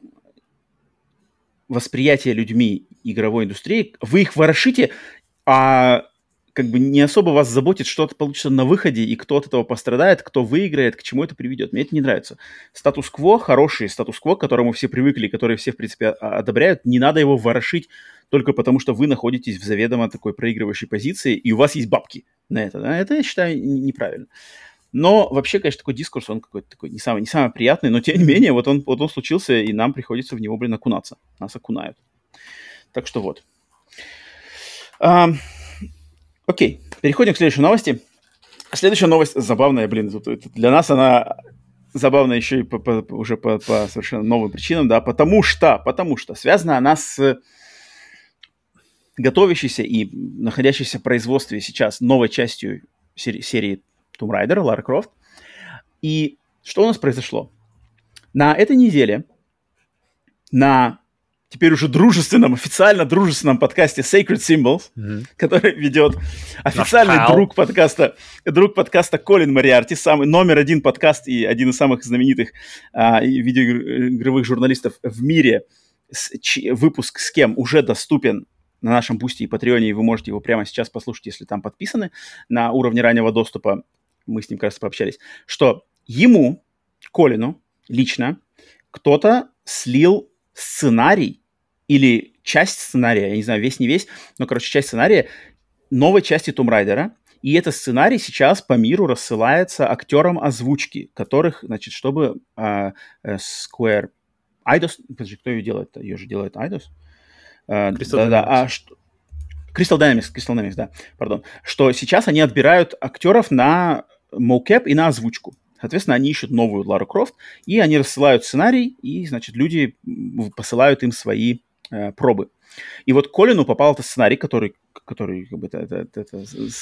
восприятие людьми игровой индустрии, вы их ворошите, а как бы не особо вас заботит, что-то получится на выходе, и кто от этого пострадает, кто выиграет, к чему это приведет. Мне это не нравится. Статус-кво, хороший статус-кво, к которому все привыкли, который все, в принципе, одобряют, не надо его ворошить только потому, что вы находитесь в заведомо такой проигрывающей позиции, и у вас есть бабки на это. Да? Это, я считаю, неправильно. Но вообще, конечно, такой дискурс, он какой-то такой не самый, не самый приятный, но тем не менее, вот он, вот он случился, и нам приходится в него, блин, окунаться. Нас окунают. Так что вот. А, окей, переходим к следующей новости. Следующая новость забавная, блин, для нас она забавная еще и по, по, уже по, по совершенно новым причинам, да, потому что, потому что связана она с готовящейся и находящейся в производстве сейчас новой частью серии, серии Tomb Raider, Лара Крофт. И что у нас произошло? На этой неделе на теперь уже дружественном, официально дружественном подкасте Sacred Symbols, mm-hmm. который ведет официальный друг подкаста, друг подкаста Колин Мориарти, самый номер один подкаст и один из самых знаменитых а, видеоигровых журналистов в мире. С, ч, выпуск с кем уже доступен на нашем Бусти и Патреоне, и вы можете его прямо сейчас послушать, если там подписаны на уровне раннего доступа. Мы с ним как раз пообщались, что ему, Колину, лично кто-то слил сценарий или часть сценария, я не знаю, весь не весь, но, короче, часть сценария новой части Tomb Raider, И этот сценарий сейчас по миру рассылается актерам озвучки, которых, значит, чтобы э, Square... Eidos... Подожди, кто ее делает? Ее же делает Eidos? Э, да-да, а что... Crystal Dynamics, Crystal Dynamics, да, пардон. Что сейчас они отбирают актеров на mocap и на озвучку. Соответственно, они ищут новую Лару Крофт, и они рассылают сценарий, и, значит, люди посылают им свои э, пробы. И вот Колину попал этот сценарий, который, который как бы, это, это, это,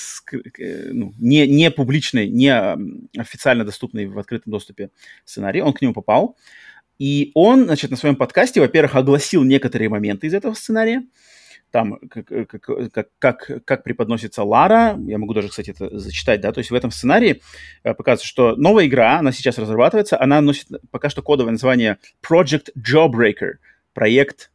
ну, не, не публичный, не официально доступный в открытом доступе сценарий. Он к нему попал. И он, значит, на своем подкасте, во-первых, огласил некоторые моменты из этого сценария. Там, как, как, как, как преподносится Лара, я могу даже, кстати, это зачитать, да, то есть в этом сценарии э, показывается, что новая игра, она сейчас разрабатывается, она носит пока что кодовое название Project Jawbreaker, проект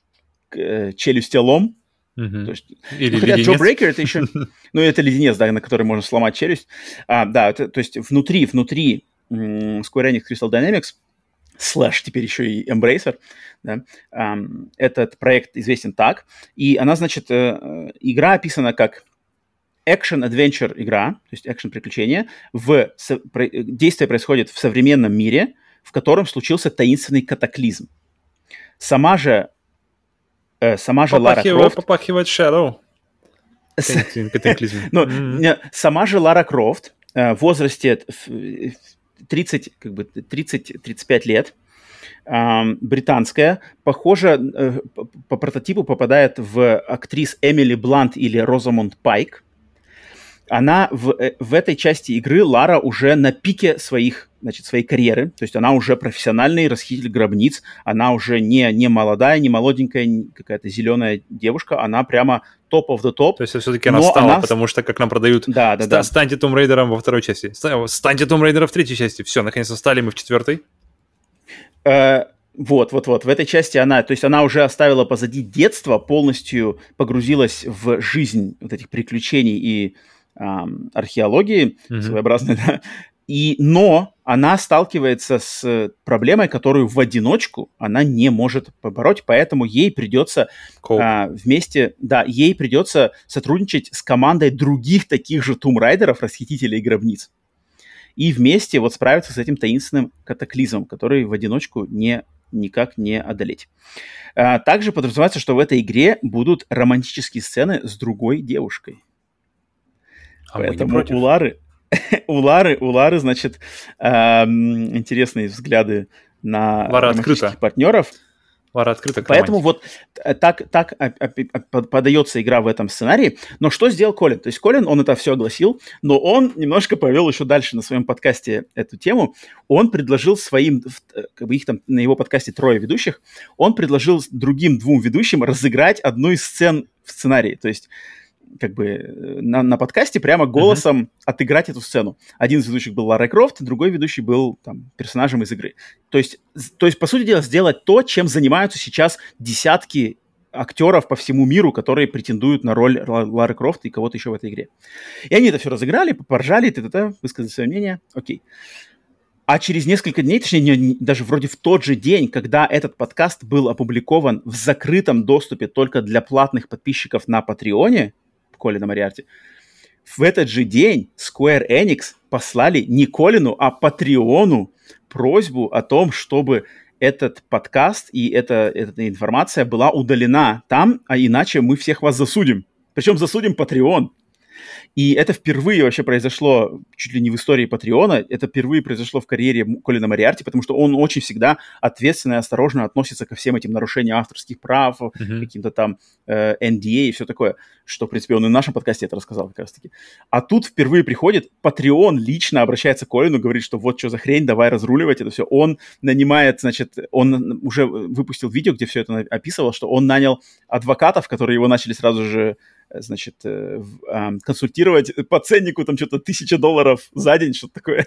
э, челюстелом. Mm-hmm. То есть, Или ну, хотя Jawbreaker это еще, ну, это леденец, да, на который можно сломать челюсть. А, да, это, то есть внутри, внутри м- Square Enix Crystal Dynamics слэш теперь еще и Embracer, да, um, этот проект известен так, и она, значит, э, игра описана как action-adventure игра, то есть action-приключение, в, со, про, действие происходит в современном мире, в котором случился таинственный катаклизм. Сама же, э, сама же Лара Крофт... Попахивает Shadow. Катаклизм. Сама же Лара Крофт в возрасте... тридцать, как бы, тридцать-тридцать пять лет, э, британская, похоже, э, по, по прототипу попадает в актрис Эмили Блант или Розамонд Пайк. Она в, э, в этой части игры Лара уже на пике своих, значит, своей карьеры, то есть она уже профессиональный расхититель гробниц, она уже не, не молодая, не молоденькая, не какая-то зеленая девушка, она прямо top of the top. То есть все-таки она стала, она... потому что, как нам продают, да, да, ста- да. станьте Tomb Raider'ом во второй части, станьте Tomb Raider'ом в третьей части, все, наконец-то стали мы в четвертой. Э- Вот, вот, вот. В этой части она, то есть она уже оставила позади детство, полностью погрузилась в жизнь вот этих приключений и эм, археологии mm-hmm. своеобразной, да. И, но она сталкивается с проблемой, которую в одиночку она не может побороть, поэтому ей придется э, вместе, да, ей придется сотрудничать с командой других таких же Tomb Raider'ов, расхитителей гробниц. И вместе вот справиться с этим таинственным катаклизмом, который в одиночку не, никак не одолеть. А, также подразумевается, что в этой игре будут романтические сцены с другой девушкой. А поэтому у Лары, у Лары, у Лары, значит, эм, интересные взгляды на Лара романтических открыта. партнеров. Лара открыта к Поэтому вот так, так подается игра в этом сценарии. Но что сделал Колин? То есть Колин, он это все огласил, но он немножко повел еще дальше на своем подкасте эту тему. Он предложил своим, как бы их там на его подкасте трое ведущих, он предложил другим двум ведущим разыграть одну из сцен в сценарии. То есть как бы на, на подкасте прямо голосом uh-huh. отыграть эту сцену. Один из ведущих был Лара Крофт, другой ведущий был там персонажем из игры. То есть, то есть, по сути дела, сделать то, чем занимаются сейчас десятки актеров по всему миру, которые претендуют на роль Лары Крофт и кого-то еще в этой игре. И они это все разыграли, поржали, т-т-т, высказали свое мнение, окей. А через несколько дней, точнее, не, даже вроде в тот же день, когда этот подкаст был опубликован в закрытом доступе только для платных подписчиков на Патреоне, Колина Мориарти, в этот же день Square Enix послали не Колину, а Патреону просьбу о том, чтобы этот подкаст и эта, эта информация была удалена там, а иначе мы всех вас засудим. Причем засудим Patreon. И это впервые вообще произошло чуть ли не в истории Патреона, это впервые произошло в карьере Колина Мориарти, потому что он очень всегда ответственно и осторожно относится ко всем этим нарушениям авторских прав, mm-hmm. каким-то там э, эн ди эй и все такое, что, в принципе, он и в нашем подкасте это рассказал как раз-таки. А тут впервые приходит Patreon, лично обращается к Колину, говорит, что вот что за хрень, давай разруливать это все. Он нанимает, значит, он уже выпустил видео, где все это описывал, что он нанял адвокатов, которые его начали сразу же значит, консультировать по ценнику, там что-то тысяча долларов за день, что-то такое.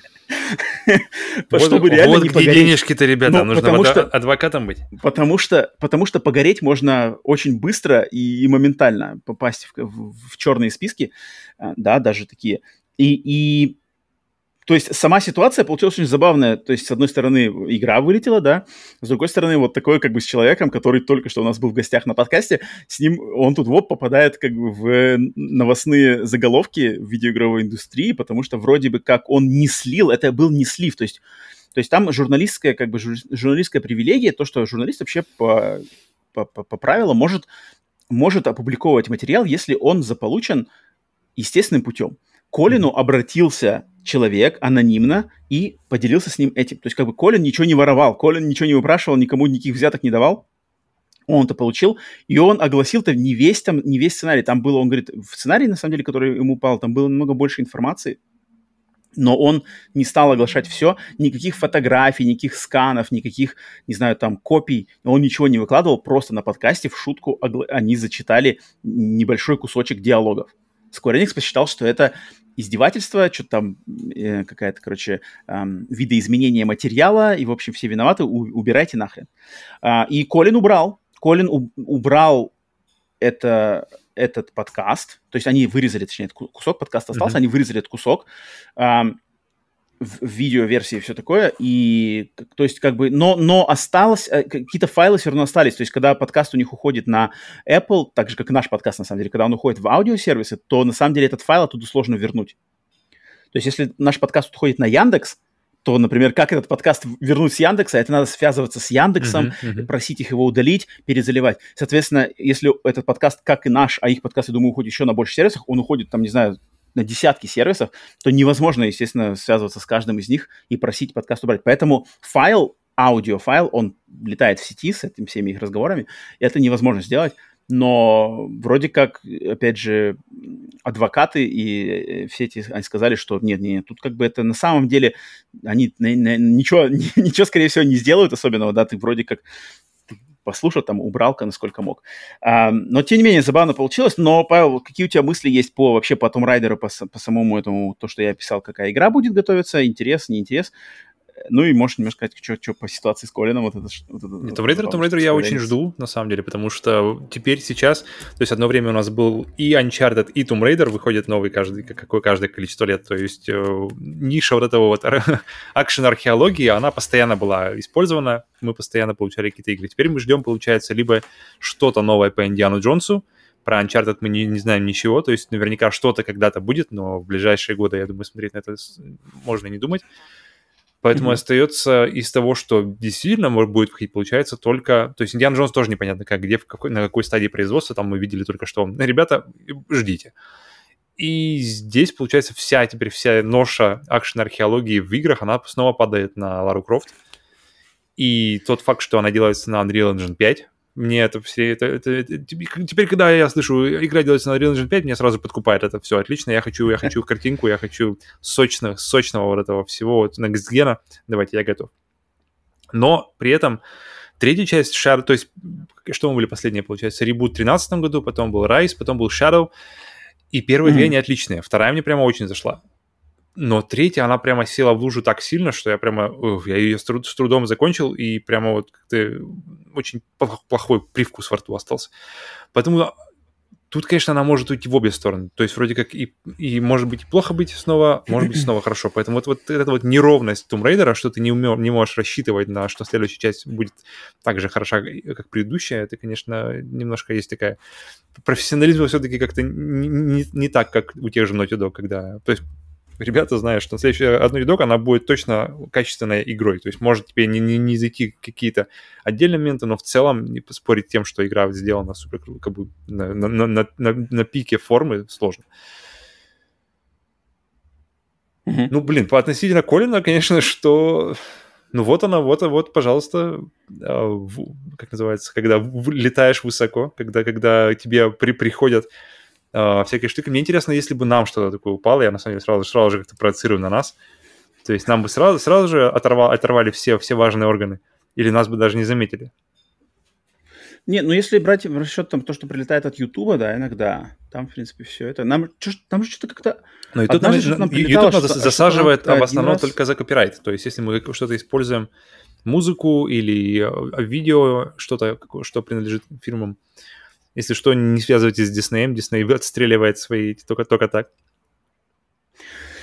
Чтобы реально не погореть. Вот где денежки-то, ребята, нужно адвокатом быть. Потому что, потому что погореть можно очень быстро и моментально попасть в черные списки, да, даже такие. И То есть сама ситуация получилась очень забавная. То есть, с одной стороны, игра вылетела, да, с другой стороны, вот такое как бы с человеком, который только что у нас был в гостях на подкасте, с ним он тут вот попадает как бы в новостные заголовки в видеоигровой индустрии, потому что вроде бы как он не слил, это был не слив, то есть, то есть там журналистская как бы журналистская привилегия, то, что журналист вообще по, по, по, по правилам может, может опубликовывать материал, если он заполучен естественным путем. К Колину mm-hmm. обратился человек анонимно и поделился с ним этим. То есть как бы Колин ничего не воровал, Колин ничего не выпрашивал, никому никаких взяток не давал. Он это получил, и он огласил-то не весь, там, не весь сценарий. Там было, он говорит, в сценарии, на самом деле, который ему упал, там было намного больше информации, но он не стал оглашать все, никаких фотографий, никаких сканов, никаких, не знаю, там, копий. Он ничего не выкладывал, просто на подкасте в шутку огла... они зачитали небольшой кусочек диалогов. Square Enix посчитал, что это издевательство, что-то там э, какая-то, короче, э, видоизменение материала, и, в общем, все виноваты, у, убирайте нахрен. А, и Колин убрал. Колин у, убрал это, этот подкаст, то есть они вырезали, точнее, кусок подкаста остался, mm-hmm. они вырезали этот кусок э, в, в видеоверсии и все такое, и, то есть, как бы, но, но осталось, какие-то файлы все равно остались, то есть, когда подкаст у них уходит на Apple, так же, как и наш подкаст, на самом деле, когда он уходит в аудиосервисы, то, на самом деле, этот файл оттуда сложно вернуть. То есть, если наш подкаст уходит на Яндекс, то, например, как этот подкаст вернуть с Яндекса, это надо связываться с Яндексом, uh-huh, uh-huh. просить их его удалить, перезаливать. Соответственно, если этот подкаст, как и наш, а их подкаст, я думаю, уходит еще на больше сервисах, он уходит, там, не знаю, на десятки сервисов, то невозможно, естественно, связываться с каждым из них и просить подкаст убрать. Поэтому файл, аудиофайл, он летает в сети с этими всеми их разговорами, и это невозможно сделать. Но вроде как, опять же, адвокаты и все эти, они сказали, что нет, нет, тут как бы это на самом деле, они ничего, ничего, скорее всего, не сделают особенного, да, ты вроде как послушал, там, убрал-ка, насколько мог. А, но, тем не менее, забавно получилось. Но, Павел, какие у тебя мысли есть по вообще по Tomb Raider, по, по самому этому, то, что я описал, какая игра будет готовиться, интерес, не интерес? Ну и можешь немножко сказать, что, что по ситуации с Колином. Вот это, вот это, Tomb Raider, Tomb Raider я очень жду, на самом деле, потому что теперь, сейчас, то есть одно время у нас был и Uncharted, и Tomb Raider, выходит новый каждый, какое каждое количество лет, то есть э, ниша вот этого вот акшен-археологии, она постоянно была использована, мы постоянно получали какие-то игры. Теперь мы ждем, получается, либо что-то новое по Индиану Джонсу, про Uncharted мы не, не знаем ничего, то есть наверняка что-то когда-то будет, но в ближайшие годы, я думаю, смотреть на это можно не думать. Поэтому mm-hmm. остается из того, что действительно может будет выходить, получается только... То есть Индиана Джонс тоже непонятно, как, где, в какой, на какой стадии производства, там мы видели только что. Ребята, ждите. И здесь, получается, вся теперь вся ноша акшен-археологии в играх, она снова падает на Лару Крофт. И тот факт, что она делается на Unreal Engine пять, мне это все... Это, это, это, теперь, когда я слышу, игра делается на Unreal Engine пять, меня сразу подкупает это все отлично. Я хочу, я хочу картинку, я хочу сочно, сочного вот этого всего вот, Next-Gen. Давайте, я готов. Но при этом третья часть Shadow, то есть, что мы были последние, получается, ребут в тринадцатом году, потом был Rise, потом был Shadow, и первые mm-hmm. две они отличные. Вторая мне прямо очень зашла. Но третья, она прямо села в лужу так сильно, что я прямо... Ух, я ее с, труд, с трудом закончил, и прямо вот как-то очень плохой привкус во рту остался. Поэтому тут, конечно, она может уйти в обе стороны. То есть вроде как и, и может быть плохо быть снова, может быть снова хорошо. Поэтому вот, вот эта вот неровность Tomb Raider, что ты не, умел, не можешь рассчитывать на, что следующая часть будет так же хороша, как предыдущая, это, конечно, немножко есть такая... Профессионализм все-таки как-то не, не, не так, как у тех же Naughty Dog, когда... То есть ребята знают, что следующая Naughty Dog, она будет точно качественной игрой. То есть может тебе не, не, не зайти какие-то отдельные моменты, но в целом не поспорить тем, что игра сделана супер как бы на, на, на, на, на пике формы, сложно. Mm-hmm. Ну, блин, по относительно Колина, конечно, что... Ну вот она, вот, вот, пожалуйста, как называется, когда летаешь высоко, когда, когда тебе при, приходят Uh, всякие штуки. Мне интересно, если бы нам что-то такое упало, я на самом деле сразу, сразу же как-то проецирую на нас. То есть нам бы сразу, сразу же оторвали, оторвали все, все важные органы. Или нас бы даже не заметили. Не, ну если брать в расчет там, то, что прилетает от Ютуба, да, иногда, там, в принципе, все это. Нам, там же что-то как-то... Но YouTube нам, нам YouTube нас засаживает что-то, в основном раз... только за копирайт. То есть если мы что-то используем, музыку или видео, что-то, что принадлежит фирмам, если что, не связывайтесь с Диснеем. Дисней отстреливает свои только, только так.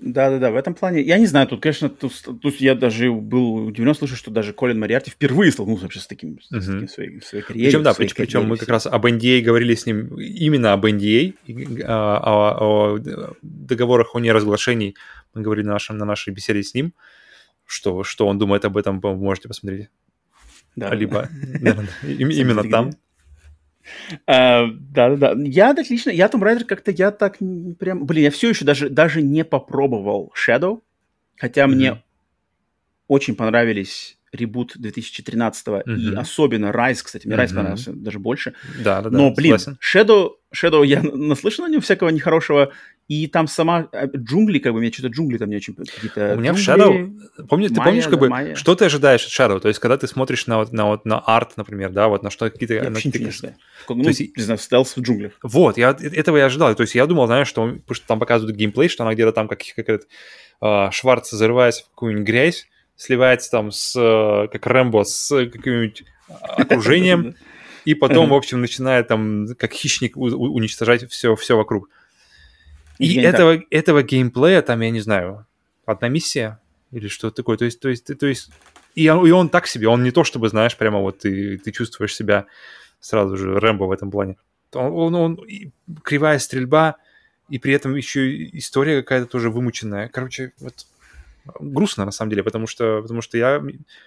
Да-да-да, в этом плане, я не знаю, тут, конечно, тут, тут я даже был удивлен слышать, что даже Колин Мориарти впервые столкнулся вообще с таким, uh-huh. с таким в, своей, в своей карьере. Причем, да, своей причем, карьере причем мы как раз об эн ди эй говорили с ним, именно об эн ди эй, о, о, о договорах о неразглашении, мы говорили на, нашем, на нашей беседе с ним, что, что он думает об этом, вы можете посмотреть. Да, либо да. именно там. Да-да-да. Я отлично. Я Tomb Raider как-то я так прям... Блин, я все еще даже, даже не попробовал Shadow, хотя mm-hmm. мне очень понравились ребут две тысячи тринадцатого mm-hmm. и особенно Rise, кстати. Мне mm-hmm. Rise понравился даже больше. Да-да-да. Но, блин, Shadow, Shadow, я наслышан о нем всякого нехорошего. И там сама джунгли, как бы, мне что-то джунгли там не очень какие-то... У меня джунгли, в Shadow... Помни, ты Майя, помнишь, как бы, Майя. что ты ожидаешь от Shadow? То есть, когда ты смотришь на, на, вот, на арт, например, да, вот на что какие-то... Я на вообще какие-то... не знаю. Ну, то есть, не знаю, стелс в джунглях. Вот, я, этого я ожидал. То есть, я думал, знаешь, что, потому что там показывают геймплей, что она где-то там, как, как этот э, Шварц зарывается в какую-нибудь грязь, сливается там с, как Рэмбо, с каким-нибудь окружением, и потом, в общем, начинает там, как хищник, уничтожать все, все вокруг. И этого, этого геймплея там, я не знаю, одна миссия или что-то такое. То есть, то есть, то есть и, он, и он так себе, он не то чтобы, знаешь, прямо вот ты, ты чувствуешь себя сразу же Рэмбо в этом плане. Он, он, он кривая стрельба, и при этом еще история какая-то тоже вымученная. Короче, вот грустно на самом деле, потому что, потому что я...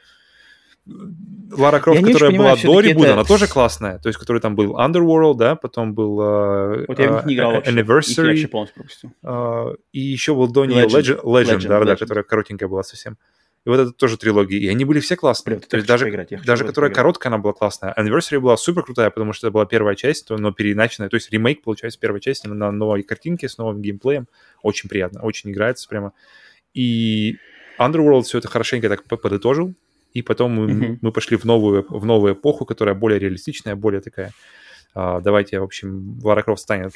Лара Крофт, которая была до ребута, это... она тоже классная. То есть, который там был Underworld, да, потом был uh, вот я в них не играл вообще. Anniversary. Их я полностью пропустил. Uh, и еще был до нее Legend, Legend, Legend, да, Legend. Да, которая коротенькая была совсем. И вот это тоже трилогия. И они были все классные. Блин, то есть даже, даже которая поиграть. Короткая, она была классная. Anniversary была супер крутая, потому что это была первая часть, но переиначенная. То есть ремейк, получается, первой части на новой картинке с новым геймплеем. Очень приятно, очень играется прямо. И Underworld все это хорошенько так подытожил. И потом мы, mm-hmm. мы пошли в новую, в новую эпоху, которая более реалистичная, более такая... А, давайте, в общем, Лара Крофт станет...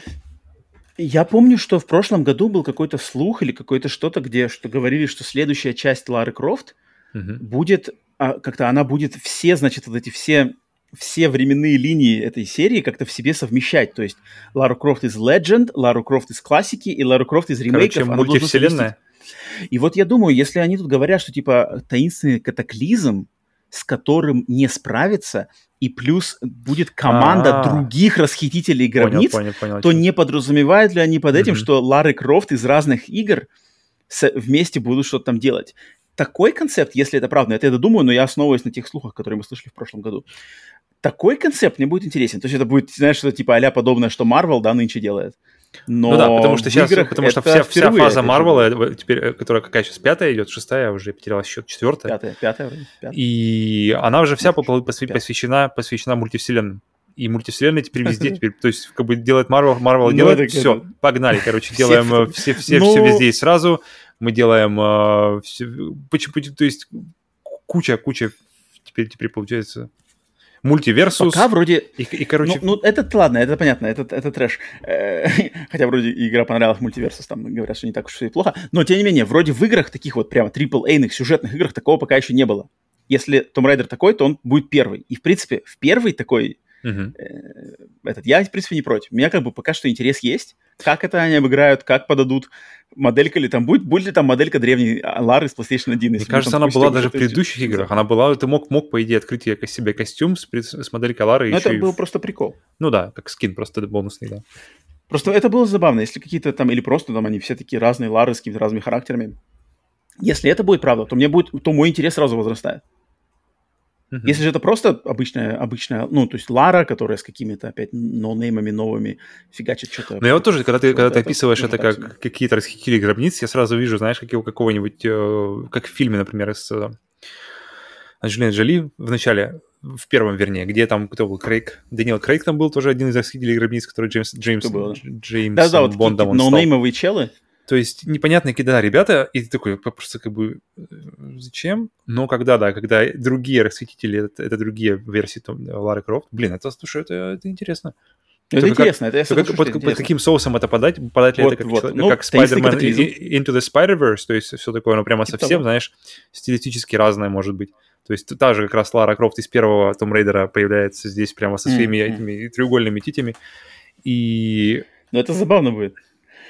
Я помню, что в прошлом году был какой-то слух или какое-то что-то, где что говорили, что следующая часть Лары Крофт mm-hmm. будет... А, как-то она будет все, значит, вот эти все... все временные линии этой серии как-то в себе совмещать. То есть Лару Крофт из Legend, Лару Крофт из классики и Лару Крофт из ремейков. Короче, мультивселенная. И вот я думаю, если они тут говорят, что типа таинственный катаклизм, с которым не справиться, и плюс будет команда А-а-а. других расхитителей гробниц, понял, понял, понял, то не подразумевают ли они под этим, mm-hmm. что Лары Крофт из разных игр с- вместе будут что-то там делать? Такой концепт, если это правда, это я думаю, но я основываюсь на тех слухах, которые мы слышали в прошлом году. Такой концепт мне будет интересен. То есть это будет, знаешь, что-то типа а-ля подобное, что Marvel, да, нынче делает. Но ну да, потому что сейчас, потому что вся, вся фаза Марвела, теперь, которая какая сейчас, пятая идет, шестая, уже потеряла счет, четвертая. Пятая, пятая, пятая. И она уже вся посвящена, посвящена мультивселенным. И мультивселенная теперь везде, теперь, то есть как бы делает Marvel, Marvel делает, все, погнали, короче, делаем все, все, все везде и сразу, мы делаем, то есть куча, куча теперь, теперь получается... Мультиверсус. Пока вроде... И, и, короче... Ну, ну, это ладно, это понятно, это, это трэш. Хотя вроде игра понравилась Мультиверсус, там говорят, что не так уж и плохо. Но, тем не менее, вроде в играх, таких вот прямо трипл-эйных сюжетных играх, такого пока еще не было. Если Tomb Raider такой, то он будет первый. И, в принципе, в первый такой... Uh-huh. Э, этот, я, в принципе, не против. У меня как бы пока что интерес есть. Как это они обыграют, как подадут. Моделька ли там будет? Будет ли там моделька древней Лары с PlayStation один? Мне кажется, она была даже в предыдущих играх. Она была, ты мог, мог по идее, открыть себе костюм с, с моделькой Лары. Но это был в... просто прикол. Ну да, как скин просто бонусный, да. Просто это было забавно. Если какие-то там, или просто там они все такие разные Лары с какими-то разными характерами. Если это будет правда, то мне будет, то мой интерес сразу возрастает. Uh-huh. Если же это просто обычная, обычная, ну, то есть Лара, которая с какими-то опять ноунеймами новыми фигачит что-то. Ну, я вот тоже, когда ты, когда ты описываешь это, это как себе. Какие-то расхитители гробниц, я сразу вижу, знаешь, как у какого-нибудь, э, как в фильме, например, с э, Анджелиной Джоли в начале, в первом, вернее, где там, кто был, Крейг, Дэниел Крейг там был тоже один из расхитителей гробниц, который Джеймс, Джеймс, было, да? Джеймс да, да, вот Бондом он стал. Ноунеймовые челы. То есть непонятные какие-то да, ребята, и ты такой, просто как бы, зачем? Но когда, да, когда другие расхитители, это, это другие версии там, Лары Крофт, блин, это, слушай, это, это интересно. Это только интересно, как, это я согласен, под, под каким соусом это подать? Подать ли вот, это как, вот. Ну, как Spider-Man Into the Spider-Verse, то есть все такое, ну, прямо типа совсем, того. Знаешь, стилистически разное может быть. То есть та же как раз Лара Крофт из первого Tomb Raider появляется здесь прямо со своими mm-hmm. этими треугольными титями. И... Ну, это забавно будет.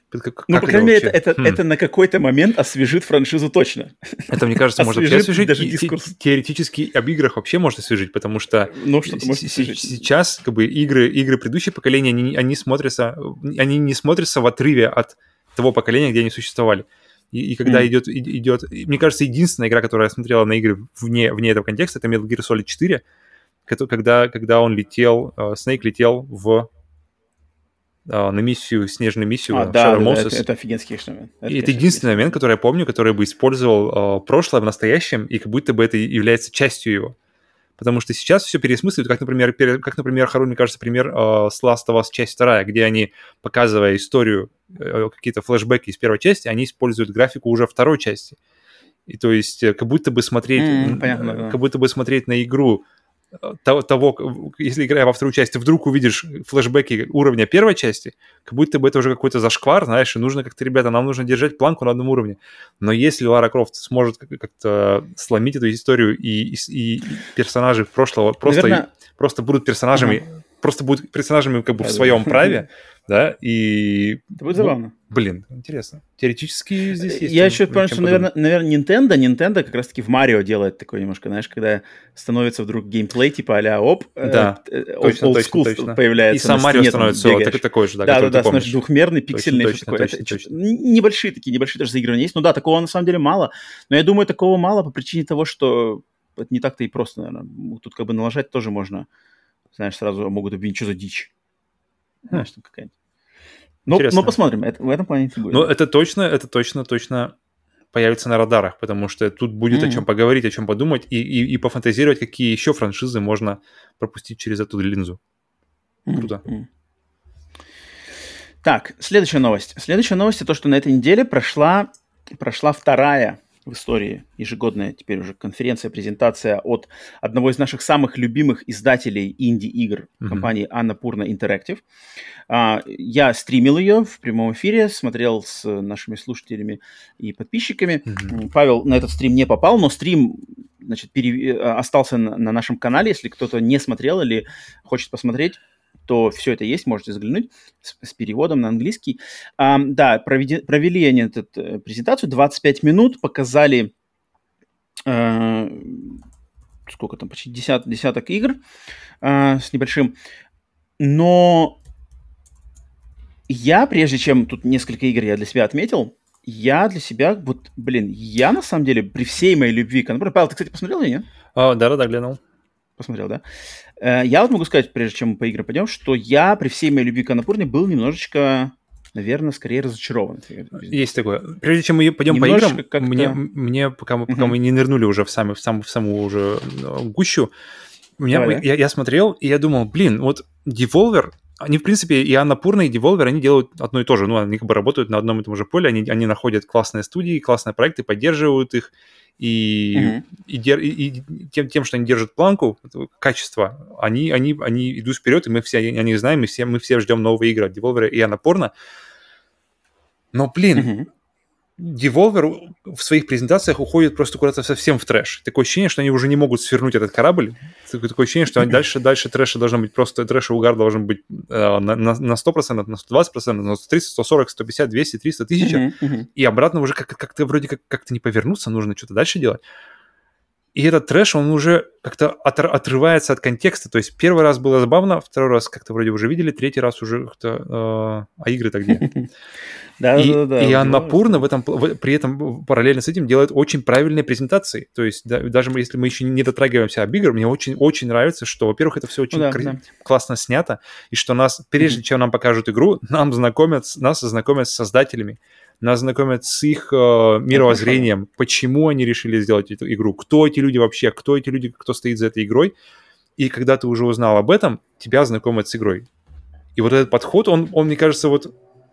Как, ну, как по крайней мере, это, это, хм. это на какой-то момент освежит франшизу точно. Это, мне кажется, может вообще освежить. даже И, дискурс. Теоретически об играх вообще может освежить, потому что ну, что-то может освежить. Сейчас как бы игры, игры предыдущего поколения, они, они, смотрятся, они не смотрятся в отрыве от того поколения, где они существовали. И, и когда mm. идет, идет... Мне кажется, единственная игра, которая я смотрела на игры вне, вне этого контекста, это Metal Gear Solid четыре, когда, когда он летел, Снейк летел в... на миссию, снежную миссию а, в да, Shadow да, Moses. это, это офигенский момент. Это, и это единственный момент, который я помню, который бы использовал э, прошлое в настоящем, и как будто бы это является частью его. Потому что сейчас все переосмысливают, как, например, как, например, Харун, мне кажется, пример э, с Last of Us часть вторая, где они, показывая историю, э, какие-то флешбеки из первой части, они используют графику уже второй части. И то есть как будто бы смотреть, mm, понятно, да. как будто бы смотреть на игру того, если играя во вторую часть, ты вдруг увидишь флешбеки уровня первой части, как будто бы это уже какой-то зашквар, знаешь, и нужно как-то, ребята, нам нужно держать планку на одном уровне. Но если Лара Крофт сможет как-то сломить эту историю, и, и, и персонажи прошлого просто, Наверное... просто будут персонажами, ага. просто будут персонажами как бы да, в своем да. праве, да, и... Это будет забавно. Блин, интересно. Теоретически здесь есть... Я еще понял, что, наверное, наверное, Nintendo, Nintendo как раз-таки в Марио делает такое немножко, знаешь, когда становится вдруг геймплей, типа а-ля оп, да, э, точно, точно, точно. Появляется. И сам Марио становится так, такой же, да, да, да, да, становится двухмерный, пиксельный. Точно, точно, это, точно. Небольшие такие, небольшие даже заигрывания есть. Ну да, такого на самом деле мало. Но я думаю, такого мало по причине того, что это не так-то и просто, наверное. Тут как бы налажать тоже можно, знаешь, сразу могут обвинить, что за дичь. Знаешь, там какая-нибудь. Ну, но посмотрим, это, в этом плане не будет. Ну, это точно, это точно, точно появится на радарах, потому что тут будет mm-hmm. о чем поговорить, о чем подумать и, и, и пофантазировать, какие еще франшизы можно пропустить через эту линзу. Mm-hmm. Круто. Mm-hmm. Так, следующая новость. Следующая новость — это то, что на этой неделе прошла, прошла вторая в истории ежегодная теперь уже конференция, презентация от одного из наших самых любимых издателей инди-игр, mm-hmm. компании Annapurna Interactive. Uh, я стримил ее в прямом эфире, смотрел с нашими слушателями и подписчиками. Mm-hmm. Павел на этот стрим не попал, но стрим, значит, пере... остался на, на нашем канале. Если кто-то не смотрел или хочет посмотреть, то все это есть, можете заглянуть с, с переводом на английский. А, да, проведи, провели они эту презентацию, двадцать пять минут, показали э, сколько там, почти десят, десяток игр э, с небольшим. Но я, прежде чем тут несколько игр я для себя отметил, я для себя, вот, блин, я на самом деле при всей моей любви к Annapurna... Павел, ты, кстати, посмотрел или нет? О, да-да-да, глянул. Посмотрел, да? Я вот могу сказать, прежде чем мы по играм пойдем, что я при всей моей любви к Annapurna был немножечко, наверное, скорее разочарован. Есть такое. Прежде чем мы пойдем немножечко по играм, мне, мне пока, мы, пока uh-huh. мы не нырнули уже в, саму, в, саму, в саму уже гущу, меня, Давай, я, да? я смотрел, и я думал, блин, вот Devolver, они, в принципе, и Annapurna, и Devolver, они делают одно и то же. Ну, они как бы работают на одном и том же поле, они, они находят классные студии, классные проекты, поддерживают их, и, mm-hmm. и, и, и тем, тем, что они держат планку, качество, они, они, они идут вперед, и мы все о них знаем, мы все, мы все ждем новые игры от Devolver и Annapurna. Но, блин, mm-hmm. Devolver в своих презентациях уходит просто куда-то совсем в трэш. Такое ощущение, что они уже не могут свернуть этот корабль. Такое ощущение, что дальше, дальше трэша должно быть просто, трэш и угар должен быть э, на, на сто процентов, на сто двадцать процентов, на сто тридцать, сто сорок, сто пятьдесят, двести, триста, тысяча. Uh-huh, uh-huh. И обратно уже как- как-то вроде как- как-то не повернуться, нужно что-то дальше делать. И этот трэш, он уже как-то от, отрывается от контекста. То есть первый раз было забавно, второй раз как-то вроде уже видели, третий раз уже как-то... Э, а игры-то где? Да, и, да, да. И Annapurna в этом, в, при этом параллельно с этим делает очень правильные презентации. То есть да, даже если мы еще не дотрагиваемся об играх, мне очень, очень нравится, что, во-первых, это все очень ну, да, кра- да. классно снято, и что нас, прежде mm-hmm. чем нам покажут игру, нам знакомят, нас знакомят с создателями, нас знакомят с их э, мировоззрением, это почему они решили сделать эту игру, кто эти люди вообще, кто эти люди, кто стоит за этой игрой. И когда ты уже узнал об этом, тебя знакомят с игрой. И вот этот подход, он, он мне кажется, вот...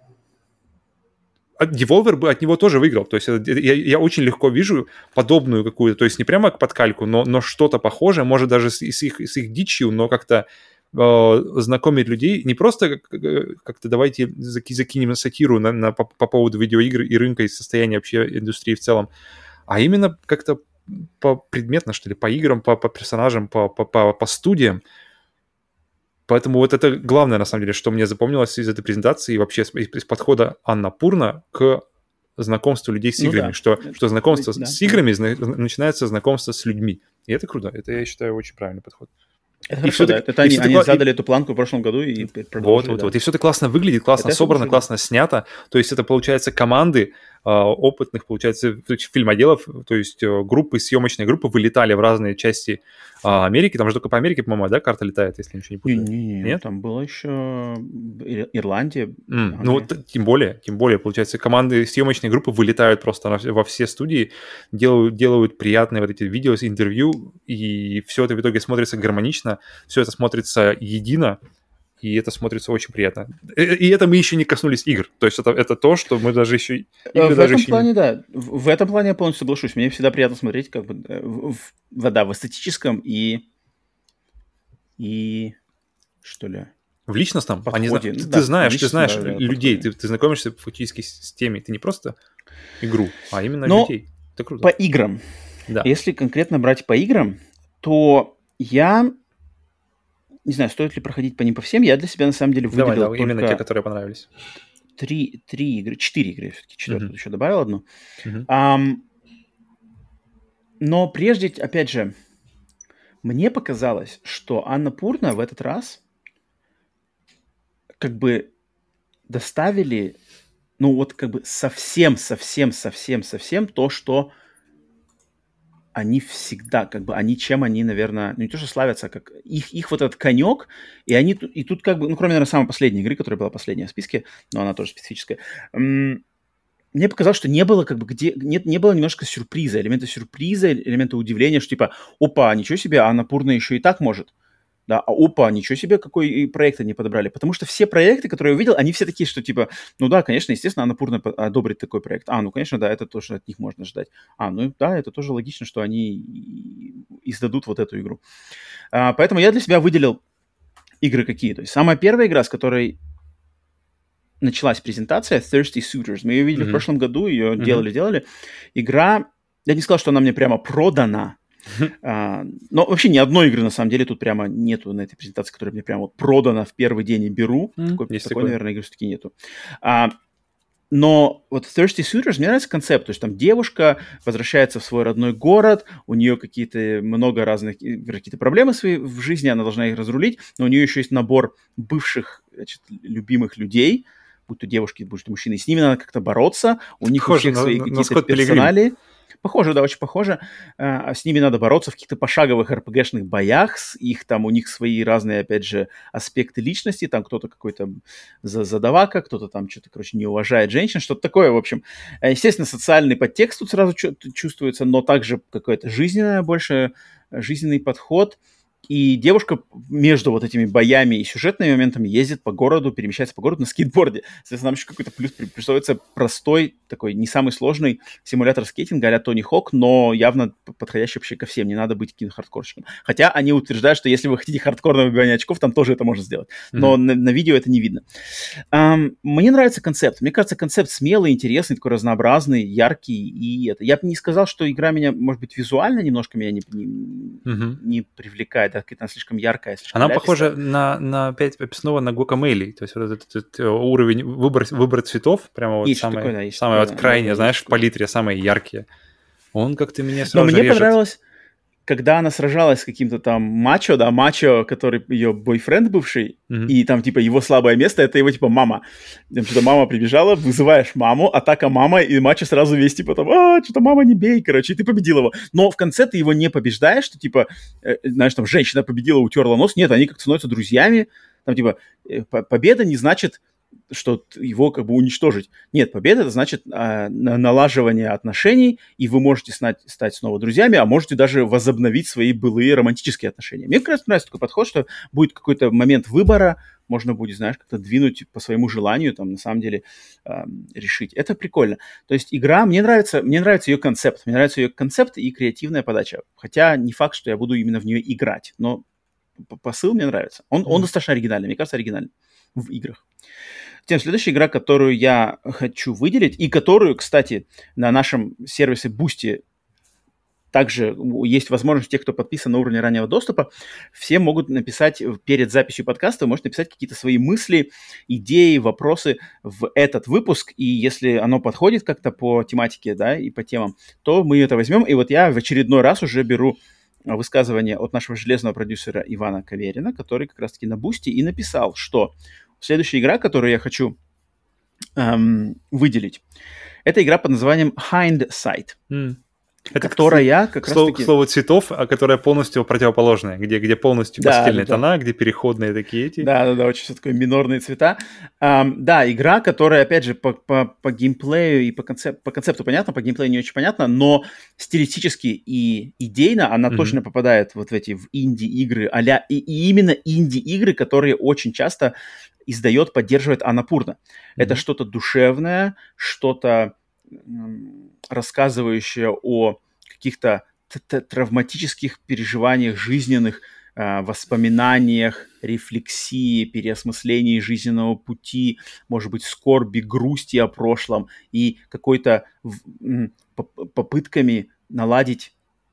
Devolver бы от него тоже выиграл. То есть я, я очень легко вижу подобную какую-то, то есть не прямо под кальку, но, но что-то похожее, может даже с, с, их, с их дичью, но как-то э, знакомить людей. Не просто как-то давайте закинем сатиру на, на, по, по поводу видеоигр и рынка, и состояния вообще индустрии в целом, а именно как-то по предметно, что ли, по играм, по, по персонажам, по, по, по, по студиям. Поэтому вот это главное, на самом деле, что мне запомнилось из этой презентации и вообще из, из подхода Аннапурна к знакомству людей с Ну играми, да. что, что знакомство Да, с да. играми зна- начинается знакомство с людьми. И это круто. Это, я считаю, очень правильный подход. Это И хорошо, всё да. таки- Это и они, всё это они кла- и- задали эту планку в прошлом году и Вот, продолжили, вот, да. вот. И все это классно выглядит, классно Это я собрано, соглашусь, да. классно снято. То есть это, получается, команды а, опытных, получается, ф- фильмоделов, то есть э, группы, съемочные группы вылетали в разные части а, Америки. Там же только по Америке, по-моему, да, карта летает, если я ничего не путаю? Не-не-не, Нет? там была еще Ир- Ирландия, М, ну Англия. вот тем более, тем более, получается, команды съемочной группы вылетают просто на все- во все студии, делают, делают приятные вот эти видео с интервью, и все это в итоге смотрится гармонично, все это смотрится едино, и это смотрится очень приятно. И, и это мы еще не коснулись игр. То есть это, это то, что мы даже еще... Э, Игры В даже этом еще плане, не... да. В в этом плане я полностью соглашусь. Мне всегда приятно смотреть, как бы, э, в, в- в- да, в эстетическом и, и, что ли, В личностном, они, зна- подходе. ты, Ну ты да, в знаешь, ты личностном, знаешь да, да, людей, подходе. ты, ты знакомишься фактически с, с теми. Ты не просто игру, а именно Но людей. Это круто. по играм, Да. если конкретно брать по играм, то я не знаю, стоит ли проходить по ним по всем. Я для себя на самом деле Давай, выделил давай, именно те, только которые понравились. три, три игры, четыре игры, все-таки четвертую Мгм. еще добавил одну. Мгм. Ам, но прежде, опять же, мне показалось, что Анна Пурна в этот раз как бы доставили, ну вот как бы совсем, совсем, совсем, совсем то, что они всегда, как бы, они чем они, наверное, ну не то, что славятся, как их, их вот этот конек, и они, тут- и тут как бы, ну кроме, наверное, самой последней игры, которая была последняя в списке, но она тоже специфическая, м, мне показалось, что не было как бы где, нет, не было немножко сюрприза, элемента сюрприза, элемента удивления, что типа, опа, ничего себе, Анна Пурна еще и так может. Да, а опа, ничего себе, какой и проект они подобрали. Потому что все проекты, которые я увидел, они все такие, что типа, ну да, конечно, естественно, Анна Пурна по- одобрит такой проект. А, ну, конечно, да, это тоже от них можно ждать. А, ну да, это тоже логично, что они и- издадут вот эту игру. А, поэтому я для себя выделил игры какие. То есть самая первая игра, с которой началась презентация, Thirsty Suitors. Мы ее видели в Мгм. прошлом году, ее Мгм. делали-делали. Игра, я не сказал, что она мне прямо продана, а, но вообще ни одной игры, на самом деле, тут прямо нету на этой презентации, которая мне прямо вот продана в первый день и беру. М, Такой, есть такой такое. наверное, игры все-таки нету. А, но вот Thirsty Suitors, мне нравится концепт. То есть там девушка возвращается в свой родной город, у нее какие-то много разных, э, какие-то проблемы свои в жизни, она должна их разрулить, но у нее еще есть набор бывших, значит, любимых людей, будь то девушки, будь то мужчины, и с ними надо как-то бороться, у них у Похоже всех на, свои на- на какие-то Скотт Пилигрим. персонали. Похоже, да, очень похоже. А, с ними надо бороться в каких-то пошаговых эр пи джи-шных боях. С их там, у них свои разные, опять же, аспекты личности. Там кто-то какой-то за- задавака, кто-то там что-то, короче, не уважает женщин, что-то такое, в общем. Э, Естественно, социальный подтекст тут сразу чу- чувствуется, но также какое-то жизненное больше, э, жизненный подход. И девушка между вот этими боями и сюжетными моментами ездит по городу, перемещается по городу на скейтборде. Соответственно, нам еще какой-то плюс при- присваивается простой, такой не самый сложный симулятор скейтинга а-ля Тони Хок, но явно п- подходящий вообще ко всем. Не надо быть кино-хардкорщиком. Хотя они утверждают, что если вы хотите хардкорного выбивания очков, там тоже это можно сделать. Но Мгм. на, на видео это не видно. Ам, мне нравится концепт. Мне кажется, концепт смелый, интересный, такой разнообразный, яркий. И это. Я бы не сказал, что игра меня, может быть, визуально немножко меня не, не, Мгм. не привлекает. Да, какая-то она слишком яркая, слишком Она ляпистая. похожа на, на опять снова на Guacamelee, то есть вот этот, этот, э, уровень выбор, выбор цветов, прямо вот Есть что самые, такое, да, есть самые такое, вот да, крайние, да, да, знаешь, есть в такое. палитре самые яркие. Он как-то меня Но сразу же мне режет. понравилось, когда она сражалась с каким-то там мачо, да, мачо, который ее бойфренд бывший, Мгм. и там, типа, его слабое место — это его, типа, мама. Там что-то мама прибежала, вызываешь маму, атака мама, и мачо сразу весь, типа, там, а, что-то мама не бей, короче, и ты победил его. Но в конце ты его не побеждаешь, что, типа, э, знаешь, там, женщина победила, утерла нос. Нет, они как-то становятся друзьями. Там, типа, э, по- победа не значит, что т- его как бы уничтожить. Нет, победа — это значит а, на- налаживание отношений, и вы можете снать- стать снова друзьями, а можете даже возобновить свои былые романтические отношения. Мне как раз нравится такой подход, что будет какой-то момент выбора, можно будет, знаешь, как-то двинуть по своему желанию, там, на самом деле, ам, решить. Это прикольно. То есть игра, мне нравится, мне нравится ее концепт, мне нравится ее концепт и креативная подача. Хотя не факт, что я буду именно в нее играть, но п- посыл мне нравится. Он, он Мгм. достаточно оригинальный, мне кажется, оригинальный в играх. Тем следующая игра, которую я хочу выделить, и которую, кстати, на нашем сервисе Boosty также есть возможность, те, кто подписан на уровне раннего доступа, все могут написать перед записью подкаста, вы можете написать какие-то свои мысли, идеи, вопросы в этот выпуск, и если оно подходит как-то по тематике, да, и по темам, то мы это возьмем, и вот я в очередной раз уже беру высказывание от нашего железного продюсера Ивана Каверина, который как раз-таки на Бусти и написал, что следующая игра, которую я хочу эм, выделить, это игра под названием Hindsight, mm. это которая как к слову, раз-таки... К слову цветов, а которая полностью противоположная, где, где полностью да, пастельные да, тона, да. где переходные такие эти. Да-да-да, очень все такое минорные цвета. Um, да, игра, которая, опять же, по, по, по геймплею и по, концеп... по концепту понятно, по геймплею не очень понятно, но стилистически и идейно она mm-hmm. точно попадает вот в эти в инди-игры, а-ля... и, и именно инди-игры, которые очень часто издает, поддерживает Анапурна. Mm-hmm. Это что-то душевное, что-то м- рассказывающее о каких-то т- травматических переживаниях жизненных, э, воспоминаниях, рефлексии, переосмыслении жизненного пути, может быть, скорби, грусти о прошлом и какой-то в, м- попытками наладить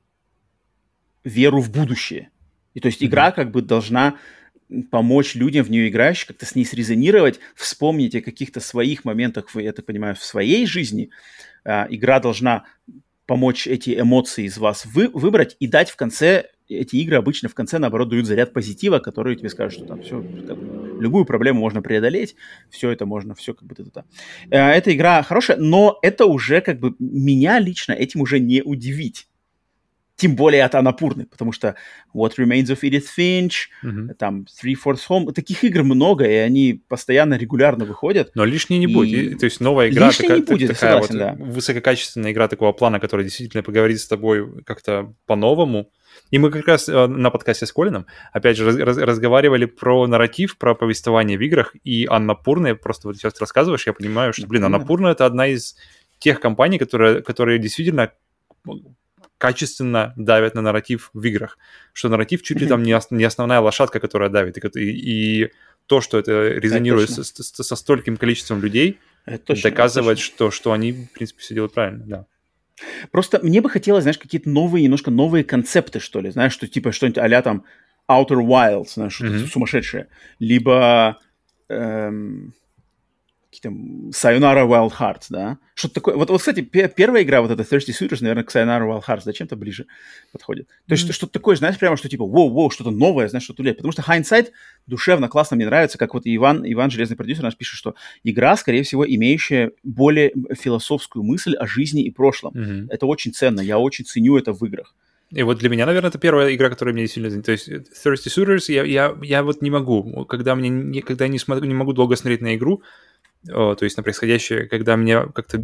веру в будущее. И то есть mm-hmm. игра как бы должна помочь людям в нее играющим как-то с ней срезонировать, вспомнить о каких-то своих моментах, я так понимаю, в своей жизни. Э, игра должна помочь эти эмоции из вас вы, выбрать и дать в конце, эти игры обычно в конце, наоборот, дают заряд позитива, который тебе скажет, что там все, как бы, любую проблему можно преодолеть, все это можно, все как бы это. Эта игра хорошая, но это уже как бы меня лично этим уже не удивить. Тем более от Анапурны, потому что What Remains of Edith Finch, mm-hmm. там Three Fourths Home, таких игр много, и они постоянно, регулярно выходят. Но лишней не и... будет. То есть новая игра, така, не будет, такая согласен, вот да. высококачественная игра такого плана, которая действительно поговорит с тобой как-то по-новому. И мы как раз на подкасте с Колином, опять же, раз, разговаривали про нарратив, про повествование в играх, и Анапурна, просто вот сейчас рассказываешь, я понимаю, что, блин, Анапурна — это одна из тех компаний, которые, которые действительно качественно давят на нарратив в играх. Что нарратив чуть ли там не, ос- не основная лошадка, которая давит. И, и то, что это резонирует это со, со, со стольким количеством людей, это точно, доказывает, это что, что они, в принципе, все делают правильно. Да. Просто мне бы хотелось, знаешь, какие-то новые, немножко новые концепты, что ли. Знаешь, что типа что-нибудь а-ля там Outer Wilds, знаешь, что-то mm-hmm. сумасшедшее. Либо... Эм... какие-то Sayonara Wild Hearts, да, что-то такое. Вот, вот, кстати, п- первая игра, вот эта Thirsty Suitors, наверное, к Sayonara Wild Hearts зачем-то ближе подходит. То есть mm-hmm. что-то такое, знаешь, прямо, что типа, воу-воу, что-то новое, знаешь, что-то лет. Потому что Hindsight душевно, классно, мне нравится, как вот Иван, Иван, железный продюсер, наш пишет, что игра, скорее всего, имеющая более философскую мысль о жизни и прошлом. Mm-hmm. Это очень ценно, я очень ценю это в играх. И вот для меня, наверное, это первая игра, которая мне сильно... То есть Thirsty Suitors я, я, я вот не могу, когда, мне не, когда я не, смотрю, не могу долго смотреть на игру, то есть на происходящее, когда меня как-то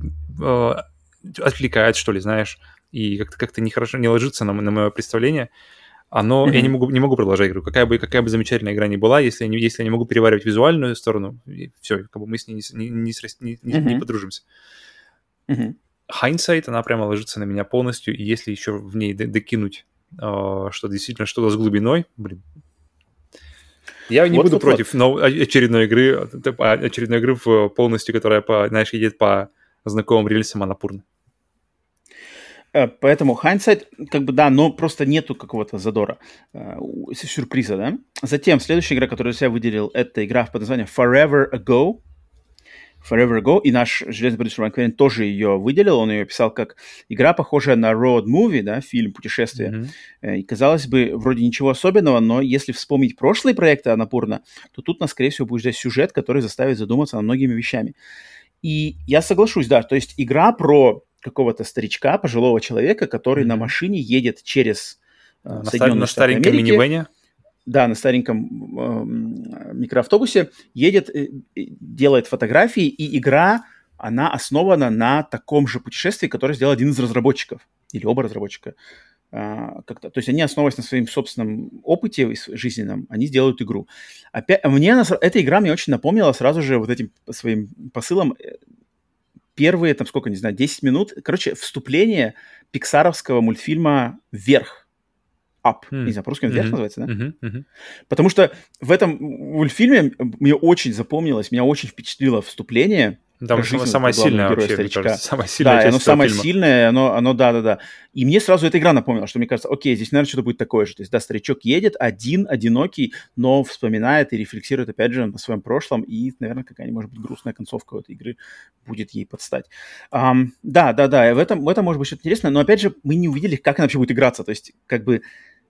э, отвлекает, что ли, знаешь, и как-то, как-то нехорошо, не ложится на, на мое представление, оно, mm-hmm. я не могу, не могу продолжать игру. Какая бы, какая бы замечательная игра ни была, если я не, если я не могу переваривать визуальную сторону, все, как бы мы с ней не, не, не, не, mm-hmm. не подружимся. Mm-hmm. Hindsight, она прямо ложится на меня полностью, и если еще в ней докинуть, э, что действительно что-то с глубиной, блин, я не вот, буду вот, против вот. Но очередной игры, очередной игры в полностью, которая, по, знаешь, едет по знакомым рельсам Анапурны. Поэтому Hindsight, как бы, да, но просто нету какого-то задора, сюрприза, да. Затем следующая игра, которую я выделил, это игра под названием Forever Ago. Forever Ago, и наш железный продюсер Иван Каверин тоже ее выделил, он ее описал как игра, похожая на road movie, да, фильм «Путешествие». Mm-hmm. И, казалось бы, вроде ничего особенного, но если вспомнить прошлые проекты Анапурна, то тут нас, скорее всего, будет ждать сюжет, который заставит задуматься над многими вещами. И я соглашусь, да, то есть игра про какого-то старичка, пожилого человека, который mm-hmm. на машине едет через на Соединенные Штаты Америки. На стареньком минивэне. Да, на стареньком э, микроавтобусе едет, э, делает фотографии, и игра, она основана на таком же путешествии, которое сделал один из разработчиков, или оба разработчика. Э, как-то. То есть они, основываясь на своем собственном опыте жизненном, они сделают игру. Опять, мне она, эта игра мне очень напомнила сразу же вот этим своим посылом первые, там сколько, не знаю, десять минут, короче, вступление пиксаровского мультфильма «Вверх». Up. Mm. Не знаю, по-русски он «Вверх» mm-hmm. называется, да? Mm-hmm. Mm-hmm. Потому что в этом мультфильме мне очень запомнилось, меня очень впечатлило вступление, Там жизнь самое вот сильное героя, вообще, старичка. мне кажется, самая сильная Да, часть оно этого самое фильма. сильное, оно, оно, да-да-да. И мне сразу эта игра напомнила, что мне кажется, окей, здесь, наверное, что-то будет такое же. То есть, да, старичок едет один, одинокий, но вспоминает и рефлексирует, опять же, о своем прошлом, и, наверное, какая-нибудь, может быть, грустная концовка у этой игры будет ей подстать. Um, да, да, да, в этом, в этом может быть что-то интересное, но, опять же, мы не увидели, как она вообще будет играться. То есть, как бы,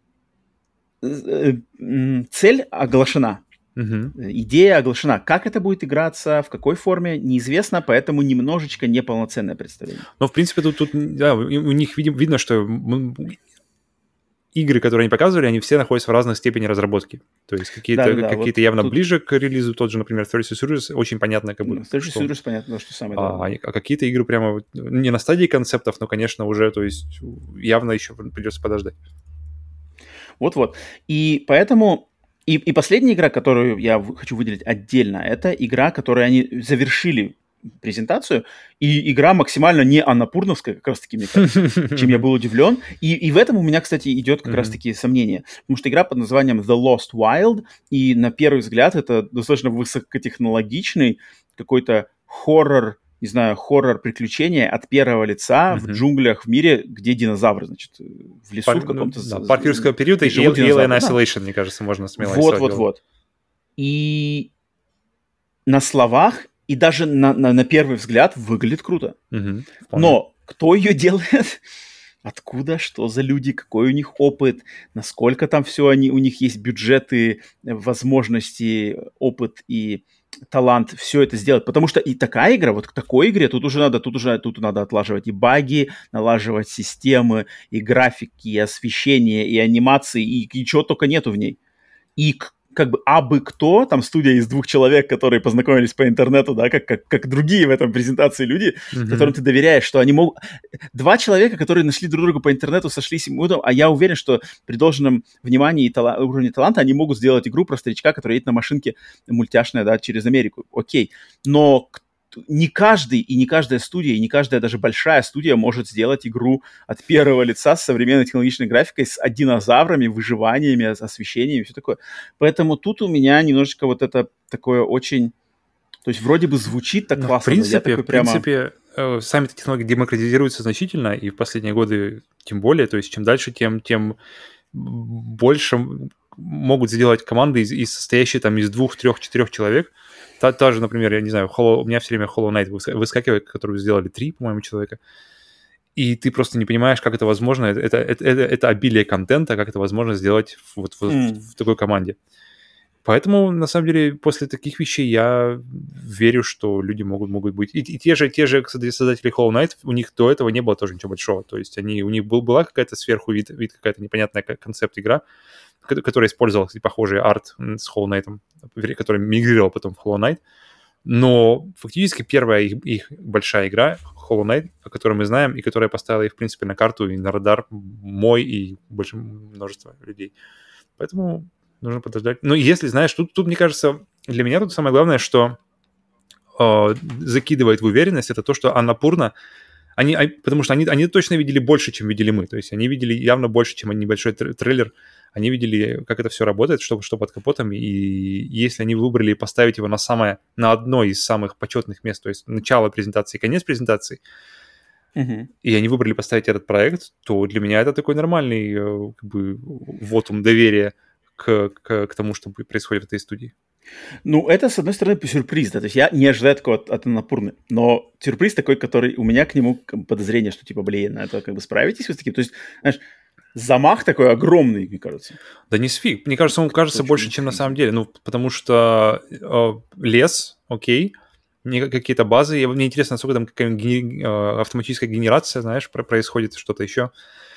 цель оглашена. Угу. Идея оглашена. Как это будет играться, в какой форме, неизвестно, поэтому немножечко неполноценное представление. Но, в принципе, тут, тут да, у них видим, видно, что игры, которые они показывали, они все находятся в разной степени разработки. То есть какие-то, да, да, какие-то вот явно тут... ближе к релизу, тот же, например, тридцать Surious, очень понятно, как бы. тридцать Surious, понятно, что самое. А, Да. а какие-то игры прямо не на стадии концептов, но, конечно, уже, то есть явно еще придется подождать. Вот-вот. И поэтому... И, и последняя игра, которую я хочу выделить отдельно, это игра, которую они завершили презентацию, и игра максимально не анапурновская, как раз-таки, мне кажется, чем я был удивлен. И, и в этом у меня, кстати, идет как mm-hmm. раз-таки сомнение. Потому что игра под названием The Lost Wild, и на первый взгляд это достаточно высокотехнологичный какой-то хоррор, не знаю, хоррор-приключения от первого лица mm-hmm. в джунглях в мире, где динозавры, значит, в лесу Пар... в каком-то... Да, парк юрского периода и Alien Isolation, мне кажется, можно смело Вот, вот, вот. И на словах и даже на, на, на первый взгляд выглядит круто. Mm-hmm. Но кто ее делает? Откуда? Что за люди? Какой у них опыт? Насколько там все они, у них есть бюджеты, возможности, опыт и талант все это сделать? Потому что и такая игра, вот к такой игре тут уже надо, тут уже тут надо отлаживать и баги, налаживать системы, и графики, и освещение, и анимации, и, и чего только нету в ней. И к как бы абы кто, там студия из двух человек, которые познакомились по интернету, да, как, как, как другие в этом презентации люди, mm-hmm. которым ты доверяешь, что они могут... Два человека, которые нашли друг друга по интернету, сошлись, а я уверен, что при должном внимании и тала... уровне таланта они могут сделать игру про старичка, который едет на машинке мультяшная, да, через Америку. Окей. Но не каждый и не каждая студия, и не каждая даже большая студия может сделать игру от первого лица с современной технологичной графикой, с динозаврами, выживаниями, освещением и все такое. Поэтому тут у меня немножечко вот это такое очень... То есть вроде бы звучит так но классно. В принципе, в прямо... принципе э, сами технологии демократизируются значительно, и в последние годы тем более. То есть чем дальше, тем, тем больше могут сделать команды, из, из состоящие там из двух, трех, четырех человек. Та, та же, например, я не знаю, Hollow, у меня все время Hollow Knight выскакивает, которую сделали три, по-моему, человека. И ты просто не понимаешь, как это возможно. Это, это, это, это обилие контента, как это возможно сделать вот в, mm. в, в такой команде. Поэтому, на самом деле, после таких вещей я верю, что люди могут, могут быть... И, и те же, те же создатели Hollow Knight, у них до этого не было тоже ничего большого. То есть они, у них был, была какая-то сверху вид, вид какая-то непонятная концепт-игра, который использовал похожий арт с Hollow Knight, который мигрировал потом в Hollow Knight. Но фактически первая их, их большая игра, Hollow Knight, о которой мы знаем, и которая поставила их, в принципе, на карту и на радар мой и больше множества людей. Поэтому нужно подождать. Но если, знаешь, тут, тут мне кажется, для меня тут самое главное, что э, закидывает в уверенность, это то, что Аннапурна, они, потому что они, они точно видели больше, чем видели мы. То есть они видели явно больше, чем небольшой трейлер. Они видели, как это все работает, что, что под капотом. И если они выбрали поставить его на самое, на одно из самых почетных мест, то есть начало презентации и конец презентации, uh-huh. и они выбрали поставить этот проект, то для меня это такой нормальный как бы вотум доверия к, к, к тому, что происходит в этой студии. Ну, это, с одной стороны, сюрприз, да, то есть я не ожидаю такого от, от Аннапурны, но сюрприз такой, который у меня к нему подозрение, что типа, блин, это как бы справитесь вы с таким, то есть, знаешь, замах такой огромный, мне кажется. Да не сфиг, мне кажется, он кажется больше, чем сфиг. На самом деле, ну, потому что э, лес, окей, какие-то базы, мне интересно, насколько там какая-нибудь гени... э, автоматическая генерация, знаешь, происходит, что-то еще.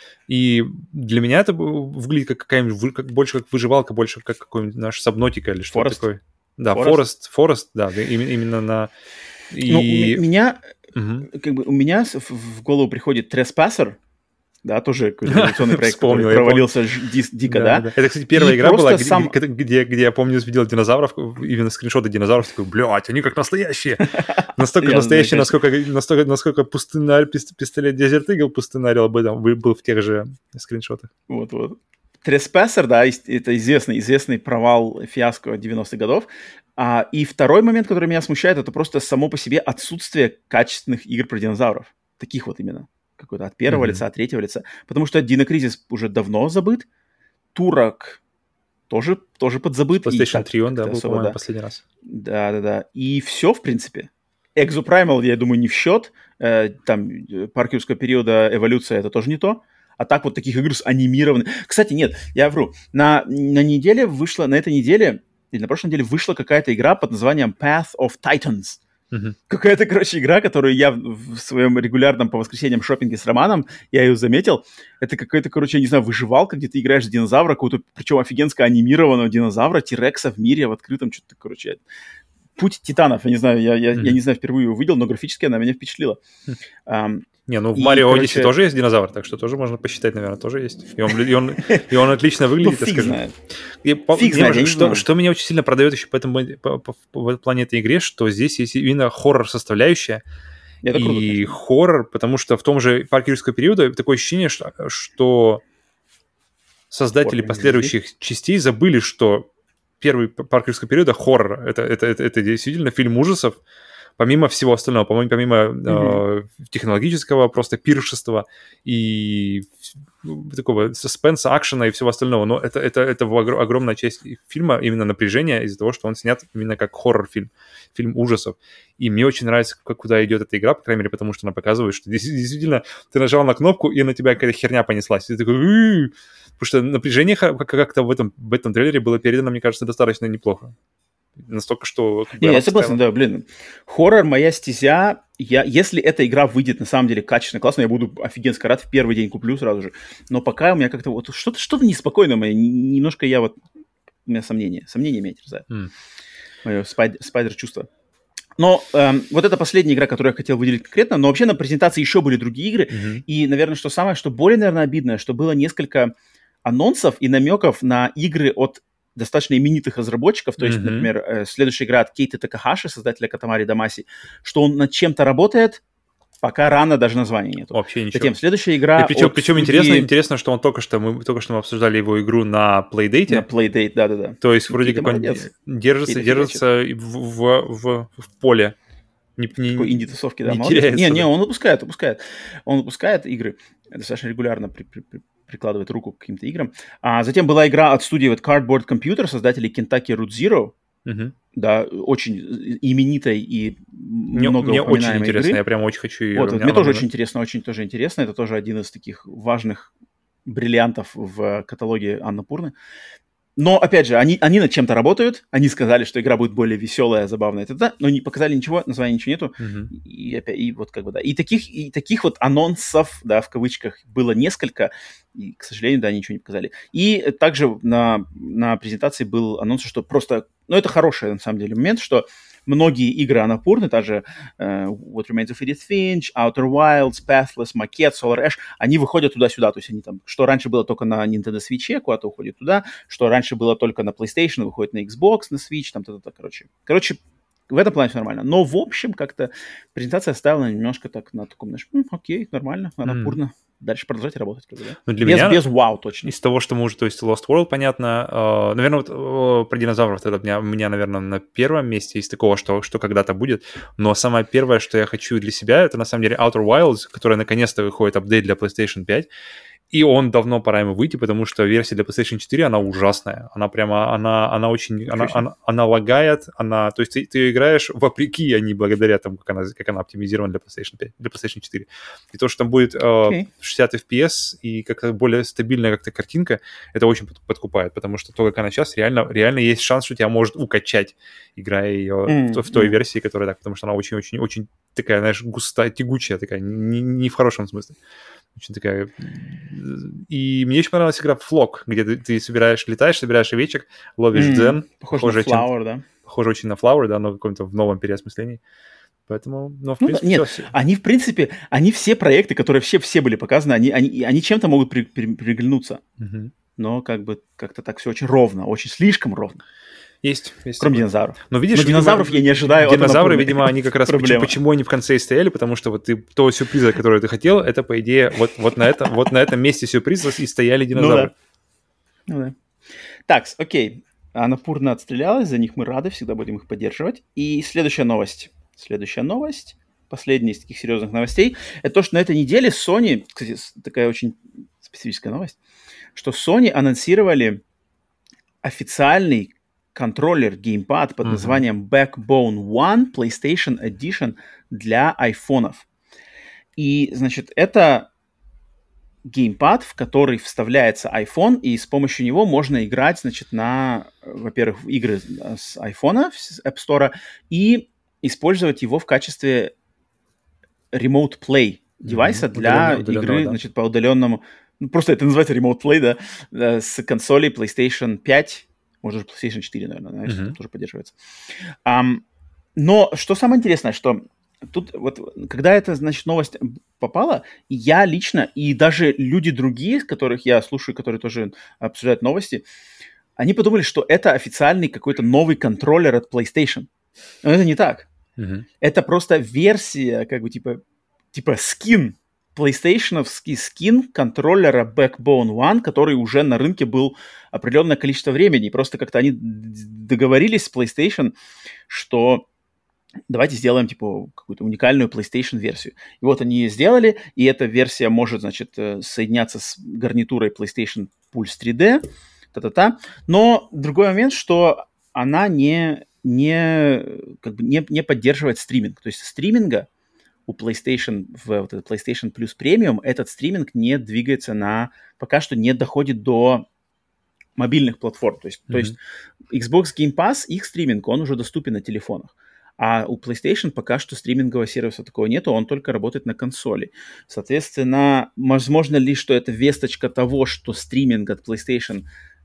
И для меня это выглядит как какая-нибудь, как, больше как выживалка, больше как какой-нибудь наш Сабнотика или что-то такое. Да, Форест, Форест, да, именно на... И... Ну, у меня, угу. как бы, у меня в голову приходит Trespasser, да, тоже революционный проект, Вспомнил, который провалился ди- дико, да, да? да. Это, кстати, первая и игра была, сам... где, где, где я помню, видел динозавров, именно скриншоты динозавров, такой, блядь, они как настоящие. Настолько настоящие, насколько, насколько, насколько пустынарь, пистолет Desert Eagle пустынарил об этом, был в тех же скриншотах. Вот-вот. Trespasser, да, это известный, известный провал, фиаско девяностых годов. А, и второй момент, который меня смущает, это просто само по себе отсутствие качественных игр про динозавров. Таких вот именно. Какой-то от первого mm-hmm. лица, от третьего лица. Потому что Dino Crisis уже давно забыт. Турок тоже, тоже подзабыт. PlayStation три он, да, был, по-моему, да. последний раз. Да-да-да. И все, в принципе. Exoprimal, я думаю, не в счет. Э, там, парк юрского периода, эволюция, это тоже не то. А так вот таких игр с анимированными... Кстати, нет, я вру. На, на неделе вышло, на этой неделе, или на прошлой неделе вышла какая-то игра под названием Path of Titans. Uh-huh. Какая-то, короче, игра, которую я в своем регулярном по воскресеньям шопинге с Романом, я ее заметил. Это какая-то, короче, я не знаю, выживалка, где ты играешь за динозавра, какого-то, причем офигенско анимированного динозавра, Тирекса в мире, в открытом, что-то, короче... Путь титанов, я не знаю, я, я, mm-hmm. я не знаю, впервые ее увидел, но графически она меня впечатлила. Um, не, ну в Марио Одиссе короче... тоже есть динозавр, так что тоже можно посчитать, наверное, тоже есть. И он, и он, и он отлично выглядит, ну, я скажу. Знает. И, фиг знает, я что, что меня очень сильно продает еще по этому, по, по, по, в плане этой игре, что здесь есть именно хоррор-составляющая. Это и круто, конечно. Хоррор, потому что в том же парке юрского периода такое ощущение, что, что создатели хоррор, последующих здесь. частей забыли, что первый парк юрского периода хоррор. Это, это, это, это действительно фильм ужасов, помимо всего остального, помимо, помимо mm-hmm. э, технологического просто пиршества и такого саспенса, акшена и всего остального. Но это, это, это огромная часть фильма, именно напряжение из-за того, что он снят именно как хоррор-фильм, фильм ужасов. И мне очень нравится, как, куда идет эта игра, по крайней мере, потому что она показывает, что действительно ты нажал на кнопку, и на тебя какая-то херня понеслась. И ты такой... У-у-у! Потому что напряжение как-то в этом, в этом трейлере было передано, мне кажется, достаточно неплохо. Настолько, что... Не, я согласен, да, блин. Хоррор моя стезя. Я, если эта игра выйдет на самом деле качественно, классно, я буду офигенски рад, в первый день куплю сразу же. Но пока у меня как-то вот что-то, что-то неспокойное мое. Немножко я вот... У меня сомнения. Сомнения меня терзают. Mm. Мое спайдер, спайдер-чувство. Но эм, вот это последняя игра, которую я хотел выделить конкретно, но вообще на презентации еще были другие игры. Mm-hmm. И, наверное, что самое, что более, наверное, обидное, что было несколько анонсов и намеков на игры от достаточно именитых разработчиков, то есть, mm-hmm. например, э, следующая игра от Кейта Такахаши, создателя Катамари Дамаси, что он над чем-то работает, пока рано, даже названия нету. Вообще ничего. Затем следующая игра... И причем от причем студии... интересно, интересно, что он только что, мы только что мы обсуждали его игру на Playdate. На Playdate, да-да-да. То есть вроде как он держится, Кейта держится в, в, в, в поле. Не, не, Такой инди-тусовки, да, не теряется. Не, да. не, он выпускает, выпускает. Он выпускает игры, достаточно регулярно при, при, при, прикладывает руку к каким-то играм. А затем была игра от студии вот Cardboard Computer, создателей Kentucky Route Zero. Uh-huh. Да, очень именитой и мне, много мне очень игры. интересно, я прям очень хочу ее. Вот, вот, мне тоже очень интересно, очень тоже интересно. Это тоже один из таких важных бриллиантов в каталоге Аннапурны. Но, опять же, они, они над чем-то работают. Они сказали, что игра будет более веселая, забавная, это-то, но не показали ничего, названия ничего нету. Uh-huh. И, опять, и вот как бы, да. И таких, и таких вот анонсов, да, в кавычках, было несколько. И, к сожалению, да, ничего не показали. И также на, на презентации был анонс, что просто... Ну, это хороший, на самом деле, момент, что многие игры Аннапурны, та же uh, What Remains of Edith Finch, Outer Wilds, Pathless, Maquette, Solar Ash, они выходят туда-сюда. То есть они там, что раньше было только на Nintendo Switch, куда-то уходит туда, что раньше было только на PlayStation, выходит на Xbox, на Switch, там, та-та-та, короче. Короче, в этом плане все нормально. Но, в общем, как-то презентация оставила немножко так на таком, знаешь, м, окей, нормально, Аннапурна. Mm. Дальше продолжать работать. Как бы, да? Ну, для без, меня, без вау, точно. Из того, что мы уже, то есть Lost World, понятно. Э, наверное, вот э, про динозавров тогда у меня, у меня, наверное, на первом месте из такого, что, что когда-то будет. Но самое первое, что я хочу для себя, это на самом деле Outer Wilds, которая наконец-то выходит апдейт для PlayStation пять. И он давно пора ему выйти, потому что версия для PlayStation четыре, она ужасная. Она прямо, она, она очень, она, она, она лагает, она, то есть ты, ты ее играешь вопреки, а не благодаря тому, как она, как она оптимизирована для PlayStation пять, для PlayStation четыре. И то, что там будет э, okay. шестьдесят эф пи эс и как-то более стабильная как-то картинка, это очень подкупает, потому что то, как она сейчас, реально, реально есть шанс, что тебя может укачать, играя ее mm-hmm. в, в той версии, которая так, потому что она очень-очень-очень такая, знаешь, густая, тягучая такая, не, не в хорошем смысле. Очень такая... И мне очень понравилась игра Flock, где ты, ты собираешь, летаешь, собираешь овечек, ловишь mm-hmm. дзен. Похоже, похоже на Flower, чем... да? Похоже очень на Flower, да, но в каком-то в новом переосмыслении. Поэтому, ну, в ну, принципе, нет, все. Они, в принципе, они все проекты, которые все, все были показаны, они, они, они чем-то могут при, при, приглянуться. Mm-hmm. Но как бы как-то так все очень ровно, очень слишком ровно. Есть, есть. Кроме такое. Динозавров. Но видишь, Но динозавров видимо, я не ожидаю. Динозавры, видимо, они как раз почему, почему они в конце и стояли, потому что вот ты того сюрприза, который ты хотел, это, по идее, вот, вот, на, этом, вот на этом месте сюрприза и стояли динозавры. Ну, да. Ну да. Так, окей. Анапурна отстрелялась, за них мы рады, всегда будем их поддерживать. И следующая новость. Следующая новость, последняя из таких серьезных новостей, это то, что на этой неделе Sony, кстати, такая очень специфическая новость, что Sony анонсировали официальный контроллер геймпад под названием Backbone One PlayStation Edition для айфонов. И, значит, это геймпад, в который вставляется iPhone, и с помощью него можно играть, значит, на, во-первых, игры с iPhone, с App Store, и использовать его в качестве Remote Play девайса mm-hmm. для Удаленно, игры, да. значит, по удаленному... Ну, просто это называется Remote Play, да, с консолей PlayStation пять, может, PlayStation четыре, наверное, знаешь, mm-hmm. тоже поддерживается. Um, но что самое интересное, что тут вот, когда эта, значит, новость попала, я лично, и даже люди другие, которых я слушаю, которые тоже обсуждают новости, они подумали, что это официальный какой-то новый контроллер от PlayStation. Но это не так. Mm-hmm. Это просто версия, как бы, типа, типа скин, PlayStation-овский скин контроллера Backbone One, который уже на рынке был определенное количество времени. Просто как-то они договорились с PlayStation, что давайте сделаем, типа, какую-то уникальную PlayStation-версию. И вот они ее сделали, и эта версия может, значит, соединяться с гарнитурой PlayStation Pulse три дэ, та-та-та. Но другой момент, что она не, не, как бы не, не поддерживает стриминг. То есть стриминга у PlayStation, в вот этот PlayStation Plus Premium, этот стриминг не двигается на... Пока что не доходит до мобильных платформ. То есть, mm-hmm. то есть Xbox Game Pass, их стриминг, он уже доступен на телефонах. А у PlayStation пока что стримингового сервиса такого нету, он только работает на консоли. Соответственно, возможно ли, что это весточка того, что стриминг от PlayStation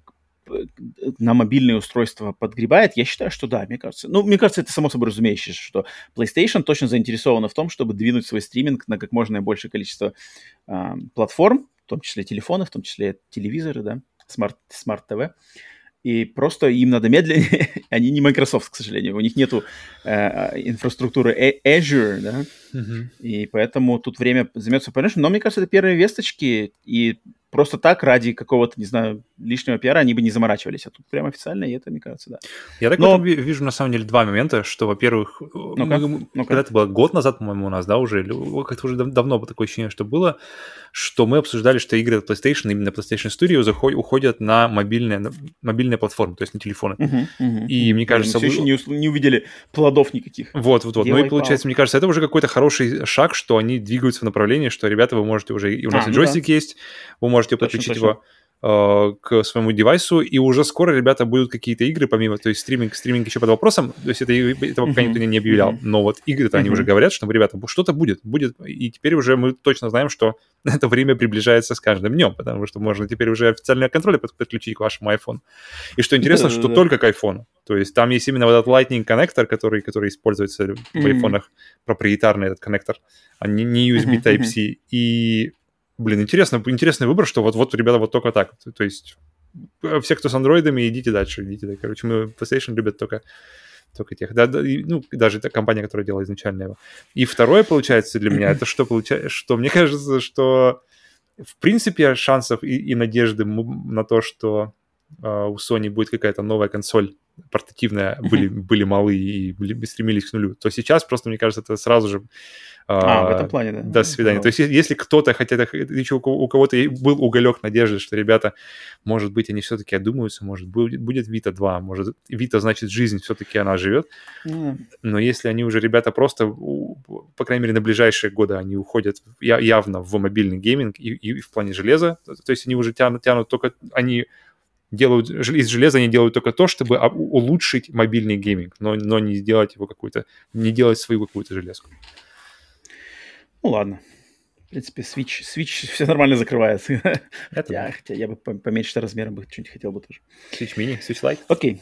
на мобильные устройства подгребает? Я считаю, что да, мне кажется. Ну, мне кажется, это само собой разумеющееся, что PlayStation точно заинтересована в том, чтобы двинуть свой стриминг на как можно большее количество э, платформ, в том числе телефоны, в том числе телевизоры, да, смарт, смарт-ТВ. И просто им надо медленнее. Они не Microsoft, к сожалению. У них нету э, инфраструктуры Azure, да. Uh-huh. И поэтому тут время займется, конечно. Но мне кажется, это первые весточки. И просто так, ради какого-то, не знаю, лишнего пиара, они бы не заморачивались. А тут прямо официально, и это, мне кажется, да. Я так Но... вот вижу, на самом деле, два момента, что, во-первых, ну-ка, мы, ну-ка. когда это было год назад, по-моему, у нас, да, уже, как-то уже давно было такое ощущение, что было, что мы обсуждали, что игры от PlayStation, именно PlayStation Studio, заходят, уходят на мобильные, на мобильные платформы, то есть на телефоны. Uh-huh, uh-huh, и, uh-huh. мне кажется... Мы все вы... еще не, не увидели плодов никаких. Вот, вот, вот. Ну и, получается, мне кажется, это уже какой-то хороший шаг, что они двигаются в направлении, что, ребята, вы можете уже... И у нас а, и ну джойстик да. есть, вы можете точно, подключить точно. его к своему девайсу, и уже скоро, ребята, будут какие-то игры, помимо, то есть стриминг, стриминг еще под вопросом, то есть это, этого пока uh-huh. никто не объявлял, uh-huh. но вот игры-то uh-huh. они уже говорят, что, ребята, что-то будет, будет, и теперь уже мы точно знаем, что это время приближается с каждым днем, потому что можно теперь уже официальные контроллеры подключить к вашему iPhone. И что интересно, что только к iPhone, то есть там есть именно вот этот Lightning коннектор, который, который используется в uh-huh. айфонах, проприетарный этот коннектор, а не, не ю эс би Type-C, и блин, интересно, интересный выбор, что вот-вот, ребята, вот только так. То есть все, кто с андроидами, идите дальше, идите. Короче, мы PlayStation любят только, только тех. Да, да, и, ну, даже та компания, которая делала изначально его. И второе, получается, для меня, это что получается, что мне кажется, что в принципе шансов и, и надежды на то, что uh, у Sony будет какая-то новая консоль портативная, были, были малы и были, стремились к нулю, то сейчас просто, мне кажется, это сразу же А, uh, в этом плане, да. До свидания. То есть, если кто-то, хотя еще у кого-то был уголек надежды, что, ребята, может быть, они все-таки одумаются, может, будет, будет Vita два, может, Vita, значит, жизнь все-таки она живет. Mm. Но если они уже, ребята, просто, по крайней мере, на ближайшие годы они уходят явно в мобильный гейминг и, и в плане железа, то есть они уже тянут, тянут только, они делают, из железа они делают только то, чтобы улучшить мобильный гейминг, но, но не сделать его какую-то, не делать свою какую-то железку. Ну ладно. В принципе, Switch, Switch все нормально закрывается. хотя, хотя я бы поменьше размером бы что-нибудь хотел бы тоже. Switch Mini, Switch Lite. Окей.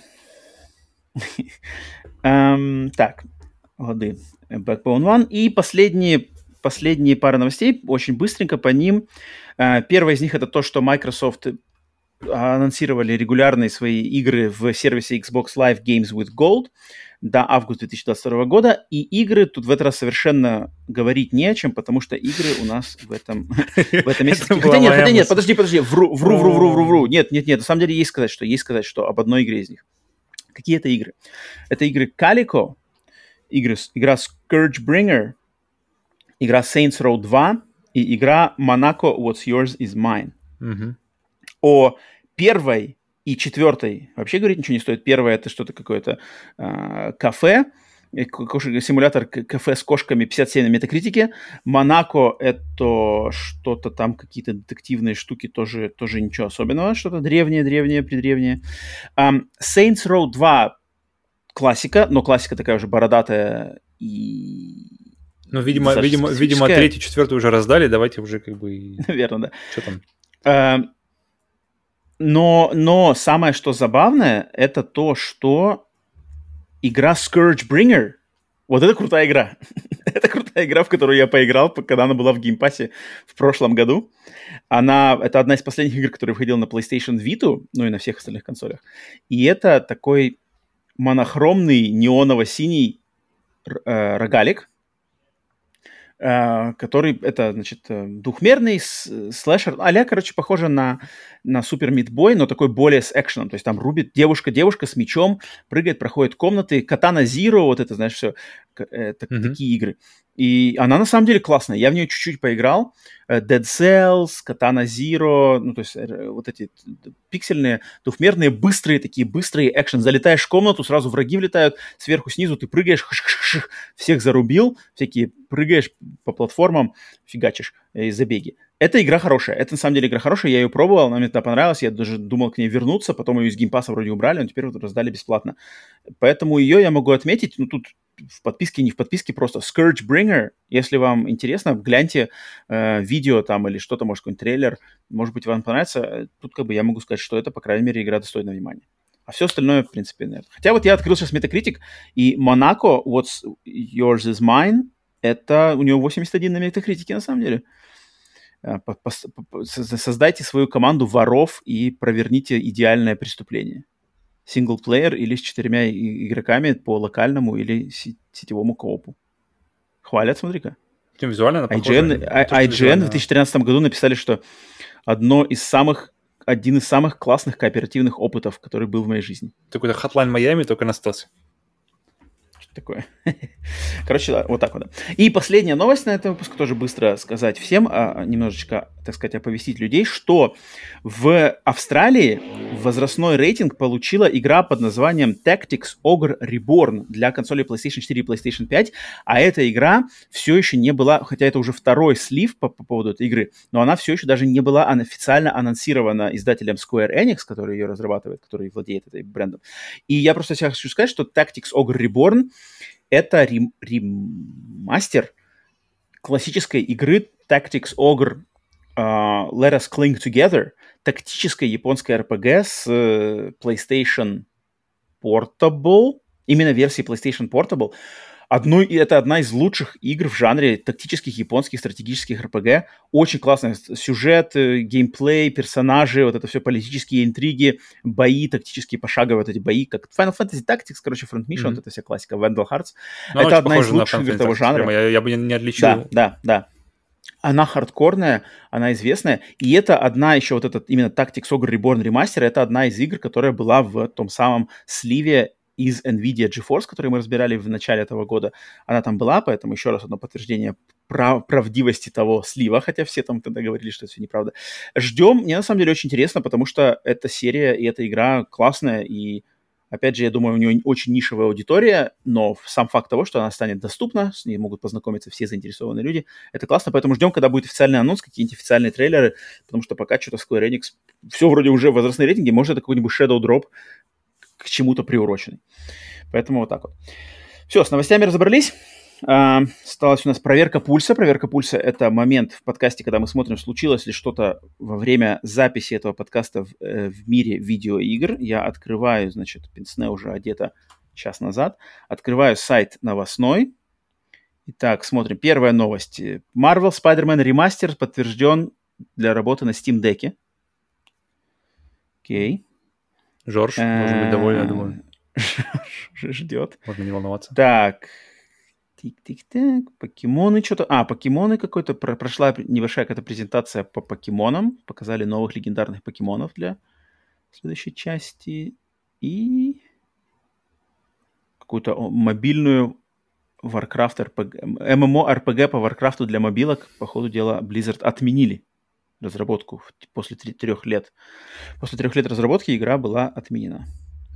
um, так, лады. Backbone One. И последние, последние пара новостей, очень быстренько по ним. Uh, первая из них это то, что Microsoft анонсировали регулярные свои игры в сервисе Xbox Live Games with Gold до августа две тысячи двадцать второго года. И игры тут в этот раз совершенно говорить не о чем, потому что игры у нас в этом, в этом месяце... Хотя нет, хотя нет, подожди, подожди, вру, вру, вру, вру, вру, вру. Нет, нет, нет, на самом деле есть сказать, что есть сказать, что об одной игре из них. Какие это игры? Это игры Calico, игры, игра Scourgebringer, игра Saints Row два и игра Monaco What's Yours Is Mine. Угу. О первой и четвертой вообще говорить ничего не стоит. Первое — это что-то какое-то э, кафе, симулятор кафе с кошками, пятьдесят семь на метакритике. Монако — это что-то там, какие-то детективные штуки, тоже, тоже ничего особенного, что-то древнее, древнее, предревнее. Um, Saints Row два классика, но классика такая уже бородатая и... Ну, видимо, видимо, видимо, третью, четвертую уже раздали, давайте уже как бы... Наверное, да. Что там? Uh, но, но самое, что забавное, это то, что игра Scourgebringer, вот это крутая игра. Это крутая игра, в которую я поиграл, когда она была в геймпассе в прошлом году. Она, это одна из последних игр, которая выходила на PlayStation Vita, ну и на всех остальных консолях. И это такой монохромный неоново-синий э, рогалик, Uh, который, это, значит, двухмерный слэшер, а-ля, короче, похоже на, на Super Meat Boy, но такой более с экшеном, то есть там рубит девушка-девушка с мечом, прыгает, проходит комнаты, Katana Zero, вот это, знаешь, все, это, mm-hmm. такие игры. И она на самом деле классная, я в нее чуть-чуть поиграл, Dead Cells, Katana Zero, ну, то есть вот эти пиксельные, двухмерные, быстрые такие, быстрые экшен, залетаешь в комнату, сразу враги влетают, сверху, снизу ты прыгаешь, всех зарубил, всякие прыгаешь по платформам, фигачишь э, забеги. Эта игра хорошая. Это на самом деле игра хорошая. Я ее пробовал, она мне тогда понравилась. Я даже думал к ней вернуться. Потом ее из геймпасса вроде убрали, но теперь вот раздали бесплатно. Поэтому ее я могу отметить. Ну, тут в подписке, не в подписке, просто Scourgebringer. Если вам интересно, гляньте э, видео там или что-то, может, какой-нибудь трейлер. Может быть, вам понравится. Тут как бы я могу сказать, что это, по крайней мере, игра достойна внимания. А все остальное, в принципе, нет. Хотя вот я открыл сейчас Metacritic, и Monaco What's Yours Is Mine, это у него восемьдесят один на Metacritic, на самом деле. Создайте свою команду воров и проверните идеальное преступление. Синглплеер или с четырьмя игроками по локальному или сетевому коопу. Хвалят, смотри-ка. Визуально она ай джи эн, похожа. ай джи эн в две тысячи тринадцатом году написали, что одно из самых, один из самых классных кооперативных опытов, который был в моей жизни. Такой-то Hotline Miami, только на стелсе. Такое. Короче, вот так вот. И последняя новость на этом выпуске, тоже быстро сказать всем, а, немножечко, так сказать, оповестить людей, что в Австралии возрастной рейтинг получила игра под названием Tactics Ogre Reborn для консолей PlayStation четыре и PlayStation пять, а эта игра все еще не была, хотя это уже второй слив по, по поводу этой игры, но она все еще даже не была официально анонсирована издателем Square Enix, который ее разрабатывает, который владеет этим брендом. И я просто сейчас хочу сказать, что Tactics Ogre Reborn это рем- ремастер классической игры Tactics Ogre uh, Let Us Cling Together, тактической японской эр пи джи с uh, PlayStation Portable, именно версии PlayStation Portable. Одной, это одна из лучших игр в жанре тактических японских стратегических эр пи джи. Очень классный сюжет, геймплей, персонажи, вот это все политические интриги, бои, тактические пошаговые вот эти бои, как Final Fantasy Tactics, короче, Front Mission, mm-hmm. вот это вся классика, Vandal Hearts. Но это одна из лучших игр того жанра. Прямо, я, я бы не отличил. Да, да, да. Она хардкорная, она известная, и это одна еще, вот этот именно Tactics Ogre Reborn Remaster, это одна из игр, которая была в том самом сливе из NVIDIA GeForce, который мы разбирали в начале этого года. Она там была, поэтому еще раз одно подтверждение прав- правдивости того слива, хотя все там тогда говорили, что это все неправда. Ждем. Мне на самом деле очень интересно, потому что эта серия и эта игра классная, и опять же, я думаю, у нее очень нишевая аудитория, но сам факт того, что она станет доступна, с ней могут познакомиться все заинтересованные люди, это классно, поэтому ждем, когда будет официальный анонс, какие-нибудь официальные трейлеры, потому что пока что-то Square Enix, все вроде уже в возрастной рейтинге, может, это какой-нибудь Shadow Drop к чему-то приуроченный. Поэтому вот так вот. Все, с новостями разобрались. Uh, осталась у нас проверка пульса. Проверка пульса — это момент в подкасте, когда мы смотрим, случилось ли что-то во время записи этого подкаста в, э, в мире видеоигр. Я открываю, значит, пенсне уже одета час назад. Открываю сайт новостной. Итак, смотрим. Первая новость. Marvel Spider-Man Remaster подтвержден для работы на Steam Deck. Окей. Жорж должен быть доволен, я думаю. Ждет. Можно не волноваться. Так. Тик-тик-так. Покемоны что-то... А, покемоны какой-то. Прошла небольшая какая-то презентация по покемонам. Показали новых легендарных покемонов для следующей части. И какую-то мобильную Warcraft эр пи джи, MMORPG по Warcraft для мобилок. По ходу дела Blizzard отменили разработку после трех лет. После трех лет разработки игра была отменена.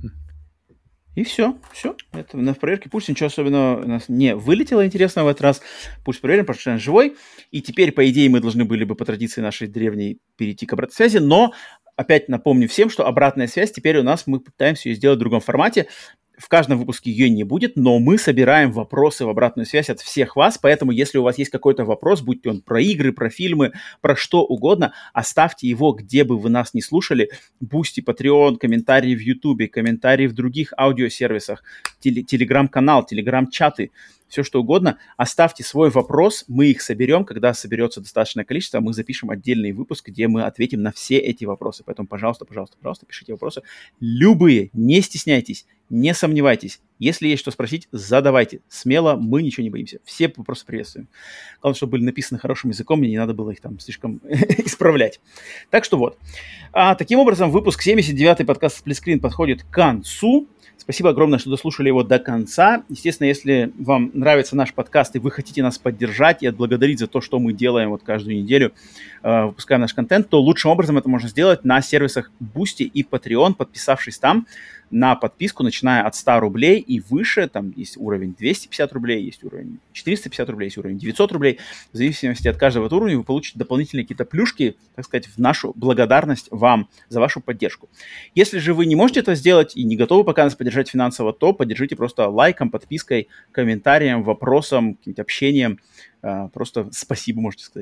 И все, все. Это на проверке пульса ничего особенного у нас не вылетело интересного в этот раз. Пульс проверен, потому что он живой. И теперь, по идее, мы должны были бы по традиции нашей древней перейти к обратной связи. Но опять напомню всем, что обратная связь теперь у нас, мы пытаемся ее сделать в другом формате. В каждом выпуске ее не будет, но мы собираем вопросы в обратную связь от всех вас, поэтому если у вас есть какой-то вопрос, будь он про игры, про фильмы, про что угодно, оставьте его, где бы вы нас не слушали. Boosty, Patreon, комментарии в YouTube, комментарии в других аудиосервисах, теле- телеграм-канал, телеграм-чаты, все что угодно. Оставьте свой вопрос, мы их соберем, когда соберется достаточное количество, мы запишем отдельный выпуск, где мы ответим на все эти вопросы. Поэтому, пожалуйста, пожалуйста, пожалуйста, пишите вопросы. Любые, не стесняйтесь, не сомневайтесь. Если есть что спросить, задавайте. Смело, мы ничего не боимся. Все вопросы приветствуем. Главное, чтобы были написаны хорошим языком, мне не надо было их там слишком исправлять. Так что вот. А, таким образом, выпуск семьдесят девятый подкаста Splitscreen подходит к концу. Спасибо огромное, что дослушали его до конца. Естественно, если вам нравится наш подкаст и вы хотите нас поддержать и отблагодарить за то, что мы делаем вот каждую неделю, э, выпускаем наш контент, то лучшим образом это можно сделать на сервисах Boosty и Patreon, подписавшись там на подписку, начиная от ста рублей и выше. Там есть уровень двести пятьдесят рублей, есть уровень четыреста пятьдесят рублей, есть уровень девятьсот рублей. В зависимости от каждого уровня вы получите дополнительные какие-то плюшки, так сказать, в нашу благодарность вам за вашу поддержку. Если же вы не можете это сделать и не готовы пока нас поддержать финансово, то поддержите просто лайком, подпиской, комментарием, вопросом, каким-то общением. Просто спасибо, можете сказать.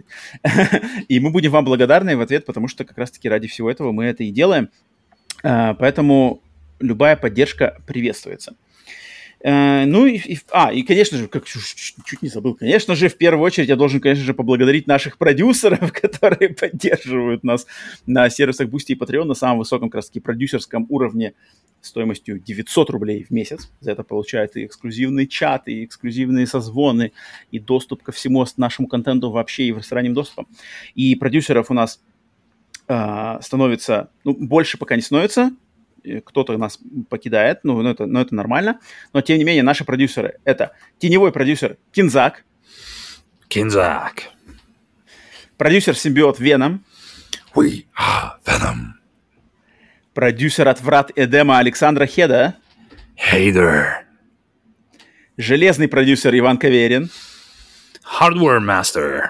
И мы будем вам благодарны в ответ, потому что как раз-таки ради всего этого мы это и делаем. Поэтому любая поддержка приветствуется. Uh, ну и, и, а, и, конечно же, как чуть, чуть не забыл, конечно же, в первую очередь я должен, конечно же, поблагодарить наших продюсеров, которые поддерживают нас на сервисах Boosty и Patreon на самом высоком, как раз таки, продюсерском уровне стоимостью девятьсот рублей в месяц. За это получают и эксклюзивные чаты, и эксклюзивные созвоны, и доступ ко всему нашему контенту вообще, и с ранним доступом. И продюсеров у нас uh, становится, ну, больше пока не становится. Кто-то нас покидает, ну, ну, это, ну, это нормально. Но, тем не менее, наши продюсеры — это теневой продюсер Кинзак. Кинзак. Продюсер-симбиот Веном. We are Venom. Продюсер от Врат Эдема Александра Хеда. Hey there. Железный продюсер Иван Каверин. Hardware Master.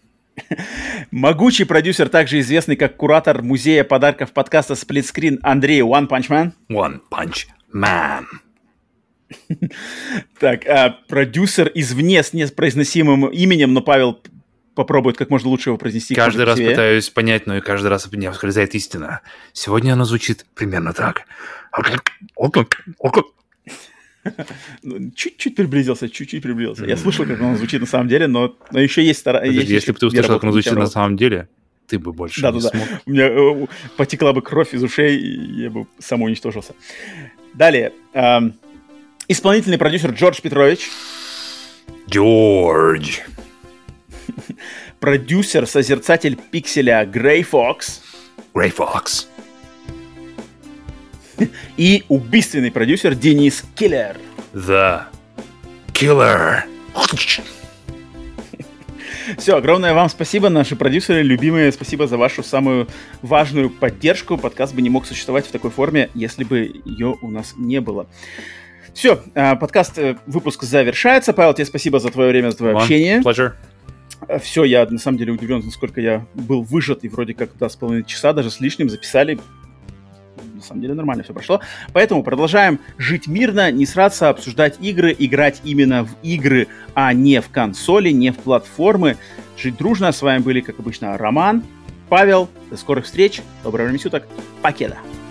Могучий продюсер, также известный как куратор музея подарков подкаста Splitscreen Андрей One Punch Man. One Punch Man. Так, а, продюсер извне с непроизносимым именем, но Павел попробует как можно лучше его произнести. Каждый раз пытаюсь понять, но и каждый раз мне ускользает истина. Сегодня оно звучит примерно так. Чуть-чуть приблизился, чуть-чуть приблизился. Я слышал, как он звучит на самом деле, но, но еще есть... Стар... Подожди, есть если бы ты услышал, как он звучит на самом деле, ты бы больше да, не да, смог. Да. У меня э, потекла бы кровь из ушей, и я бы самоуничтожился. Далее. Эм, исполнительный продюсер Джордж Петрович. Джордж. Продюсер, созерцатель пикселя Грей Фокс. Грей Фокс. И убийственный продюсер Денис Киллер. The Killer. Все, огромное вам спасибо, наши продюсеры, любимые. Спасибо за вашу самую важную поддержку. Подкаст бы не мог существовать в такой форме, если бы ее у нас не было. Все, подкаст, выпуск завершается. Павел, тебе спасибо за твое время, за твое One общение. Pleasure. Все, я на самом деле удивлен, насколько я был выжат, и вроде как два с половиной часа, даже с лишним записали. На самом деле нормально все прошло. Поэтому продолжаем жить мирно, не сраться, обсуждать игры, играть именно в игры, а не в консоли, не в платформы. Жить дружно. С вами были, как обычно, Роман, Павел. До скорых встреч. Доброго времени суток. Покеда.